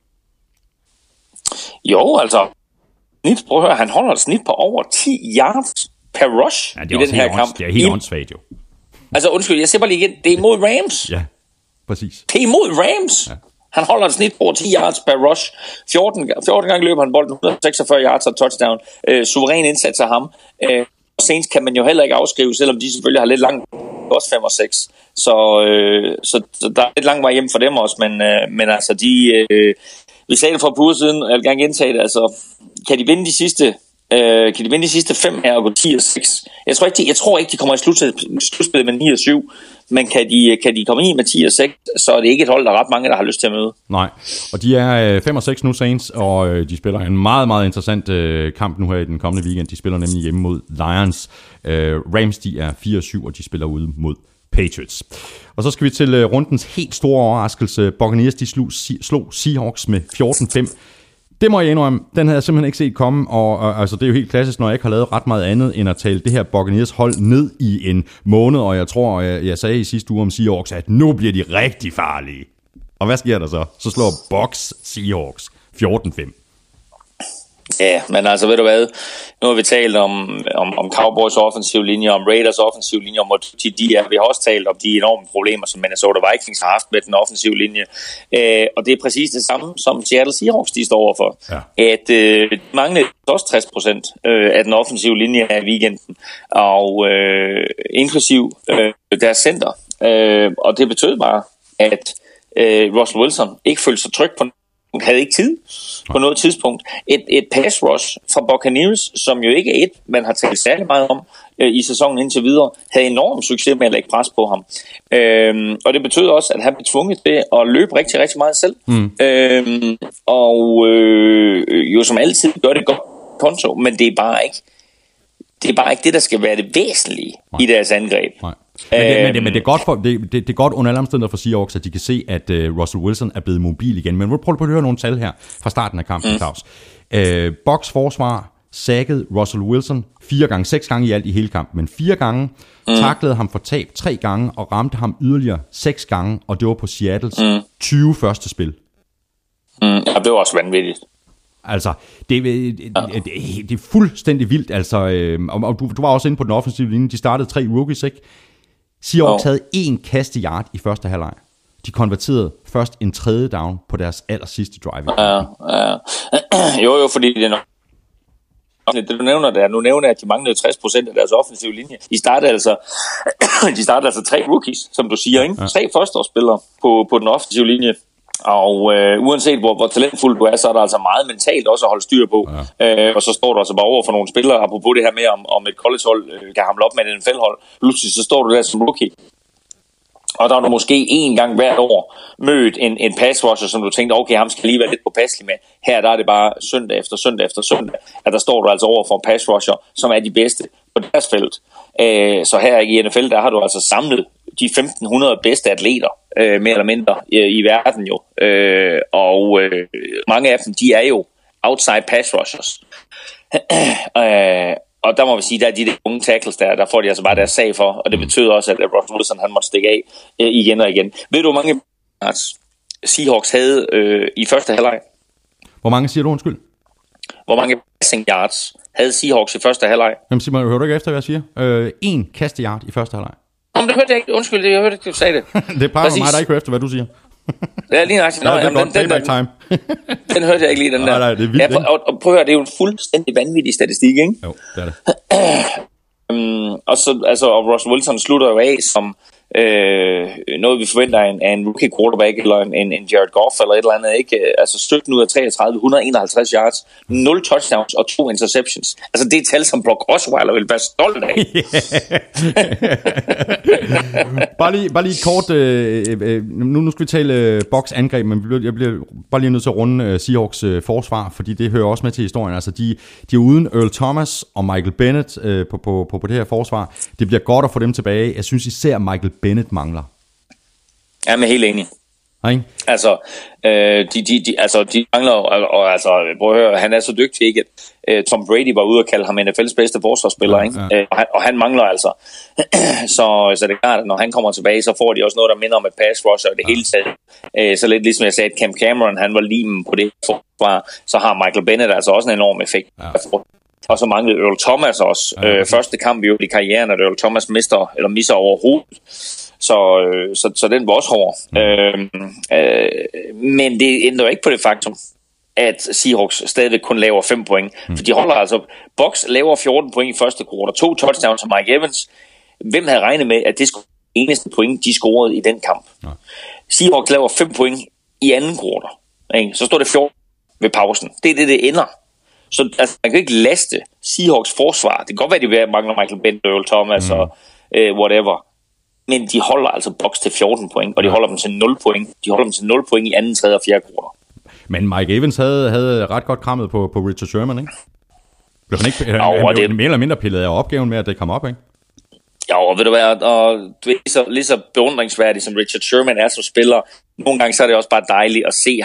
Jo, altså, prøv at høre, han holder et snit på over ti yards per rush ja, i den her kamp. Det er helt åndssvagt jo. Altså undskyld, jeg ser bare lige igen, det er imod Rams. Ja, præcis. Det er imod Rams. Ja. Han holder et snit på over ti yards per rush. fjorten, fjorten gange løber han bolden, et hundrede og seksogfyrre yards og touchdown. Øh, suveræn indsats af ham. Øh, Saints kan man jo heller ikke afskrive, selvom de selvfølgelig har lidt langt, også fem og seks. Så, øh, så, så der er lidt lang vej hjem for dem også, men, øh, men altså de... Øh, vi sagde det for et par uger siden, og jeg vil gerne gentage det, altså kan de vinde de sidste, øh, kan de vinde de sidste fem her og gå ti og seks? Jeg tror ikke, de, jeg tror ikke, de kommer i slutspillet med ni og syv, men kan de, kan de komme i med ti og seks, så er det ikke et hold, der er ret mange, der har lyst til at møde. Nej, og de er fem og seks nu, Saints, og de spiller en meget, meget interessant øh, kamp nu her i den kommende weekend. De spiller nemlig hjemme mod Lions. Øh, Rams, de er fire og syv, og de spiller ude mod Patriots. Og så skal vi til uh, rundens helt store overraskelse. Buccaneers, de slog, slog Seahawks med fjorten fem. Det må jeg indrømme. Den havde jeg simpelthen ikke set komme, og, og altså, det er jo helt klassisk, når jeg ikke har lavet ret meget andet, end at tale det her Buccaneers hold ned i en måned, og jeg tror, jeg, jeg sagde i sidste uge om Seahawks, at nu bliver de rigtig farlige. Og hvad sker der så? Så slår Bucs Seahawks fjorten fem. Ja, men altså, ved du hvad? Nu har vi talt om, om, om Cowboys offensiv linje, om Raiders offensiv linje, om de, de er. Vi har også talt om de enorme problemer, som Minnesota Vikings har haft med den offensive linje. Øh, og det er præcis det samme, som Seattle Seahawks de står overfor. Ja. At øh, mangler også tres procent øh, af den offensive linje her i weekenden, og øh, inklusiv øh, deres center. Øh, og det betød bare, at øh, Russell Wilson ikke følte sig tryg på havde ikke tid på noget tidspunkt. Et, et pass rush fra Buccaneers, som jo ikke er et, man har talt særlig meget om øh, i sæsonen indtil videre, havde enorm succes med at lægge pres på ham. Øhm, og det betød også, at han blev tvunget til at løbe rigtig, rigtig meget selv. Mm. Øhm, og øh, jo som altid gør det godt konto, men det er bare ikke det er bare ikke det, der skal være det væsentlige Nej. i deres angreb. Nej. Men, det, men, det, men det er godt for det, det, det er godt under alle omstændigheder for Seahawks, at de kan se, at uh, Russell Wilson er blevet mobil igen. Men prøv at høre nogle tal her fra starten af kampen, Claus. Mm. Uh, Bucs forsvar sackede Russell Wilson fire gange, seks gange i alt i hele kampen, men fire gange mm. taklede ham for tab tre gange og ramte ham yderligere seks gange, og det var på Seattles mm. tyve første spil. Mm. Ja, det var også vanvittigt. Altså, det, det, det, det er fuldstændig vildt. Altså, øh, og du, du var også inde på den offensive linje. De startede tre rookies, ikke? Seahawks havde én kasteyard i første halvleg. De konverterede først en tredje down på deres aller sidste drive. Ja, ja. Jo, jo, fordi det er nok. Det du nævner der, nu nævner jeg, at de manglede tres procent af deres offensive linje. De startede altså, de startede altså tre rookies, som du siger, ikke? Ja. Tre førsteårsspillere på, på den offensive linje. Og øh, uanset hvor, hvor talentfuld du er, så er der altså meget mentalt også at holde styr på. Ja. Øh, og så står du altså bare over for nogle spillere, apropos det her med, om, om et collegehold øh, kan hamle op med et N F L-hold. Pludselig så står du der som rookie. Og der er du måske en gang hvert år mødt en, en pass rusher, som du tænkte, okay, ham skal lige være lidt påpasselig med. Her der er det bare søndag efter søndag efter søndag, at der står du altså over for en pass rusher, som er de bedste på deres felt. Øh, så her i N F L, der har du altså samlet de femten hundrede bedste atleter, øh, mere eller mindre, i, i verden jo. Øh, og øh, mange af dem, de er jo outside pass rushers. øh, og der må vi sige, der er de der unge tackles der, der får de altså bare deres sag for, og det betyder også, at Russell Wilson, han måtte stikke af øh, igen og igen. Ved du, hvor mange Seahawks havde øh, i første halvleg? Hvor mange siger du, undskyld? Hvor mange passing yards havde Seahawks i første halvleg? Jamen Simon, hører du ikke efter, hvad jeg siger? Øh, en kasteyard i første halvleg. Om det hørte jeg ikke. Undskyld, jeg hørte ikke, du sagde det. Det plejer mig, der ikke hører efter, hvad du siger. Ja, lige nøjagtigt. Nå, ja, jamen, den, den, den, time. den hørte jeg ikke lige, den der. Nej, nej, det er vildt, ja, og, og prøv at høre, det er jo en fuldstændig vanvittig statistik, ikke? Jo, det er det. um, og så, altså, og Russell Wilson slutter jo af som øh, noget, vi forventer af en, af en rookie quarterback, eller en, en, en Jared Goff, eller et eller andet, ikke? Altså sytten ud af treogtredive, et hundrede og enoghalvtreds yards, nul touchdowns og to interceptions. Altså det er et tal, som Brock Osweiler vil være stolt af. bare, lige, bare lige kort, øh, øh, nu, nu skal vi tale øh, Bucs angreb, men jeg bliver bare lige nødt til at runde øh, Seahawks øh, forsvar, fordi det hører også med til historien. Altså de, de er uden Earl Thomas og Michael Bennett øh, på, på, på, på det her forsvar. Det bliver godt at få dem tilbage. Jeg synes især Michael Bennett mangler. Jeg er helt enig. Nej. Altså, øh, de, de, de, altså, de mangler, og, og altså, prøv at høre, han er så dygtig, ikke? Øh, Tom Brady var ude og kalde ham N F L's bedste forsvarsspiller, ja, ikke? Ja. Øh, og, han, og han mangler altså. så, så det er klart, at når han kommer tilbage, så får de også noget, der minder om et pass rusher og det ja. hele taget. Øh, så lidt ligesom jeg sagde, at Cam Cameron, han var limen på det forsvar, så har Michael Bennett altså også en enorm effekt. Ja. Og så manglede Earl Thomas også. Ja, øh, første kamp i karrieren, at Earl Thomas mister, eller misser overhovedet. Så, så, så den var også hård. Mm. Øh, øh, men det ændrer ikke på det faktum, at Seahawks stadigvæk kun laver fem point. Mm. For de holder altså... Bucs laver fjorten point i første kvartal, to touchdowns til Mike Evans. Hvem havde regnet med, at det skulle være eneste point, de scorede i den kamp? Mm. Seahawks laver fem point i anden kvartal. Så står det fjorten ved pausen. Det er det, det ender. Så altså, man kan ikke laste Seahawks forsvar. Det kan godt være, at de mangler Michael Bennett, Earl Thomas mm. og øh, whatever. Men de holder altså Bucs til fjorten point, og de holder dem til nul point. De holder dem til nul point i anden, tredje og fjerde kvartal. Men Mike Evans havde, havde ret godt krammet på, på Richard Sherman, ikke? Blev han ikke han, han blev det... mere eller mindre pillet af opgaven med, at det kom op, ikke? Ja, og ved du hvad, og lige så, lige så beundringsværdig som Richard Sherman er som spiller, nogle gange så er det også bare dejligt at se ham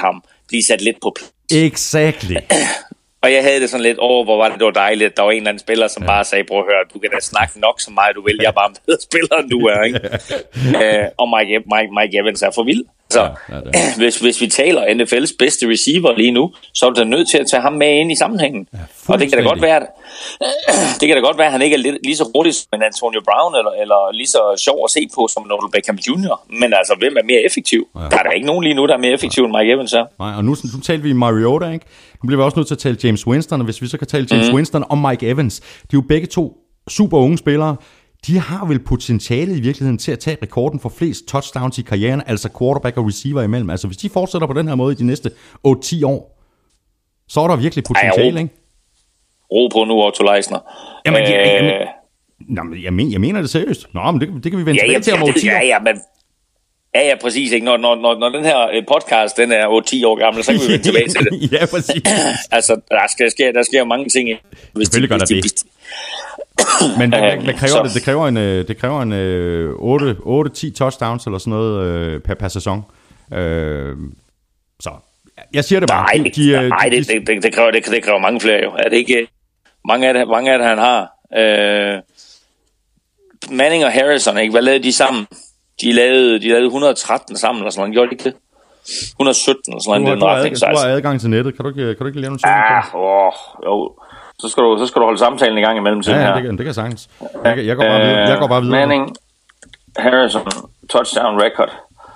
blive sat lidt på plads. Exactly. Og jeg havde det sådan lidt over, hvor var det, det var dejligt, at der var en eller anden spiller, som ja. bare sagde, prøv at høre, du kan da snakke nok så meget, du vil, jeg er bare en bedre spiller, end du er, ikke? uh, og Mike, Mike, Mike Evans er for vild. Så ja, ja, hvis, hvis vi taler N F L's bedste receiver lige nu, så er du nødt til at tage ham med ind i sammenhængen. Ja, og det kan da godt være, at, det kan da godt være, at han ikke er lige, lige så hurtig som Antonio Brown, eller, eller lige så sjov at se på som Odell Beckham junior Men altså, hvem er mere effektiv? Ja. Der er der ikke nogen lige nu, der er mere effektiv ja. end Mike Evans er. Nej, og nu, nu talte vi Mariota, ikke? Nu bliver vi også nødt til at tale James Winston, og hvis vi så kan tale James mm. Winston og Mike Evans, de er jo begge to super unge spillere. De har vel potentialet i virkeligheden til at tage rekorden for flest touchdowns i karrieren, altså quarterback og receiver imellem. Altså hvis de fortsætter på den her måde i de næste otte til ti år, så er der virkelig potentiale, ikke? Ro på nu, Otto Leisner. Jamen, øh... jeg, jeg, jeg, jeg, mener, jeg mener det seriøst. Nå, men det, det kan vi vente ja, tilbage til om otte til ti år. Ja, ja, men... Ja, ja, præcis. Ikke? Når, når, når, når den her podcast den er otte til ti år gammel, så kan vi vende tilbage til det. Ja, præcis. Altså, der sker, sker, der sker mange ting. Hvis Selvfølgelig gør der det. Men det, det, det kræver, det, det kræver en, det kræver en otte til ti touchdowns eller sådan noget øh, per, per sæson. Øh, så jeg siger det bare. Nej, det, de, de, nej, det, det, det, det, kræver, det, det kræver mange flere jo. Er det ikke mange af det, mange af det han har? Øh, Manning og Harrison, ikke? Hvad lavede de sammen? De lavede, de lavede et hundrede og tretten sammen, eller sådan noget. Gjorde de ikke det? et hundrede og sytten, eller sådan noget. Du har, adgang, du har adgang til nettet. Kan du ikke, kan du ikke lave nogle ting? Ja, åh, jo. Så skal, du, så skal du holde samtalen i gang imellem tiden ja, ja, her. det kan, det kan sagtens. Jeg, jeg, går bare videre. jeg går bare videre. Manning, Harrison, touchdown record.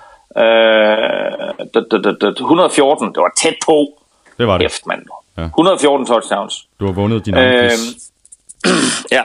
Uh, da, da, da, da, et hundrede og fjorten, det var tæt på. Det var det. Hæft, mand. Ja. et hundrede og fjorten touchdowns. Du har vundet din egen quiz. Ja.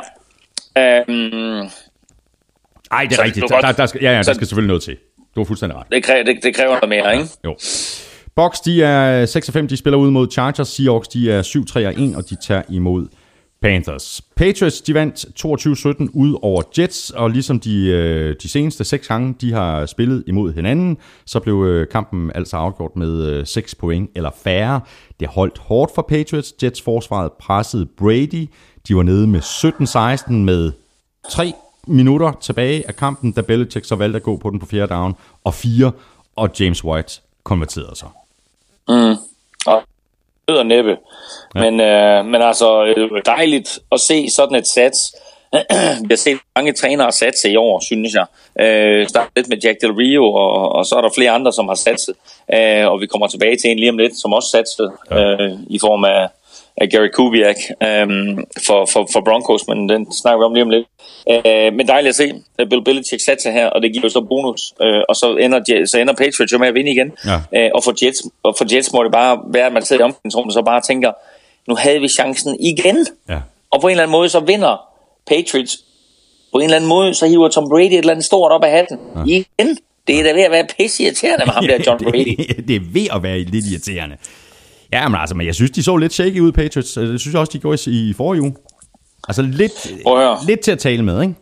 Um, Ej, det er rigtigt. Der, der, der skal, ja, ja, der skal selvfølgelig noget til. Du har fuldstændig ret. Det kræver, det, det kræver noget mere, ikke? Jo. Bucks, de er seks og fem, de spiller ud mod Chargers. Seahawks, de er syv tre og en, og de tager imod Panthers. Patriots, de vandt toogtyve sytten ud over Jets, og ligesom de, de seneste seks gange, de har spillet imod hinanden, så blev kampen altså afgjort med seks point eller færre. Det holdt hårdt for Patriots. Jets forsvaret pressede Brady. De var nede med sytten seksten med tre minutter tilbage af kampen, da Belichick så valgte at gå på den på fjerde down og fire, og James White konverterede sig. Mm. Og nød og næppe. Ja. Men, øh, men altså, dejligt at se sådan et sats. Vi har set mange trænere satse i år, synes jeg. Øh, startet lidt med Jack Del Rio, og, og så er der flere andre, som har satset. Øh, og vi kommer tilbage til en lige om lidt, som også satsede ja. øh, i form af, af Gary Kubiak øh, for, for, for Broncos, men den snakker vi om lige om lidt. Øh, men dejligt at se, at Bill Belichick satser her, og det giver jo så bonus. Øh, og så ender, så ender Patriots jo med at vinde igen. Ja. Øh, og, for Jets, og for Jets må det bare være, at man sidder i omklædningsrummet og så bare tænker, nu havde vi chancen igen. Ja. Og på en eller anden måde, så vinder Patriots. På en eller anden måde, så hiver Tom Brady et eller andet stort op af hatten. Ja. Igen. Det er da ved at være pisseirriterende med ham der, John Brady. Det er ved at være lidt irriterende. Ja, men altså, men jeg synes, de så lidt shaky ud, Patriots. Det synes jeg også, de gjorde i, i forrige uge. Altså lidt, lidt til at tale med, ikke?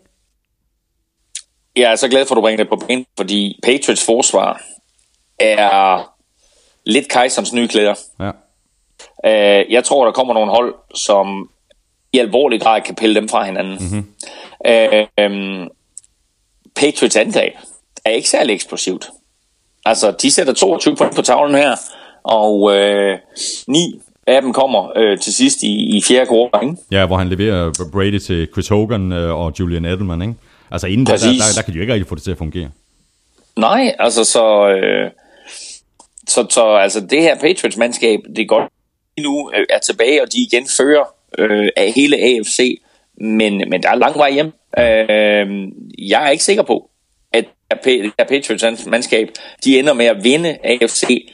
Jeg er så glad for, at du bringer det på banen, fordi Patriots forsvar er lidt kejserens nye klæder. Ja. Uh, jeg tror, der kommer nogle hold, som i alvorlig grad kan pille dem fra hinanden. Mm-hmm. Uh, um, Patriots angreb er ikke særlig eksplosivt. Altså, de sætter toogtyve point på tavlen her, og uh, ni af dem kommer øh, til sidst i, i fjerde kvartal, ikke? Ja, hvor han leverer Brady til Chris Hogan øh, og Julian Edelman, ikke? Altså inden der, der, der, der kan de jo ikke rigtig få det til at fungere. Nej, altså så... Øh, så, så altså det her Patriots-mandskab, det er godt nu øh, er tilbage, og de igen fører øh, af hele A F C, men, men der er lang vej hjem. Øh, jeg er ikke sikker på, at det her Patriots-mandskab, de ender med at vinde A F C,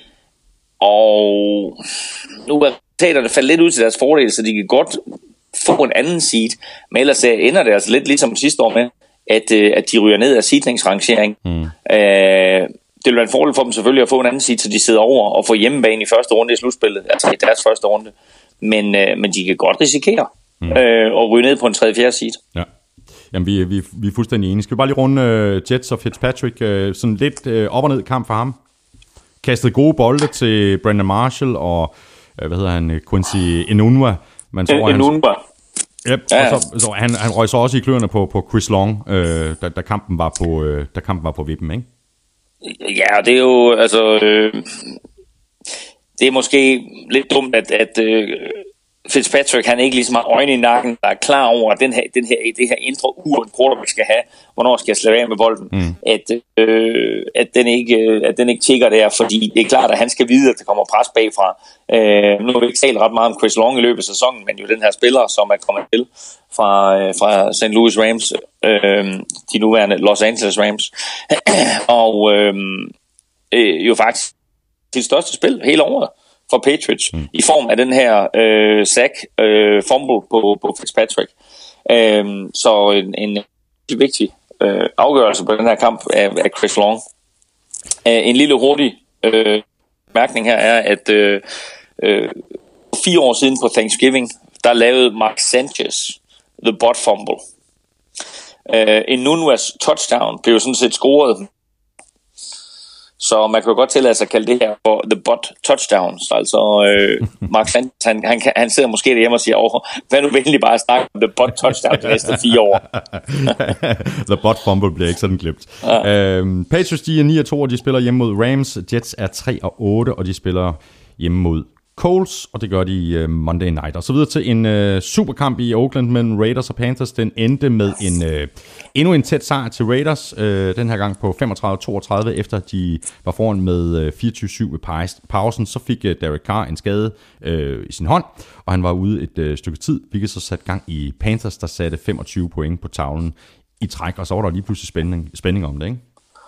og nu er resultaterne faldet lidt ud til deres fordel, så de kan godt få en anden seed, men ellers ender det altså lidt ligesom sidste år med, at, at de ryger ned af seedningsrangering. Mm. Øh, det vil være en fordel for dem selvfølgelig at få en anden seed, så de sidder over og får hjemmebane i første runde i slutspillet, altså i deres første runde, men, øh, men de kan godt risikere mm. øh, at ryge ned på en tredje fjerde seed. Ja. Jamen, vi, vi, vi er fuldstændig enige. Skal vi bare lige runde uh, Jets og Fitzpatrick, uh, sådan lidt uh, op og ned kamp for ham? Kastet gode bolde til Brandon Marshall og, hvad hedder han, Quincy Enunwa. Man tror, Enunwa. Yep, ja. Og så, så han, han røg så også i kløerne på, på Chris Long, øh, da, da, kampen var på, øh, da kampen var på vippen, ikke? Ja, det er jo, altså... Øh, det er måske lidt dumt, at, at uh, Fitzpatrick, han ikke ligesom har øjne i nakken, der er klar over, at den her, den her, det her indre ur, en quarterback skal have, hvornår skal jeg slæve af med bolden, mm. at, øh, at, den ikke, at den ikke tigger der, fordi det er klart, at han skal vide, at der kommer pres bagfra. Øh, nu har vi ikke talt ret meget om Chris Long i løbet af sæsonen, men jo den her spiller, som er kommet til fra, øh, fra Saint Louis Rams, øh, de nuværende Los Angeles Rams, og øh, øh, jo faktisk det største spil hele året for Patriots, mm. i form af den her øh, sack, øh, fumble på, på Fitzpatrick. Øh, så en, en vigtig øh, afgørelse på den her kamp af, af Chris Long. Øh, en lille hurtig øh, mærkning her er, at øh, øh, fire år siden på Thanksgiving, der lavede Mark Sanchez the butt fumble. Øh, en Nunez touchdown blev sådan set scoret. Så man kan jo godt tillade sig at kalde det her for the butt touchdowns. Altså øh, Mark Sanchez, han, han, han sidder måske derhjemme og siger, åh, hvad nu venlig bare at snakke om the butt touchdown de næste fire år. The butt fumble bliver ikke sådan glemt. Ja. Øhm, Patriots, de er ni og to, og de spiller hjemme mod Rams. Jets er tre og otte, og de spiller hjemme mod Colts, og det gør de uh, Monday Night. Og så videre til en uh, superkamp i Oakland mellem Raiders og Panthers. Den endte med en uh, endnu en tæt sejr til Raiders, uh, den her gang på femogtredive toogtredive, efter de var foran med uh, fireogtyve syv ved pausen. Så fik uh, Derek Carr en skade uh, i sin hånd, og han var ude et uh, stykke tid, hvilket så satte gang i Panthers, der satte femogtyve point på tavlen i træk, og så var der lige pludselig spænding, spænding om det, ikke?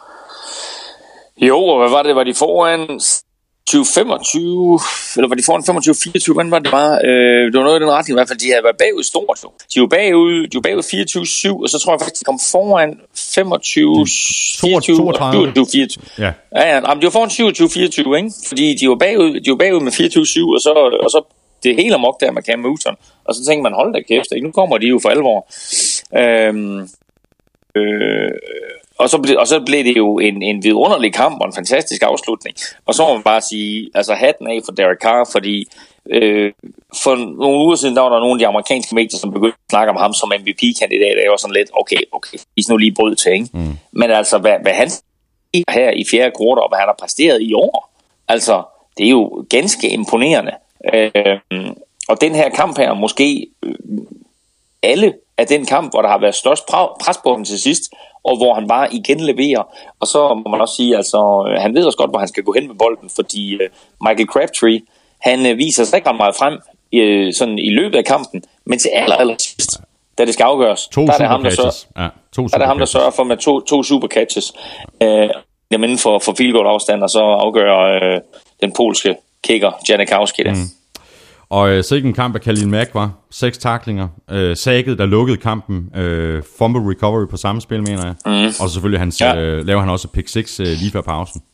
Jo, og hvad var det? Var de foran tyve femogtyve, eller var de foran femogtyve fireogtyve, hvordan var det bare? Øh, det var noget i den retning i hvert fald, de havde været bagud stort. Jo. De var bagud, de var bagud fireogtyve syv, og så tror jeg faktisk, de kom foran femogtyve fireogtyve, toogtredive fireogtyve. Ja, ja, ja, men de var foran syvogtyve fireogtyve, ikke? Fordi de var bagud, de var bagud med fireogtyve syv, og så, og så det hele amok der med Cam Newton. Og så tænker man, hold da kæft, ikke? Nu kommer de jo for alvor. Øhm, øh, Og så, ble, og så blev det jo en, en vidunderlig kamp og en fantastisk afslutning. Og så må man bare sige, altså hatten af for Derek Carr, fordi øh, for nogle uger siden, der var der nogle af de amerikanske medier, som begyndte at snakke om ham som M V P-kandidat, og jeg var sådan lidt, okay, okay, I nu lige brød til, ikke? Mm. Men altså, hvad, hvad han her i fjerde kvartal, og hvad han har præsteret i år, altså, det er jo ganske imponerende. Øh, og den her kamp her, måske øh, alle af den kamp, hvor der har været størst pres på ham til sidst, og hvor han bare igen leverer. Og så må man også sige, altså, han ved også godt, hvor han skal gå hen med bolden, fordi uh, Michael Crabtree, han uh, viser sig ikke ret meget frem uh, sådan i løbet af kampen, men til aller, aller sidst, da det skal afgøres, to der er det ham, der sørger, ja, to der er det ham, der sørger for med to, to super catches, uh, inden for, for field goal afstand, og så afgør uh, den polske kicker, Janikowski det. Mm. Og øh, så ikke en kamp af Khalil Mack var. Seks tacklinger. Øh, Sækket, der lukkede kampen. Øh, fumble recovery på samme spil, mener jeg. Mm. Og så selvfølgelig hans, ja. øh, laver han også pick six øh, lige før pausen.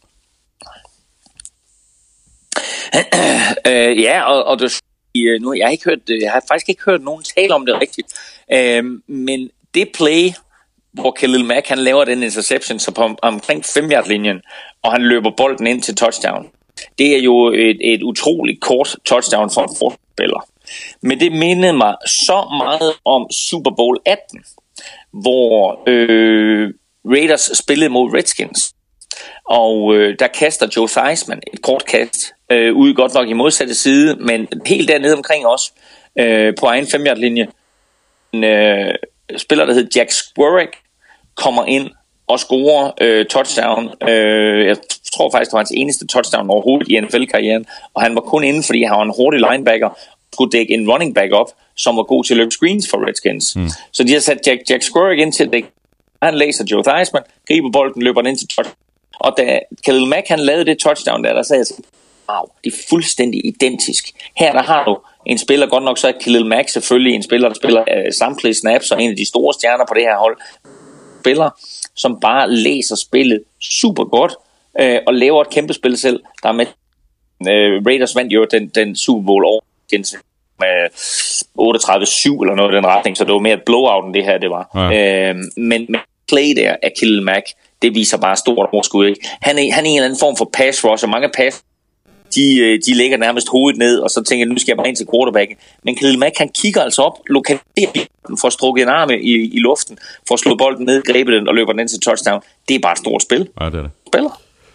øh, ja, og, og det, nu, jeg, har ikke hørt, jeg har faktisk ikke hørt nogen tale om det rigtigt. Øh, men det play, hvor Khalil Mack han laver den interception så på omkring fem-yard-linjen, og han løber bolden ind til touchdown. Det er jo et, et utroligt kort touchdown for en forspiller. Men det mindede mig så meget om Super Bowl atten, hvor øh, Raiders spillede mod Redskins. Og øh, der kaster Joe Theismann et kort kast øh, ud godt nok i modsatte side, men helt dernede omkring os øh, på egen fem-yard-linje. En øh, spiller, der hed Jack Squirek, kommer ind og scorer øh, touchdown. Øh, jeg tror faktisk, det var hans eneste touchdown overhovedet i N F L-karrieren, og han var kun inde, fordi han var en hurtig linebacker, skulle dække en running back op, som var god til at løbe screens for Redskins. Mm. Så de har sat Jack, Jack Squirek ind til at dække. Han læser Joe Theismann, griber bolden, løber den ind til touchdown. Og da Khalil Mack han lavede det touchdown der, der sagde jeg, wow, det er fuldstændig identisk. Her der har du en spiller, godt nok så er Khalil Mack selvfølgelig en spiller, der spiller uh, samtlige snaps, og en af de store stjerner på det her hold. Spiller, som bare læser spillet super godt, øh, og laver et kæmpe spil selv. Der er med øh, Raiders vandt jo den, den Super Bowl over med otteogtredive syv eller noget i den retning, så det var mere et blowout end det her, det var. Ja. Øh, men, men play der af Khalil Mack, det viser bare stort overskud, ikke? Han er, han er en eller anden form for pass rush, og mange pass De, de lægger nærmest hovedet ned, og så tænker jeg, nu skal jeg bare ind til quarterbacken. Men Khalil Mack, han kigger altså op, lokaliserer den, får strukket en arme i, i luften, får slået bolden ned, grebet den og løber den ind til touchdown. Det er bare et stort spil. Ja, det er det. Spiller.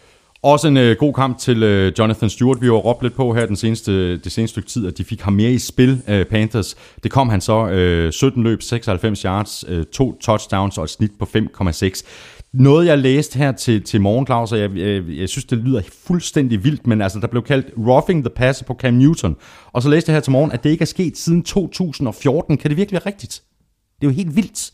Også en øh, god kamp til øh, Jonathan Stewart. Vi har råbt lidt på her den seneste, det seneste stykke tid, at de fik ham mere i spil, øh, Panthers. Det kom han så øh, sytten løb, seksoghalvfems yards, øh, to touchdowns og et snit på fem komma seks. Noget jeg læste her til, til morgen, Claus, og jeg, jeg, jeg synes, det lyder fuldstændig vildt, men altså, der blev kaldt roughing the passer på Cam Newton. Og så læste jeg her til morgen, at det ikke er sket siden to tusind og fjorten. Kan det virkelig være rigtigt? Det er jo helt vildt.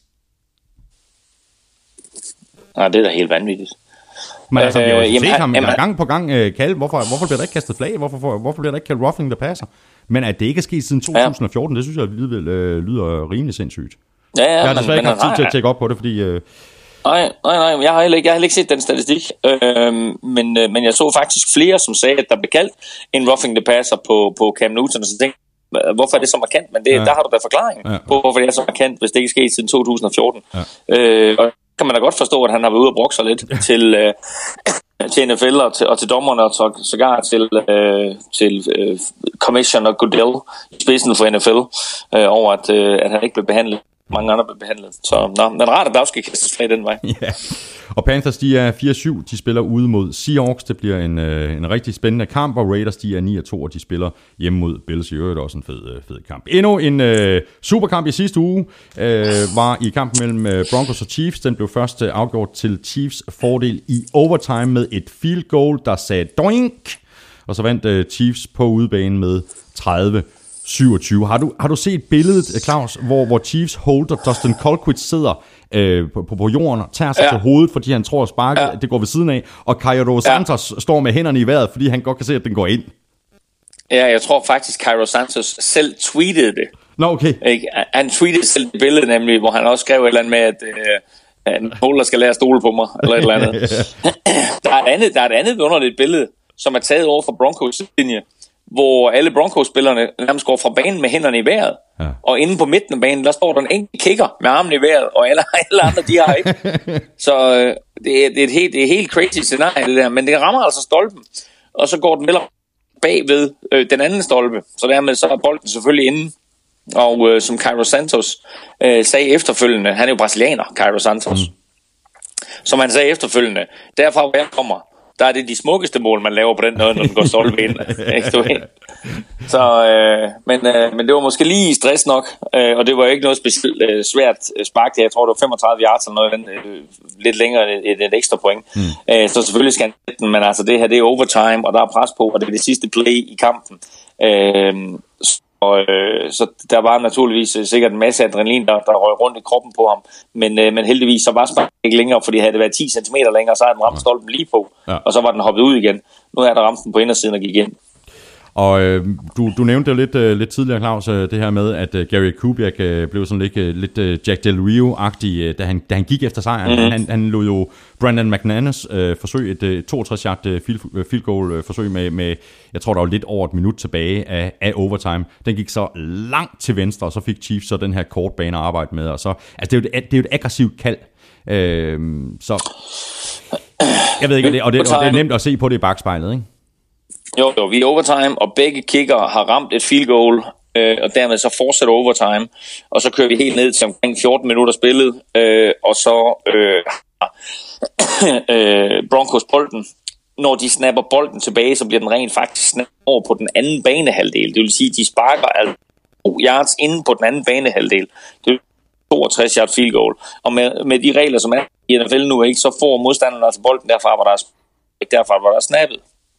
Nej, det er da helt vanvittigt. Men altså, vi har jo øh, set jamen, ham jamen, gang på gang uh, kalde, hvorfor, hvorfor bliver der ikke kastet flag? Hvorfor, hvorfor bliver der ikke kaldt roughing the passer? Men at det ikke er sket siden to tusind og fjorten, ja. Det synes jeg alligevel uh, lyder rimelig sindssygt. Ja, ja, jeg har men, desværre ikke men, haft tid til at tjekke op på det, fordi... Uh, Nej, nej, nej, jeg har heller ikke, jeg har heller ikke set den statistik, øh, men, øh, men jeg så faktisk flere, som sagde, at der blev kaldt en roughing the passer på, på Cam Newton, og så tænkte jeg, hvorfor er det så markant? Men det, ja. Der har du da forklaringen ja, ja. på, hvorfor det er så markant, hvis det ikke er sket siden to tusind og fjorten. Ja. Øh, og kan man da godt forstå, at han har været ude og brokke sig lidt ja. til, øh, til N F L og til, og til dommerne, og sågar til, øh, til øh, Commissioner Goodell i spidsen for N F L, øh, over at, øh, at han ikke blev behandlet. Mange andre blev behandlet. Så nå, men rart, at der også skal kastes flag den vej. Ja. Og Panthers, de er fire syv. De spiller ude mod Seahawks. Det bliver en, øh, en rigtig spændende kamp. Og Raiders, de er ni to, og de spiller hjemme mod Bills. I øvrigt også en fed, fed kamp. Endnu en øh, superkamp i sidste uge øh, var i kampen mellem øh, Broncos og Chiefs. Den blev først øh, afgjort til Chiefs fordel i overtime med et field goal, der sagde doink. Og så vandt øh, Chiefs på udebane med tredive syvogtyve. Har du, har du set billedet, Claus, hvor, hvor Chiefs holder Dustin Colquitt sidder øh, på, på jorden og tager sig ja. til hovedet, fordi han tror at sparke, ja. det går ved siden af, og Cairo Santos ja. står med hænderne i vejret, fordi han godt kan se, at den går ind. Ja, jeg tror faktisk, Cairo Santos selv tweetede det. Nå, okay. Ikke? Han tweetede selv det billede, nemlig, hvor han også skrev et eller andet med, at øh, en holder skal lære at stole på mig, eller et eller andet. der, er et andet der er et andet underligt billede, som er taget over fra Broncos linje, hvor alle Broncos-spillerne nærmest går fra banen med hænderne i vejret. Ja. Og inde på midten af banen, der står der en enkelt kicker med armen i vejret, og alle, alle andre, de har ikke. Så øh, det, er, det, er et helt, det er et helt crazy scenarie, det der. Men det rammer altså stolpen, og så går den vel bagved øh, den anden stolpe. Så dermed så er bolden selvfølgelig inde. Og øh, som Cairo Santos øh, sagde efterfølgende, han er jo brasilianer, Cairo Santos. Mm. Som han sagde efterfølgende, derfra hvor jeg kommer, der er det de smukkeste mål, man laver på den måde, når den går stolpe ind. Så, øh, men, øh, men det var måske lige stress nok, øh, og det var ikke noget specielt øh, svært spark. Jeg tror, det var femogtredive yards eller noget, øh, lidt længere end et, et ekstra point. Mm. Øh, så selvfølgelig skal han den, men altså det her, det er overtime, og der er pres på, og det er det sidste play i kampen. Øh, Og, øh, så der var naturligvis øh, sikkert en masse adrenalin, der, der røg rundt i kroppen på ham. Men, øh, men heldigvis så var sparket ikke længere, fordi havde det været ti centimeter længere, så havde den ramt stolpen lige på. Ja. Og så var den hoppet ud igen. Nu er der ramt den på indersiden og gik ind. Og øh, du, du nævnte jo lidt, øh, lidt tidligere, Claus, øh, det her med, at øh, Gary Kubiak øh, blev sådan lidt, øh, lidt øh, Jack Del Rio-agtig, øh, da, han, da han gik efter sejren. Mm-hmm. Han, han lod jo Brandon McManus øh, forsøge et øh, toogtres yard øh, field, field goal øh, forsøg med, med, jeg tror der var lidt over et minut tilbage af, af overtime. Den gik så langt til venstre, og så fik Chiefs så den her kortbane at arbejde med. Og så, altså det er jo et, det er jo et aggressivt kald. Øh, så jeg ved ikke, og det, og, det, og det er nemt at se på det i bagspejlet, ikke? Jo, jo, vi er overtime, og begge kicker har ramt et field goal, øh, og dermed så fortsætter overtime, og så kører vi helt ned til omkring fjorten minutter spillet, øh, og så øh, øh, Broncos bolden. Når de snapper bolden tilbage, så bliver den rent faktisk snappet over på den anden banehalvdel. Det vil sige, at de sparker altså to yards inde på den anden banehalvdel. Det er toogtres yard field goal. Og med, med de regler, som er i N F L nu, ikke, så får modstanderne altså bolden derfra, hvor der er, derfra, hvor der er snappet.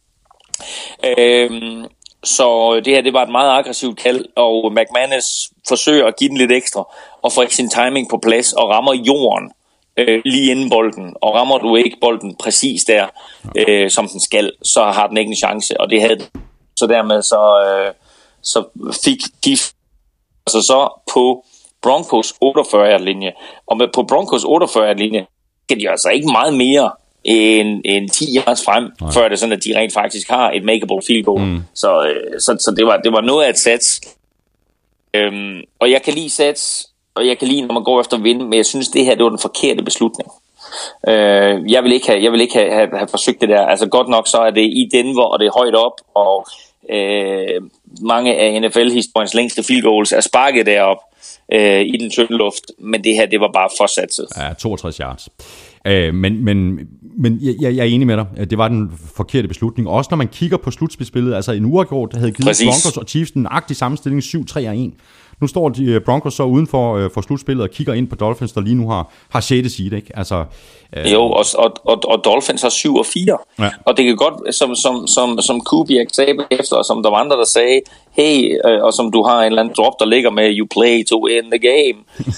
Øhm, så det her, det var et meget aggressivt kald, og McManus forsøger at give den lidt ekstra og få sin timing på plads og rammer jorden øh, lige inden bolden, og rammer du ikke bolden præcis der øh, som den skal, så har den ikke en chance, og det havde den. Så dermed så, øh, så fik de altså så på Broncos otteogfyrre yard linje, og med, på Broncos otteogfyrre yard linje kan de altså ikke meget mere en, en ti yards frem, nej, før det er sådan, at de rent faktisk har et makeable field goal. Mm. Så, øh, så, så det, var, det var noget af et sats. Øhm, og jeg kan lide sats, og jeg kan lide, når man går efter at vinde, men jeg synes, det her, det var den forkerte beslutning. Øh, jeg vil ikke, have, jeg vil ikke have, have, have forsøgt det der. Altså godt nok, så er det i Denver, og det er højt op, og øh, mange af N F L-historiens længste field goals er sparket derop. øh, i den tynde luft, men det her, det var bare for satset. Ja, toogtres yards. Øh, men men, men jeg, jeg er enig med dig. Det var den forkerte beslutning. Også når man kigger på slutspilsspillet, altså en uafgjort, der havde givet Præcis. Broncos og Chiefs en agtig sammenstilling syv tre og en. Nu står de Broncos så uden for, for slutspillet og kigger ind på Dolphins, der lige nu har, har sjette seed, ikke? Altså, øh... Jo, og, og, og, og Dolphins har syv og fire. Ja. Og det kan godt, som, som, som, som Kubiak sagde efter, og som der var andre, der sagde, hey, øh, og som du har en eller anden drop, der ligger med, you play to win the game.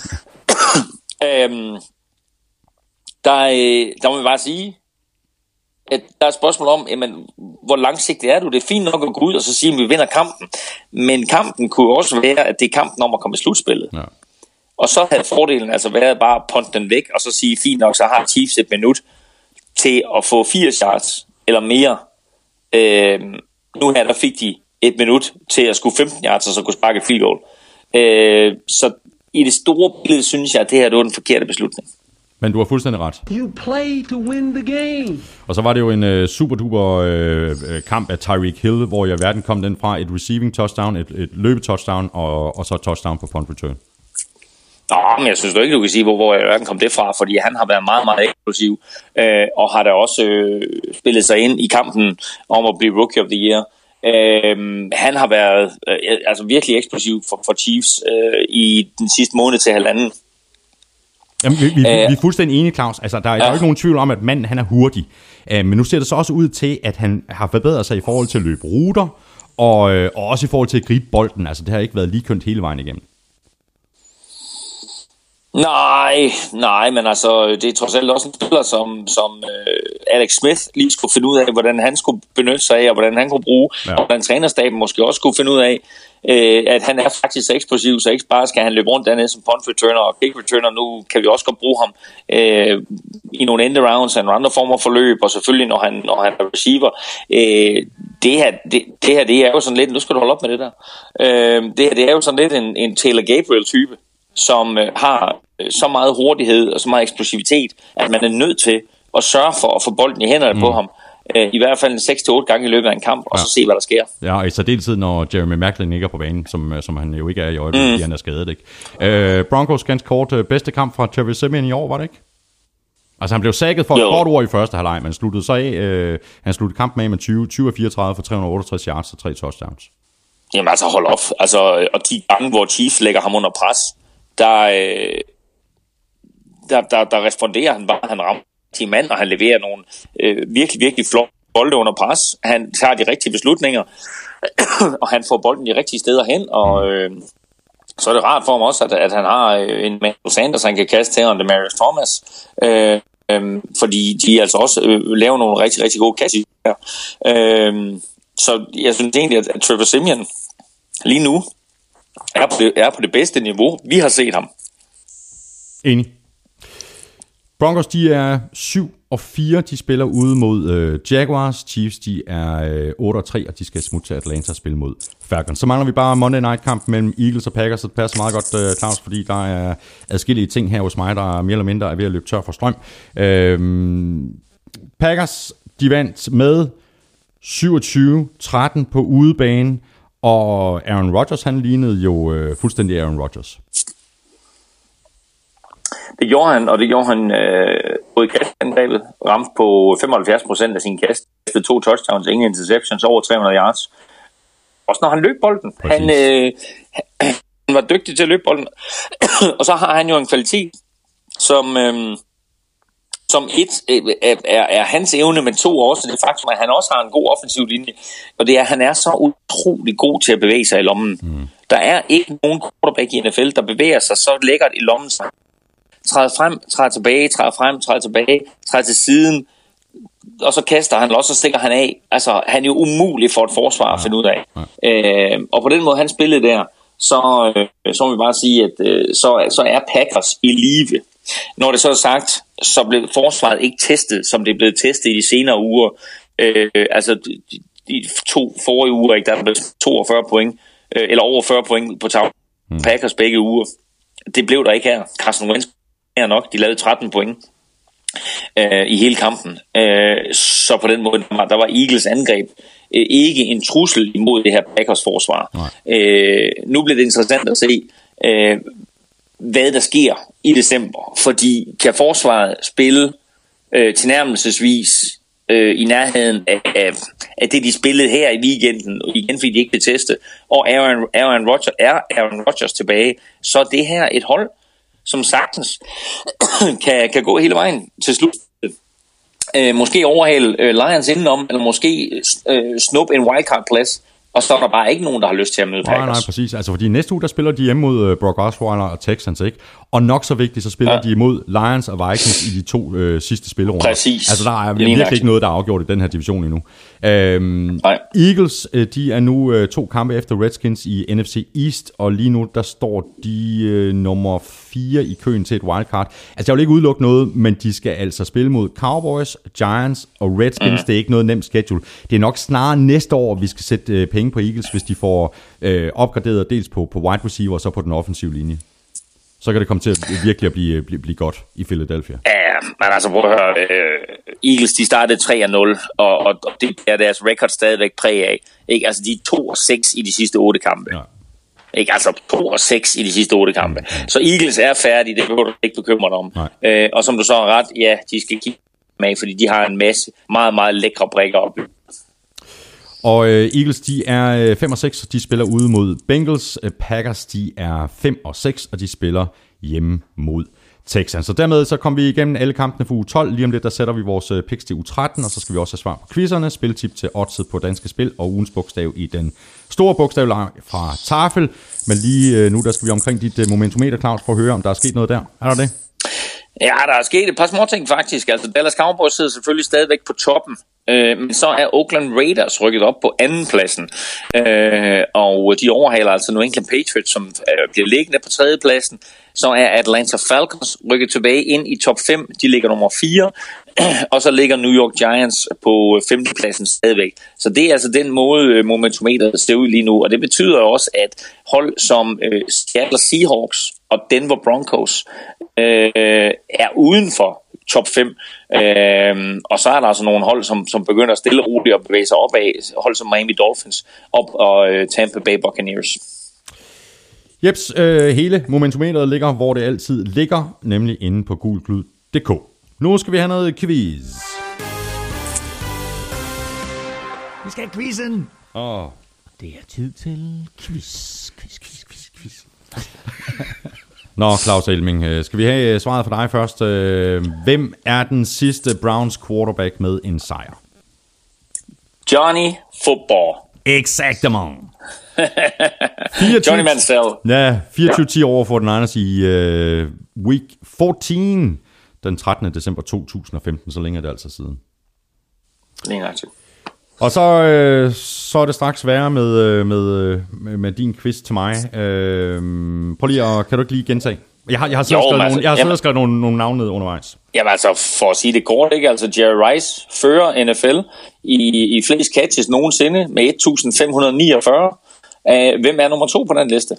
øhm, der, der må vi bare sige, at der er et spørgsmål om, jamen, hvor langsigtet er du? Det er fint nok at gå ud og så sige, at vi vinder kampen. Men kampen kunne også være, at det er kampen om at komme i slutspillet. Ja. Og så havde fordelen altså været bare at punte den væk, og så sige, fint nok, så har Chiefs et minut til at få firs yards eller mere. Øh, nu her, der fik de et minut til at skulle femten yards, og så kunne sparke et field goal. Øh, så i det store billede, synes jeg, at det her det var den forkerte beslutning. Men du har fuldstændig ret. You play to win the game. Og så var det jo en uh, super-duper uh, kamp af Tyreek Hill, hvor i verden kom den fra et receiving touchdown, et, et løbetouchdown og, og så et touchdown på punt return. Nå, men jeg synes du ikke, du kan sige, hvor, hvor i verden kom det fra, fordi han har været meget, meget eksplosiv, øh, og har da også øh, spillet sig ind i kampen om at blive Rookie of the Year. Øh, han har været øh, altså virkelig eksplosiv for, for Chiefs øh, i den sidste måned til halvanden. Jamen, vi, vi, vi er fuldstændig enige, Claus. Altså, der er ja. jo ikke nogen tvivl om, at manden han er hurtig. Uh, men nu ser det så også ud til, at han har forbedret sig i forhold til at løbe ruter, og, uh, og også i forhold til at gribe bolden. Altså, det har ikke været lige kønt hele vejen igennem. Nej, nej, men altså, det er trods alt også en spiller, som, som uh, Alex Smith lige skulle finde ud af, hvordan han skulle benytte sig af, og hvordan han kunne bruge, ja. og hvordan trænerstaben måske også skulle finde ud af, uh, at han er faktisk så eksplosiv, så ikke bare skal han løbe rundt dernede som punt returner og kick returner. Nu kan vi også godt bruge ham uh, i nogle end rounds og nogle andre former for løb, og selvfølgelig når han, når han er receiver. Uh, det, her, det, det her, det er jo sådan lidt, nu skal du holde op med det der, uh, det her, det er jo sådan lidt en, en Taylor Gabriel-type, som øh, har øh, så meget hurtighed og så meget eksplosivitet, at man er nødt til at sørge for at få bolden i hænderne mm. på ham, øh, i hvert fald seks til otte gange i løbet af en kamp, og ja. så se, hvad der sker. Ja, og i særdeleshed, når Jeremy Maclin ikke er på banen, som, som han jo ikke er i øjeblikket, mm. fordi han er skadet, ikke? Øh, Broncos ganske kort, øh, bedste kamp fra Trevor Siemian i år, var det ikke? Altså, han blev sækket for jo. et kort ord i første halvleg, men sluttede så af, øh, han sluttede kampen af med tyve, tyve og fireogtredive for tre hundrede og otteogtres yards og tre touchdowns. Jamen altså, hold op. Altså, og de gange, hvor Chiefs lægger ham under pres, Der, øh, der, der, der responderer han bare, han rammer til mand, og han leverer nogle øh, virkelig, virkelig flotte bolde under pres. Han tager de rigtige beslutninger, og han får bolden de rigtige steder hen, og øh, så er det rart for ham også, at, at han har øh, en Manuel Sanders, han kan kaste til, og Demaryius Thomas, øh, øh, fordi de altså også øh, laver nogle rigtig, rigtig gode kast her. Øh, så jeg synes egentlig, at, at Trevor Siemian lige nu Er på, det, er på det bedste niveau, vi har set ham. Enig. Broncos, de er syv og fire, de spiller ude mod øh, Jaguars. Chiefs, de er øh, otte og tre, og de skal smutte til Atlanta og spille mod Falcons. Så mangler vi bare Monday Night-kamp mellem Eagles og Packers, så det passer meget godt, øh, Claus, fordi der er adskillige ting her hos mig, der er mere eller mindre er ved at løbe tør for strøm. Øh, Packers, de vandt med syvogtyve tretten på udebane, og Aaron Rodgers, han lignede jo øh, fuldstændig Aaron Rodgers. Det gjorde han, og det gjorde han øh, både i kastangrebet, ramte på femoghalvfjerds procent af sin kast, med to touchdowns, ingen interceptions, over tre hundrede yards. Også når han løb bolden. Han, øh, han var dygtig til at løbe bolden. Og så har han jo en kvalitet, som... Øh, som et er, er, er hans evne, men to også det faktum, at han også har en god offensiv linje, og det er, at han er så utrolig god til at bevæge sig i lommen. Mm. Der er ikke nogen quarterback i N F L, der bevæger sig så lækkert i lommen. Træder frem, træder tilbage, træder frem, træder tilbage, træder til siden, og så kaster han, og så stikker han af. Altså, han er jo umulig for et forsvar ja. at finde ud af. Ja. Øh, og på den måde, han spillede der, så, øh, så må vi bare sige, at øh, så, så er Packers i live. Når det så er sagt, så blev forsvaret ikke testet, som det er blevet testet i de senere uger. Øh, altså de, de to forrige uger, ikke, der er blevet toogfyrre point, øh, eller over fyrre point på tavlen. Hmm. Packers begge uger. Det blev der ikke her. Carson Wentz er nok, de lavede tretten point øh, i hele kampen. Øh, så på den måde, der var Eagles angreb øh, ikke en trussel imod det her Packers forsvar. Øh, nu bliver det interessant at se, øh, hvad der sker i december. Fordi kan forsvaret spille øh, tilnærmelsesvis øh, i nærheden af, af, af det, de spillede her i weekenden, igen fordi de ikke blev testet, og Aaron, Aaron, Rodgers, er Aaron Rodgers tilbage, så er det her et hold, som sagtens kan, kan gå hele vejen til slut. Øh, måske overhale øh, Lions indenom, eller måske øh, snuppe en wildcard-plads, og så er der bare ikke nogen, der har lyst til at møde Packers. Nej, nej, præcis. Altså, fordi næste uge, der spiller de hjemme mod uh, Brock Osweiler og Texans, ikke? Og nok så vigtigt, så spiller ja. de imod Lions og Vikings i de to øh, sidste spillerunder. Præcis. Altså, der er virkelig ikke noget, der er afgjort i den her division endnu. Øhm, Eagles, øh, de er nu øh, to kampe efter Redskins i N F C East, og lige nu, der står de øh, nummer fire i køen til et wildcard. Altså, jeg vil ikke udelukke noget, men de skal altså spille mod Cowboys, Giants og Redskins. Mm. Det er ikke noget nemt schedule. Det er nok snarere næste år, vi skal sætte øh, penge på Eagles, hvis de får øh, opgraderet dels på, på wide receiver og så på den offensive linje. Så kan det komme til at virkelig at blive, blive, blive godt i Philadelphia. Ja, men altså prøv at høre, uh, Eagles de startede tre nul, og, og, og det er deres record stadigvæk præg af. Ikke? Altså de er to og seks i de sidste otte kampe. Ja. Ikke? Altså to og seks i de sidste otte kampe. Mm. Så Eagles er færdige, det behøver du ikke bekymre dig om. Uh, og som du så har ret, ja, de skal kigge med, fordi de har en masse meget, meget lækre brækker op. Og øh, Eagles, de er øh, fem og seks, de spiller ude mod Bengals. Øh, Packers, de er fem og seks, og de spiller hjemme mod Texans. Så dermed så kom vi igennem alle kampene for uge tolv. Lige om lidt, der sætter vi vores øh, picks til uge tretten, og så skal vi også have svar på quizzerne, spiltip til oddset på Danske Spil, og ugens bogstav i den store bogstavleg fra Tafel. Men lige øh, nu, der skal vi omkring dit øh, momentometer, Claus, for at høre, om der er sket noget der. Er der det? Ja, der er sket et par små ting faktisk. Altså Dallas Cowboys sidder selvfølgelig stadigvæk på toppen, øh, men så er Oakland Raiders rykket op på anden pladsen, øh, og de overhaler altså New England Patriots, som øh, bliver liggende på tredje pladsen. Så er Atlanta Falcons rykket tilbage ind i top fem, de ligger nummer fire, og så ligger New York Giants på femte pladsen stadigvæk. Så det er altså den måde momentometeret ser ud lige nu, og det betyder også, at hold som øh, Seattle Seahawks og Denver Broncos øh, er uden for top fem, øh, og så er der altså nogle hold, som, som begynder stille og roligt at bevæge sig opad, hold som Miami Dolphins op og øh, Tampa Bay Buccaneers. Jeps, øh, hele momentometeret ligger, hvor det altid ligger, nemlig inde på gulklud punktum d k. Nu skal vi have noget quiz. Vi skal have quizzen. Åh. Oh. Det er tid til quiz, quiz, quiz, quiz, quiz. Nå, Claus Elming, skal vi have svaret for dig først? Hvem er den sidste Browns quarterback med en sejr? Johnny Football. Exactement. Johnny Manziel. Ja, fireogtyve ti over for den Niners i uh, week fjorten, den trettende december to tusind og femten, så længe er det altså siden. Længe er det. Og så, øh, så er det straks værre med, med, med, med din quiz til mig. Øh, prøv lige at, kan du ikke lige gentage? Jeg har, jeg har siddet og skrevet, nogle, skrevet nogle, nogle navne ned undervejs. Jamen altså, for at sige det kort, ikke? Altså Jerry Rice fører N F L i, i flest catches nogensinde med et tusind fem hundrede niogfyrre. Uh, hvem er nummer to på den liste?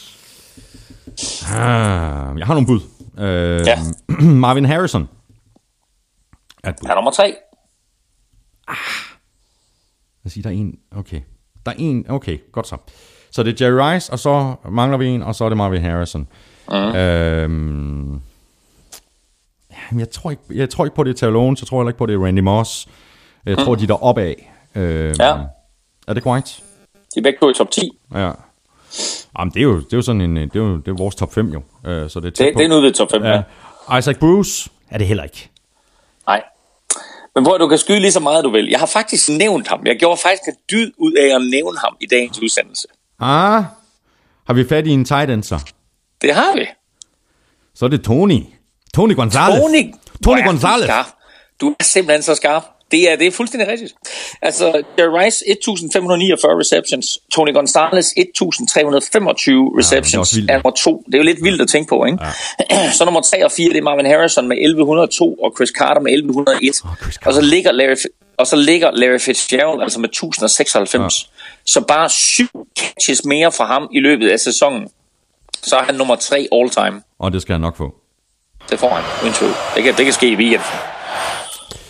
Ah, jeg har nogle bud. Uh, ja. Marvin Harrison er et bud. Er nummer tre. Ah. Jeg siger, der er en. Okay. Der er en. Okay, godt så. Så det er Jerry Rice, og så mangler vi en, og så er det Marvin Harrison. Mm. Øhm, jeg, tror ikke, jeg tror ikke på, det er Terrell, så tror jeg ikke på, det er Randy Moss. Jeg mm. tror, de er deroppe af. Øhm, ja. Er det korrekt? De er begge på i top ti. Ja. Jamen, det er jo, det er jo sådan en, det er jo, det er vores top fem jo. Øh, så det er, det, det er nu ved top fem, ja. ja. Isaac Bruce er det heller ikke. Nej. Men hvor du kan skyde lige så meget, du vil. Jeg har faktisk nævnt ham. Jeg gjorde faktisk en dyd ud af at nævne ham i dagens udsendelse. Ah, har vi fat i en tight end så? Det har vi. Så er det Tony. Tony Gonzalez. Tony, Tony Gonzalez. Du er simpelthen så skarp. Det er, det er fuldstændig rigtigt. Altså, Jerry Rice, et tusind fem hundrede niogfyrre receptions. Tony Gonzalez, et tusind tre hundrede femogtyve receptions. Ja, er, er nummer to. Det er jo lidt vildt at tænke på, ikke? Ja. Så nummer tre og fire, det er Marvin Harrison med elleve hundrede og to, og Chris Carter med elleve hundrede og en. Oh, og, så ligger Larry, og så ligger Larry Fitzgerald altså med et tusind seksoghalvfems. Ja. Så bare syv catches mere fra ham i løbet af sæsonen. Så er han nummer tre all time. Og det skal han nok få. Det får han, uden tvivl. Det kan, det kan ske i weekenden.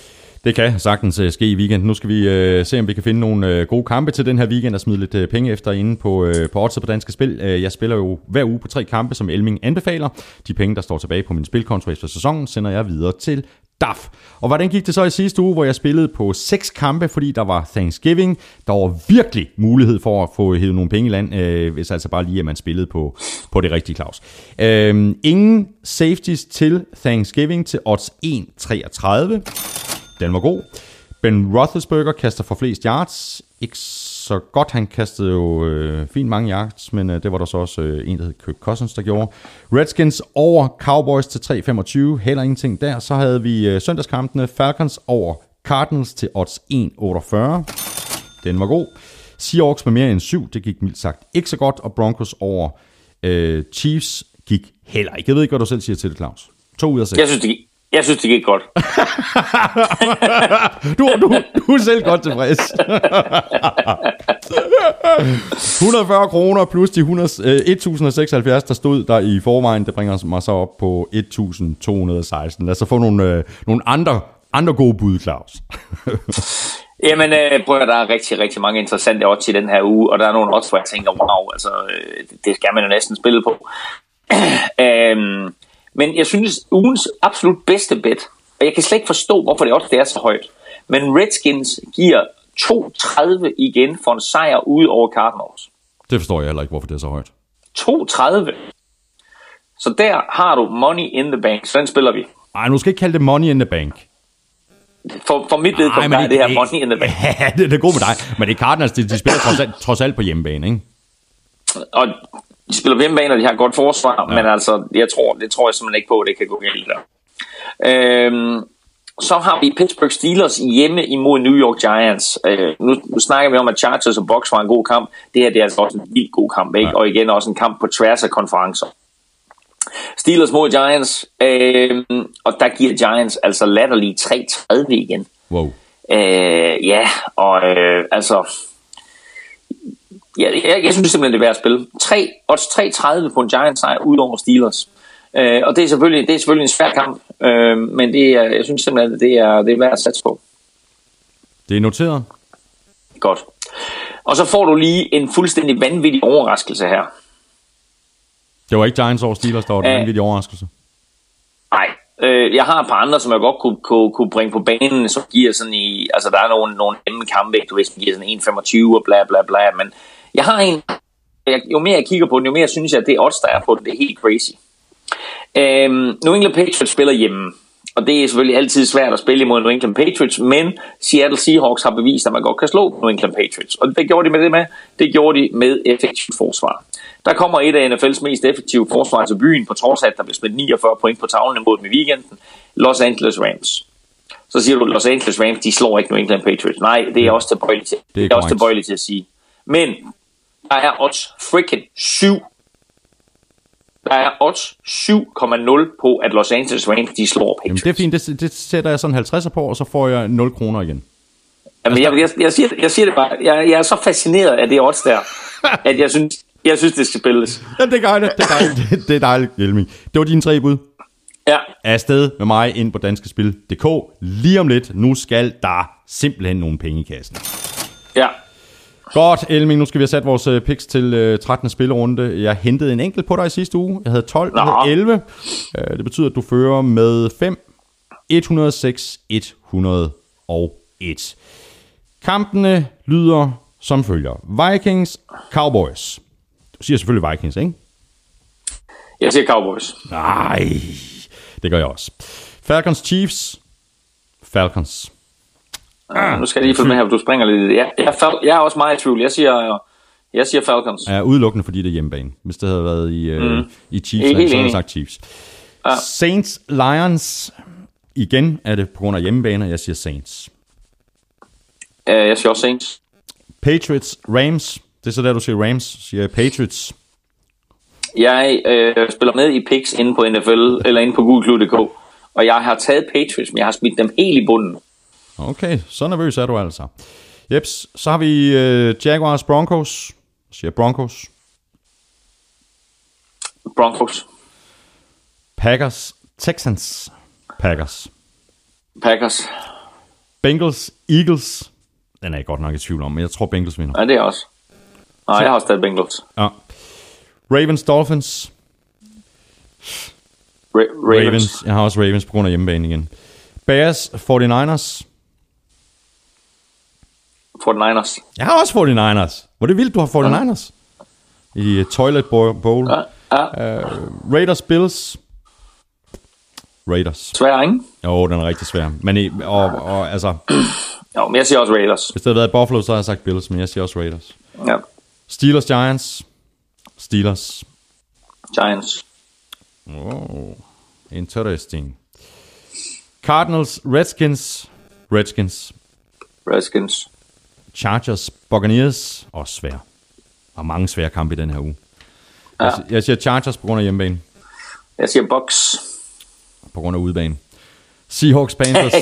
Det kan sagtens uh, ske i weekenden. Nu skal vi uh, se, om vi kan finde nogle uh, gode kampe til den her weekend og smide lidt uh, penge efter inde på, uh, på Oddset på Danske Spil. Uh, jeg spiller jo hver uge på tre kampe, som Elming anbefaler. De penge, der står tilbage på min spilkonto efter sæsonen, sender jeg videre til D A F. Og hvordan gik det så i sidste uge, hvor jeg spillede på seks kampe, fordi der var Thanksgiving. Der var virkelig mulighed for at få hævet nogle penge i land, øh, hvis altså bare lige, at man spillede på, på det rigtige, Claus. Øh, ingen safeties til Thanksgiving til odds en komma treogtredive. Den var god. Ben Roethlisberger kaster for flest yards. Ikke så godt, han kastede jo øh, fint mange yards, men øh, det var der så også øh, en, der hed Kirk Cousins, der gjorde. Redskins over Cowboys til tre komma femogtyve, heller ingenting der. Så havde vi øh, søndagskampene, Falcons over Cardinals til odds en komma otteogfyrre. Den var god. Seahawks med mere end syv, det gik mildt sagt ikke så godt, og Broncos over øh, Chiefs gik heller ikke. Jeg ved ikke, hvad du selv siger til det, Claus. To ud af seks. Jeg synes, det gik, jeg synes, det gik godt. du, du, du er selv godt tilfreds. et hundrede og fyrre kroner plus de et tusind og seksoghalvfjerds, der stod der i forvejen, det bringer mig så op på et tusind to hundrede og seksten. Lad os så få nogle, øh, nogle andre, andre gode bud, Claus. Jamen, øh, prøv at der er rigtig, rigtig mange interessante odds i den her uge, og der er nogle odds, hvor jeg tænker, wow, altså, øh, det skal man jo næsten spille på. øhm, men jeg synes, ugens absolut bedste bet, og jeg kan slet ikke forstå, hvorfor det odds det er så højt, men Redskins giver to komma tredive igen for en sejr ude over Cardinals. Det forstår jeg heller ikke, hvorfor det er så højt. to komma tredive. Så der har du money in the bank, så den spiller vi. Ej, nu skal ikke kalde det money in the bank. For, for mit vedkommende er det her money in the bank. Ja, det, det er godt med dig. Men det er Cardinals, de, de spiller trods alt, trods alt på hjemmebane, ikke? Og de spiller på hjemmebane, og de har et godt forsvar, ja. Men altså, jeg tror, det tror jeg simpelthen ikke på, at det kan gå galt der. Øhm, så har vi Pittsburgh Steelers hjemme imod New York Giants. Øh, nu, nu snakker vi om, at Chargers og Bucks var en god kamp. Det her det er altså også en vildt god kamp, ikke? Ja. Og igen også en kamp på tværs af konferencer. Steelers mod Giants, øh, og der giver Giants altså latterlige tre komma tredive igen. Wow. Øh, ja, og øh, altså, ja, jeg, jeg synes simpelthen, det er værd at spille. tre komma tredive på en Giants sejr ud over Steelers. Øh, og det er, selvfølgelig, det er selvfølgelig en svær kamp, øh, men det er, jeg synes simpelthen, det er, det er værd at satse på. Det er noteret. Godt. Og så får du lige en fuldstændig vanvittig overraskelse her. Det var ikke Giants over Steelers, der var en Æh, vanvittig overraskelse. Nej, øh, jeg har et par andre, som jeg godt kunne, kunne, kunne bringe på banen, som giver sådan i, altså der er nogle, nogle nemme kampe, du ved, som giver sådan en komma femogtyve og bla bla bla, men jeg har en, jeg, jo mere jeg kigger på den, jo mere synes jeg, at det odds, der er på den, det er helt crazy. Øhm, New England Patriots spiller hjemme, og det er selvfølgelig altid svært at spille imod New England Patriots, men Seattle Seahawks har bevist, at man godt kan slå New England Patriots, og det gjorde de med det med, det gjorde de med effektivt forsvar. Der kommer et af N F L's mest effektive forsvar til byen, på trods af, at der blev smidt niogfyrre point på tavlen imod dem i weekenden, Los Angeles Rams. Så siger du, Los Angeles Rams, de slår ikke New England Patriots. Nej, det er også tilbøjeligt til, det er det er også tilbøjeligt til at sige. Men der er odds freaking syv. Der er odds syv komma nul på, at Los Angeles Rams, de slår Patriots. Jamen, det er fint, det, det sætter jeg sådan halvtreds på, og så får jeg nul kroner igen. Jamen, jeg, jeg, jeg, siger, jeg siger det bare, jeg, jeg er så fascineret af det odds der, at jeg synes, jeg synes det skal spilles. Ja, det er dejligt, det er dejligt, det, det er dejligt, Elming. Det var dine tre bud. Ja. Afsted med mig ind på danskespil punktum d k. Lige om lidt, nu skal der simpelthen nogle penge i kassen. Ja. Godt, Elming, nu skal vi have sat vores picks til trettende spillerunde. Jeg hentede en enkelt på dig i sidste uge. Jeg havde tolv, jeg havde elleve. Det betyder, at du fører med fem, et hundrede og seks, et hundrede og et. Kampene lyder som følger. Vikings, Cowboys. Du siger selvfølgelig Vikings, ikke? Jeg siger Cowboys. Nej, det gør jeg også. Falcons, Chiefs. Falcons. Ah, nu skal jeg lige følge med her, for du springer lidt. Jeg, jeg, jeg er også meget i tvivl. Jeg siger, jeg siger Falcons. Ja, udelukkende, fordi det er hjemmebane. Hvis det havde været i, mm. uh, i Chiefs, så havde jeg sagt Chiefs. Ja. Saints, Lions. Igen er det på grund af hjemmebane, jeg siger Saints. Uh, jeg siger også Saints. Patriots, Rams. Det er så der, du siger Rams. Siger Patriots. Jeg øh, spiller med i picks inde på N F L, eller inde på google punktum d k, og jeg har taget Patriots, men jeg har smidt dem helt i bunden. Okay, så nervøs er du altså. Jeps, så har vi øh, Jaguars, Broncos. Siger Broncos. Broncos. Packers, Texans. Packers. Packers. Bengals, Eagles. Den er jeg godt nok i tvivl om, men jeg tror Bengals vinder. Ja, det er også. Nej, jeg har stadig Bengals. Ja. Ravens, Dolphins. Ra- Ravens. Ravens. Jeg har også Ravens på grund af hjemmebane igen. Bears, forty-niners. forty-niners. Jeg har også forty-niners. Hvor er det vildt, du har forty-niners. Ja. I uh, Toilet Bowl. Ja, ja. Uh, Raiders, Bills. Raiders. Svær, ikke? Jo, den er rigtig svær. Men i, og, og, altså... Jo, men jeg siger også Raiders. Hvis det havde været Buffalo, så havde jeg sagt Bills, men jeg siger også Raiders. Ja. Steelers, Giants. Steelers. Giants. Oh, interesting. Cardinals, Redskins. Redskins. Redskins. Chargers, Buccaneers. Også svær. Og mange svære kampe i den her uge. Ja. Jeg, jeg siger Chargers på grund af hjemmebane. Jeg siger Bucks. På grund af udebane. Seahawks, Panthers.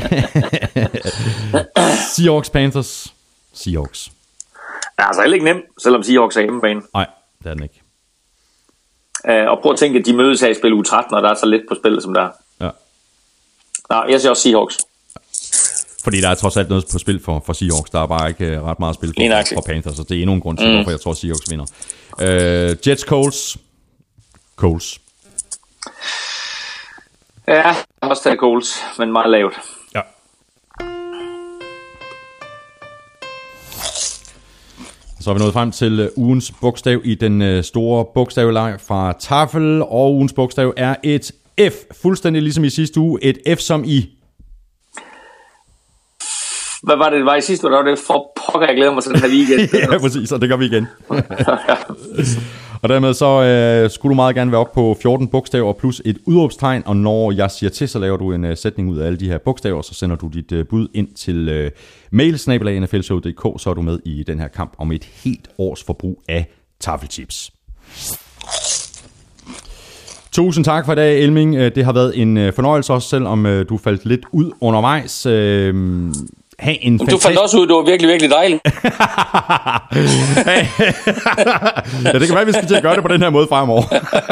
Seahawks, Panthers. Seahawks. Ja, altså heller ikke nemt, selvom Seahawks er hjemmebane. Nej, det er den ikke. Uh, og prøv at tænke, at de mødes her i spil uge tretten, og der er så lidt på spillet, som der er. Ja. Nej, jeg siger også Seahawks. Fordi der er trods alt noget på spil for, for Seahawks. Der er bare ikke ret meget spil for, for Panthers, så det er endnu en grund til, mm. hvorfor jeg tror, Seahawks vinder. Uh, Jets, Colts. Colts. Ja, jeg har også taget Colts, men meget lavt. Ja. Så er vi nået frem til uh, ugens bogstav i den uh, store bogstavleg fra Tafel, og ugens bogstav er et F, fuldstændig ligesom i sidste uge, et F som i... Hvad var det, det var i sidste uge? Der var det for pokker, jeg glæder mig til den her weekend. Ja, præcis, og det gør vi igen. Og dermed så øh, skulle du meget gerne være op på fjorten bogstaver plus et udråbstegn, og når jeg siger til, så laver du en uh, sætning ud af alle de her bogstaver, og så sender du dit uh, bud ind til uh, mail snabel-a n f l show punktum d k, så er du med i den her kamp om et helt års forbrug af taffelchips. Tusind tak for i dag, Elming. Det har været en fornøjelse også, selvom du faldt lidt ud undervejs. Ha' en fantastisk... Du faldt også ud, det var virkelig, virkelig dejligt. Ja, det kan være, vi skal til at gøre det på den her måde fremover.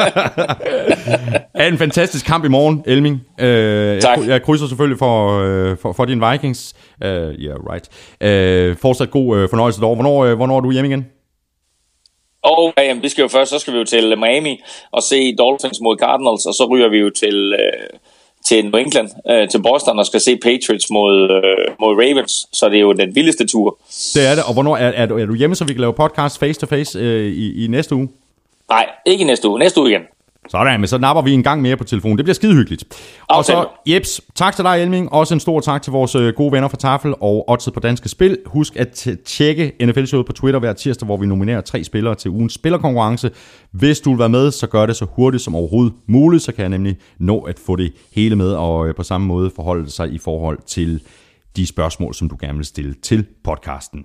Ha' en fantastisk kamp i morgen, Elming. Uh, tak. Jeg, jeg krydser selvfølgelig for, uh, for, for dine Vikings. Ja, uh, yeah, right. Uh, fortsat god uh, fornøjelse derovre. Hvornår, uh, hvornår er du hjemme igen? Og ja, jamen, vi skal jo først, så skal vi jo til Miami og se Dolphins mod Cardinals, og så ryger vi jo til... Uh, til New England, øh, til Boston, og skal se Patriots mod, øh, mod Ravens, så det er jo den vildeste tur. Det er det, og hvornår er, er, du, er du hjemme, så vi kan lave podcast face to face øh, i, i næste uge? Nej, ikke i næste uge, næste uge igen. Sådan, men så napper vi en gang mere på telefonen. Det bliver skide hyggeligt. Og så, jeps, tak til dig, Elming. Også en stor tak til vores gode venner fra Tafel og Oddset på Danske Spil. Husk at tjekke N F L-showet på Twitter hver tirsdag, hvor vi nominerer tre spillere til ugens spillerkonkurrence. Hvis du vil være med, så gør det så hurtigt som overhovedet muligt, så kan jeg nemlig nå at få det hele med, og på samme måde forholde sig i forhold til de spørgsmål, som du gerne vil stille til podcasten.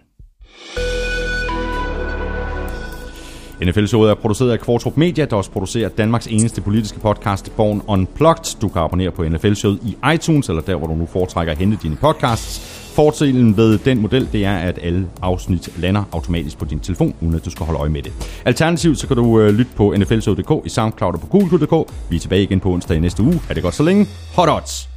N F L-showet er produceret af Kvartrup Media, der også producerer Danmarks eneste politiske podcast, Born Unplugged. Du kan abonnere på N F L-showet i iTunes, eller der, hvor du nu foretrækker at hente dine podcasts. Fordelen ved den model, det er, at alle afsnit lander automatisk på din telefon, uden at du skal holde øje med det. Alternativt, så kan du øh, lytte på N F L show punktum d k, i SoundCloud og på Google punktum d k. Vi er tilbage igen på onsdag i næste uge. Er det godt så længe? Hot odds!